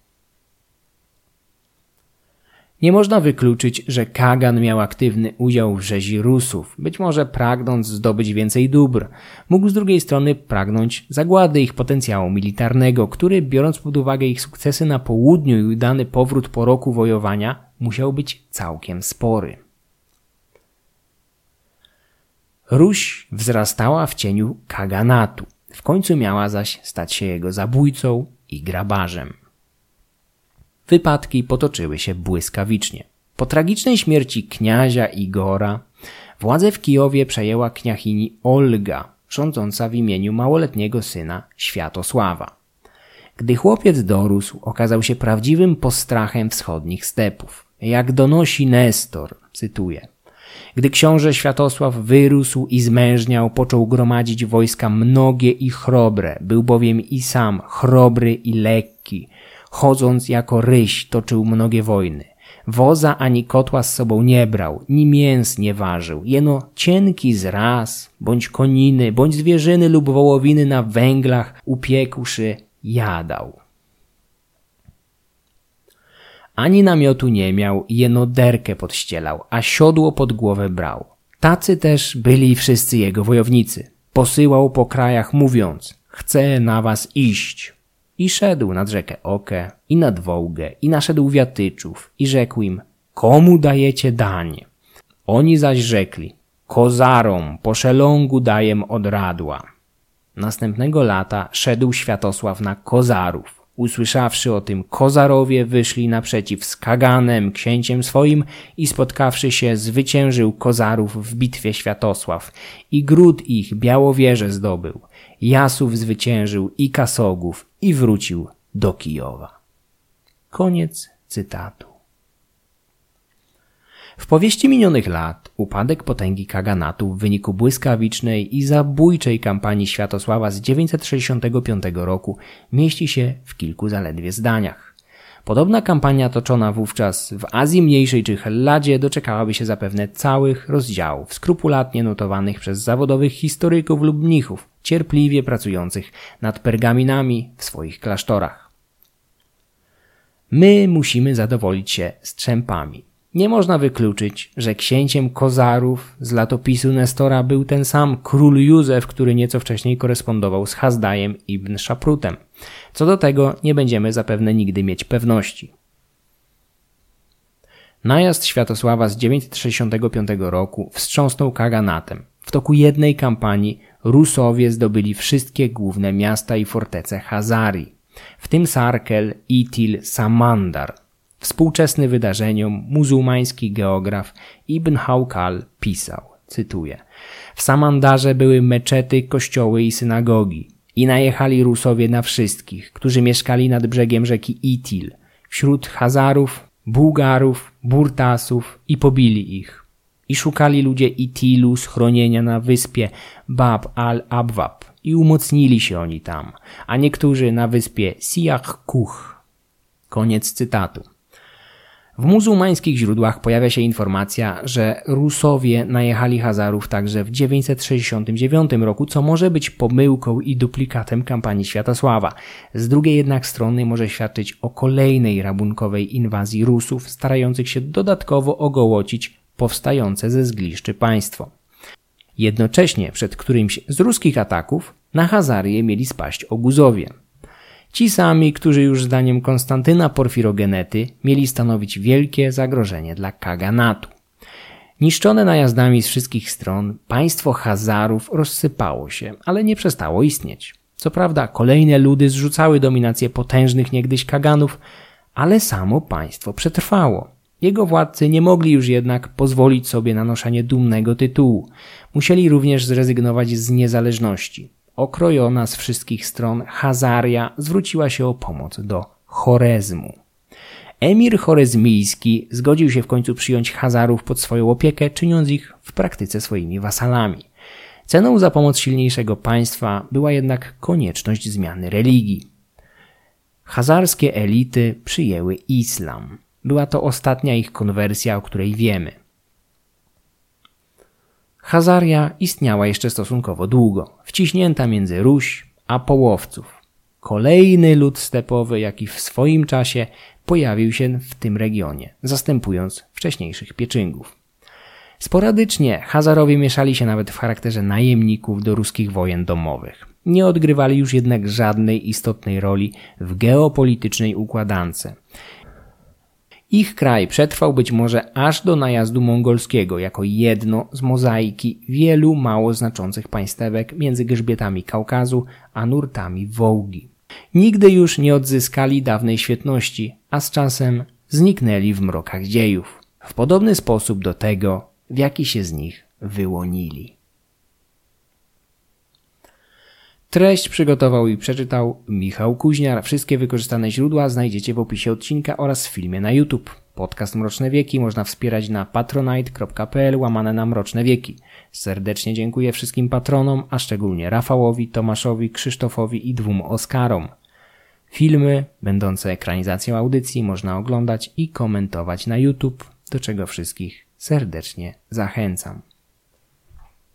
Nie można wykluczyć, że Kagan miał aktywny udział w rzezi Rusów, być może pragnąc zdobyć więcej dóbr. Mógł z drugiej strony pragnąć zagłady ich potencjału militarnego, który, biorąc pod uwagę ich sukcesy na południu i udany powrót po roku wojowania, musiał być całkiem spory. Ruś wzrastała w cieniu Kaganatu, w końcu miała zaś stać się jego zabójcą i grabarzem. Wypadki potoczyły się błyskawicznie. Po tragicznej śmierci kniazia Igora władzę w Kijowie przejęła kniachini Olga, rządząca w imieniu małoletniego syna Światosława. Gdy chłopiec dorósł, okazał się prawdziwym postrachem wschodnich stepów. Jak donosi Nestor, cytuję: gdy książę Światosław wyrósł i zmężniał, począł gromadzić wojska mnogie i chrobre, był bowiem i sam chrobry i lekki. Chodząc jako ryś toczył mnogie wojny. Woza ani kotła z sobą nie brał, ni mięs nie ważył. Jeno cienki zraz, bądź koniny, bądź zwierzyny lub wołowiny na węglach upiekłszy jadał. Ani namiotu nie miał, jeno derkę podścielał, a siodło pod głowę brał. Tacy też byli wszyscy jego wojownicy. Posyłał po krajach mówiąc: chcę na was iść. I szedł nad rzekę Okę, i nad Wołgę, i naszedł Wiatyczów, i rzekł im: komu dajecie dań? Oni zaś rzekli: kozarom po szelongu dajem od radła. Następnego lata szedł Światosław na Kozarów. Usłyszawszy o tym, Kozarowie wyszli naprzeciw z Kaganem, księciem swoim, i spotkawszy się, zwyciężył Kozarów w bitwie Światosław i gród ich Białowieże zdobył. Jasów zwyciężył i Kasogów i wrócił do Kijowa. Koniec cytatu. W powieści minionych lat upadek potęgi kaganatu w wyniku błyskawicznej i zabójczej kampanii Światosława z dziewięćset sześćdziesiątego piątego roku mieści się w kilku zaledwie zdaniach. Podobna kampania toczona wówczas w Azji Mniejszej czy Helladzie doczekałaby się zapewne całych rozdziałów, skrupulatnie notowanych przez zawodowych historyków lub mnichów, cierpliwie pracujących nad pergaminami w swoich klasztorach. My musimy zadowolić się strzępami. Nie można wykluczyć, że księciem Kozarów z latopisu Nestora był ten sam król Józef, który nieco wcześniej korespondował z Hazdajem ibn Szaprutem. Co do tego nie będziemy zapewne nigdy mieć pewności. Najazd Światosława z dziewięćset sześćdziesiątego piątego roku wstrząsnął kaganatem. W toku jednej kampanii Rusowie zdobyli wszystkie główne miasta i fortece Hazarii, w tym Sarkel, Itil, Samandar. Współczesny wydarzeniom muzułmański geograf Ibn Hawkal pisał, cytuję: w Samandarze były meczety, kościoły i synagogi i najechali Rusowie na wszystkich, którzy mieszkali nad brzegiem rzeki Itil, wśród Hazarów, Bułgarów, Burtasów i pobili ich. I szukali ludzie Itilu schronienia na wyspie Bab al-Abwab i umocnili się oni tam, a niektórzy na wyspie Siyah Kuch. Koniec cytatu. W muzułmańskich źródłach pojawia się informacja, że Rusowie najechali Hazarów także w dziewięćset sześćdziesiątym dziewiątym roku, co może być pomyłką i duplikatem kampanii Światosława. Z drugiej jednak strony może świadczyć o kolejnej rabunkowej inwazji Rusów, starających się dodatkowo ogołocić powstające ze zgliszczy państwo. Jednocześnie przed którymś z ruskich ataków na Hazarię mieli spaść Oguzowie. Ci sami, którzy już zdaniem Konstantyna Porfirogenety mieli stanowić wielkie zagrożenie dla kaganatu. Niszczone najazdami z wszystkich stron, państwo Hazarów rozsypało się, ale nie przestało istnieć. Co prawda kolejne ludy zrzucały dominację potężnych niegdyś kaganów, ale samo państwo przetrwało. Jego władcy nie mogli już jednak pozwolić sobie na noszenie dumnego tytułu. Musieli również zrezygnować z niezależności. Okrojona z wszystkich stron Hazaria zwróciła się o pomoc do Chorezmu. Emir chorezmijski zgodził się w końcu przyjąć Hazarów pod swoją opiekę, czyniąc ich w praktyce swoimi wasalami. Ceną za pomoc silniejszego państwa była jednak konieczność zmiany religii. Hazarskie elity przyjęły islam. Była to ostatnia ich konwersja, o której wiemy. Hazaria istniała jeszcze stosunkowo długo, wciśnięta między Ruś a Połowców. Kolejny lud stepowy, jaki w swoim czasie pojawił się w tym regionie, zastępując wcześniejszych Pieczyngów. Sporadycznie Hazarowie mieszali się nawet w charakterze najemników do ruskich wojen domowych. Nie odgrywali już jednak żadnej istotnej roli w geopolitycznej układance. Ich kraj przetrwał być może aż do najazdu mongolskiego jako jedno z mozaiki wielu mało znaczących państewek między grzbietami Kaukazu a nurtami Wołgi. Nigdy już nie odzyskali dawnej świetności, a z czasem zniknęli w mrokach dziejów. W podobny sposób do tego, w jaki się z nich wyłonili. Treść przygotował i przeczytał Michał Kuźniar. Wszystkie wykorzystane źródła znajdziecie w opisie odcinka oraz w filmie na YouTube. Podcast Mroczne Wieki można wspierać na patronite.pl łamane na Mroczne Wieki. Serdecznie dziękuję wszystkim patronom, a szczególnie Rafałowi, Tomaszowi, Krzysztofowi i dwóm Oskarom. Filmy będące ekranizacją audycji można oglądać i komentować na YouTube, do czego wszystkich serdecznie zachęcam.